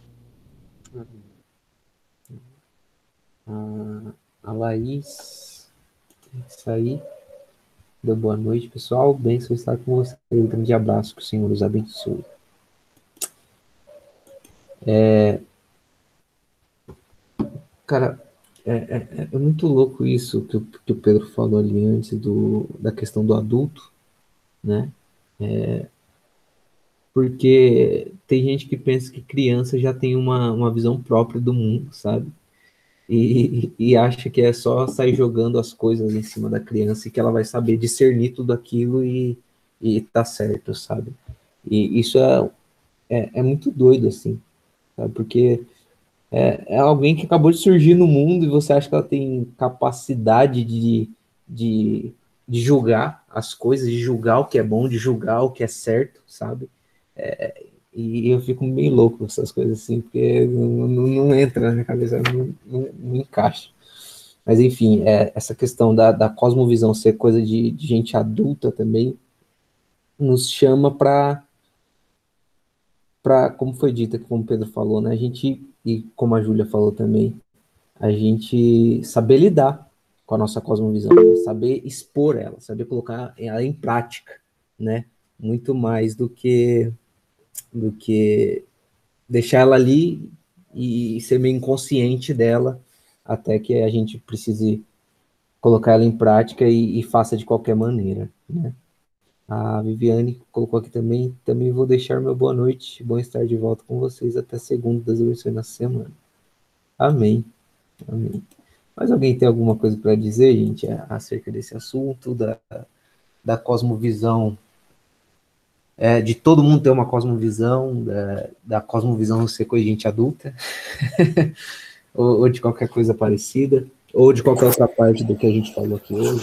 A, a Laís, isso aí, deu boa noite, pessoal, bênção estar com vocês, um grande abraço, que o Senhor os abençoe. É, cara, é, é, é muito louco isso que o, que o Pedro falou ali antes do, da questão do adulto, né? É, porque tem gente que pensa que criança já tem uma, uma visão própria do mundo, sabe? E, e acha que é só sair jogando as coisas em cima da criança e que ela vai saber discernir tudo aquilo e, e tá certo, sabe? E isso é, é, é muito doido, assim, sabe? Porque é, é alguém que acabou de surgir no mundo e você acha que ela tem capacidade de, de, de julgar as coisas, de julgar o que é bom, de julgar o que é certo, sabe? É, e eu fico meio louco com essas coisas assim, porque não, não, não entra na minha cabeça, não, não, não encaixa. Mas enfim, é, essa questão da, da cosmovisão ser coisa de, de gente adulta também nos chama para, para, como foi dito aqui, como o Pedro falou, né? A gente, e como a Júlia falou também, a gente saber lidar com a nossa cosmovisão, saber expor ela, saber colocar ela em prática, né? Muito mais do que do que deixar ela ali e ser meio inconsciente dela até que a gente precise colocar ela em prática e, e faça de qualquer maneira, né? A Viviane colocou aqui também, também vou deixar meu boa noite, bom estar de volta com vocês até segunda das eleições na semana. Amém, amém. Mas alguém tem alguma coisa para dizer, gente, acerca desse assunto, da, da cosmovisão, é, de todo mundo ter uma cosmovisão, da, da cosmovisão ser coisa de gente adulta, ou, ou de qualquer coisa parecida, ou de qualquer outra parte do que a gente falou aqui hoje?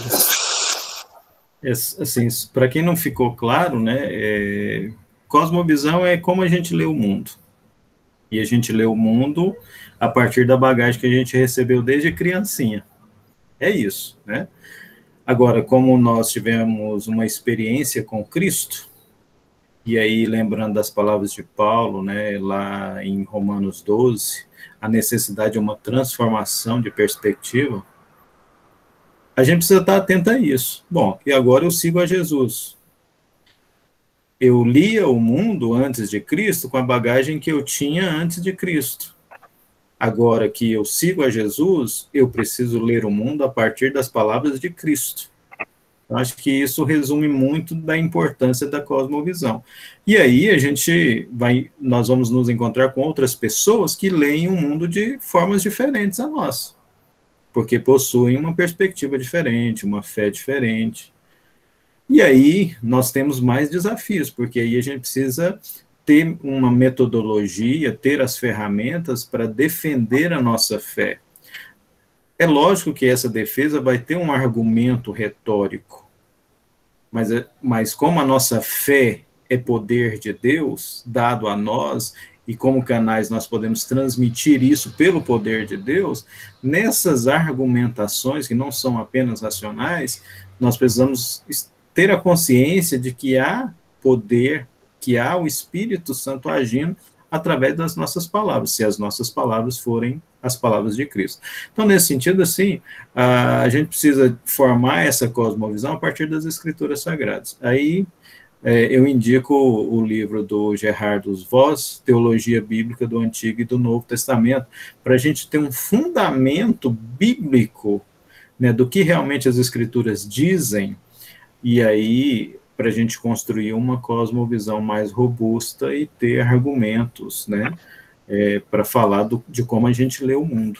É, assim, para quem não ficou claro, né, é, cosmovisão é como a gente lê o mundo. E a gente lê o mundo a partir da bagagem que a gente recebeu desde criancinha. É isso, né? Agora, como nós tivemos uma experiência com Cristo, e aí lembrando das palavras de Paulo, né, lá em Romanos doze, a necessidade de uma transformação de perspectiva, a gente precisa estar atento a isso. Bom, e agora eu sigo a Jesus. Eu lia o mundo antes de Cristo com a bagagem que eu tinha antes de Cristo. Agora que eu sigo a Jesus, eu preciso ler o mundo a partir das palavras de Cristo. Eu acho que isso resume muito da importância da cosmovisão. E aí a gente vai, nós vamos nos encontrar com outras pessoas que leem o mundo de formas diferentes a nós, porque possuem uma perspectiva diferente, uma fé diferente. E aí nós temos mais desafios, porque aí a gente precisa ter uma metodologia, ter as ferramentas para defender a nossa fé. É lógico que essa defesa vai ter um argumento retórico, mas, mas como a nossa fé é poder de Deus, dado a nós, e como canais nós podemos transmitir isso pelo poder de Deus, nessas argumentações que não são apenas racionais, nós precisamos ter a consciência de que há poder, que há o Espírito Santo agindo através das nossas palavras, se as nossas palavras forem as palavras de Cristo. Então, nesse sentido, assim, a gente precisa formar essa cosmovisão a partir das Escrituras Sagradas. Aí, é, eu indico o, o livro do Gerhardus Voss, Teologia Bíblica do Antigo e do Novo Testamento, para a gente ter um fundamento bíblico, né, do que realmente as Escrituras dizem, e aí para a gente construir uma cosmovisão mais robusta e ter argumentos, né, é, para falar do, de como a gente lê o mundo.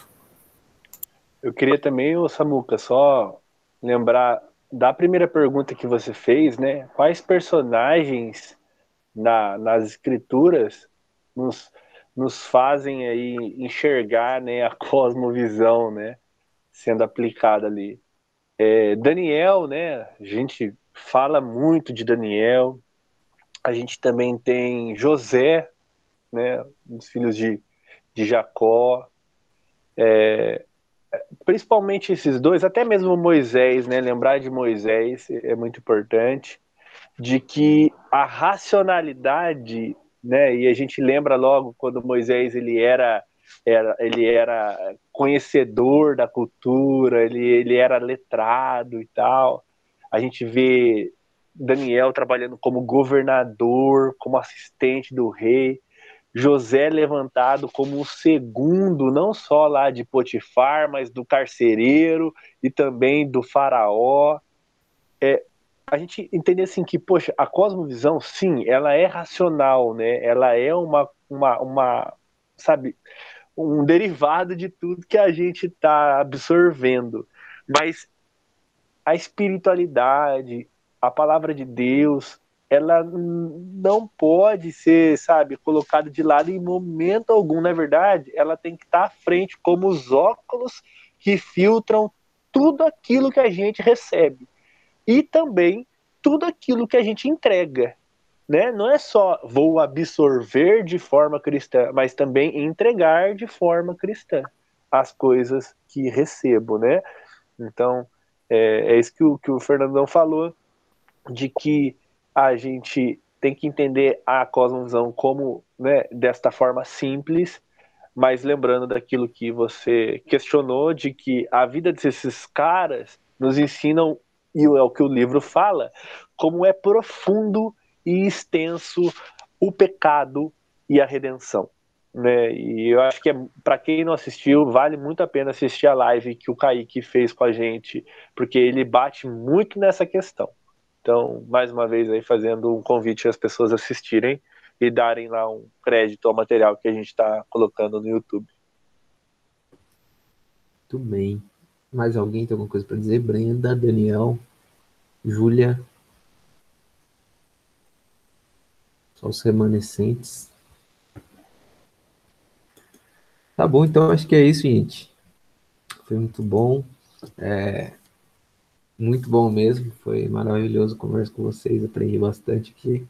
Eu queria também, ô Samuca, só lembrar da primeira pergunta que você fez, né? Quais personagens na, nas escrituras nos, nos fazem aí enxergar, né, a cosmovisão, né, sendo aplicada ali? É, Daniel, né? A gente fala muito de Daniel. A gente também tem José, né? Um dos filhos de, de Jacó. É, principalmente esses dois, até mesmo Moisés, né? Lembrar de Moisés é muito importante, de que a racionalidade, né? E a gente lembra logo quando Moisés ele era, era ele era conhecedor da cultura, ele, ele era letrado e tal. A gente vê Daniel trabalhando como governador, como assistente do rei. José levantado como o segundo, não só lá de Potifar, mas do carcereiro e também do faraó. É, a gente entende assim que, poxa, a cosmovisão, sim, ela é racional, né? Ela é uma, uma, uma sabe, um derivado de tudo que a gente está absorvendo. Mas a espiritualidade, a palavra de Deus, ela não pode ser, sabe, colocada de lado em momento algum. Na verdade, ela tem que estar à frente como os óculos que filtram tudo aquilo que a gente recebe e também tudo aquilo que a gente entrega, né? Não é só vou absorver de forma cristã, mas também entregar de forma cristã as coisas que recebo, né? Então, é, é isso que o, que o Fernandão falou, de que a gente tem que entender a cosmovisão como, né, desta forma simples, mas lembrando daquilo que você questionou, de que a vida desses caras nos ensinam, e é o que o livro fala, como é profundo e extenso o pecado e a redenção, né? E eu acho que, é, para quem não assistiu, vale muito a pena assistir a live que o Kaique fez com a gente, porque ele bate muito nessa questão. Então, mais uma vez aí fazendo um convite às pessoas assistirem e darem lá um crédito ao material que a gente está colocando no YouTube. Muito bem. Mais alguém tem alguma coisa para dizer? Brenda, Daniel, Júlia? Só os remanescentes. Tá bom, então acho que é isso, gente. Foi muito bom. É, muito bom mesmo. Foi maravilhoso conversar com vocês. Aprendi bastante aqui.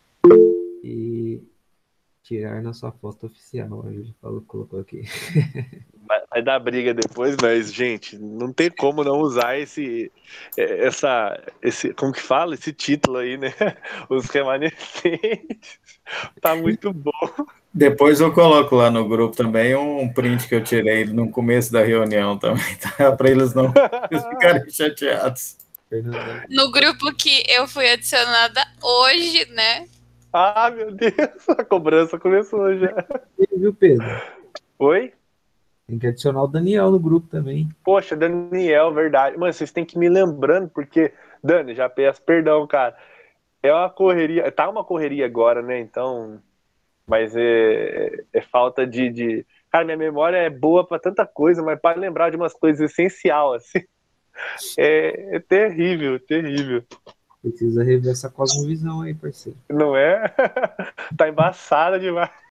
E tirar nossa foto oficial. A Júlia falou, colocou aqui. Vai, vai dar briga depois, mas, gente, não tem como não usar esse, essa, esse, como que fala? Esse título aí, né? Os remanescentes. Tá muito bom. Depois eu coloco lá no grupo também um print que eu tirei no começo da reunião também, tá? Para eles não eles ficarem chateados. No grupo que eu fui adicionada hoje, né? Ah, meu Deus, a cobrança começou já. E, viu, Pedro? Oi? Tem que adicionar o Daniel no grupo também. Poxa, Daniel, verdade. Mano, vocês têm que me lembrando, porque, Dani, já peço perdão, cara. É uma correria, tá uma correria agora, né? Então, mas é, é falta de, de... Cara, minha memória é boa pra tanta coisa, mas para lembrar de umas coisas essenciais, assim, é, é terrível, terrível. Precisa rever essa cosmovisão aí, parceiro. Não é? Tá embaçada demais.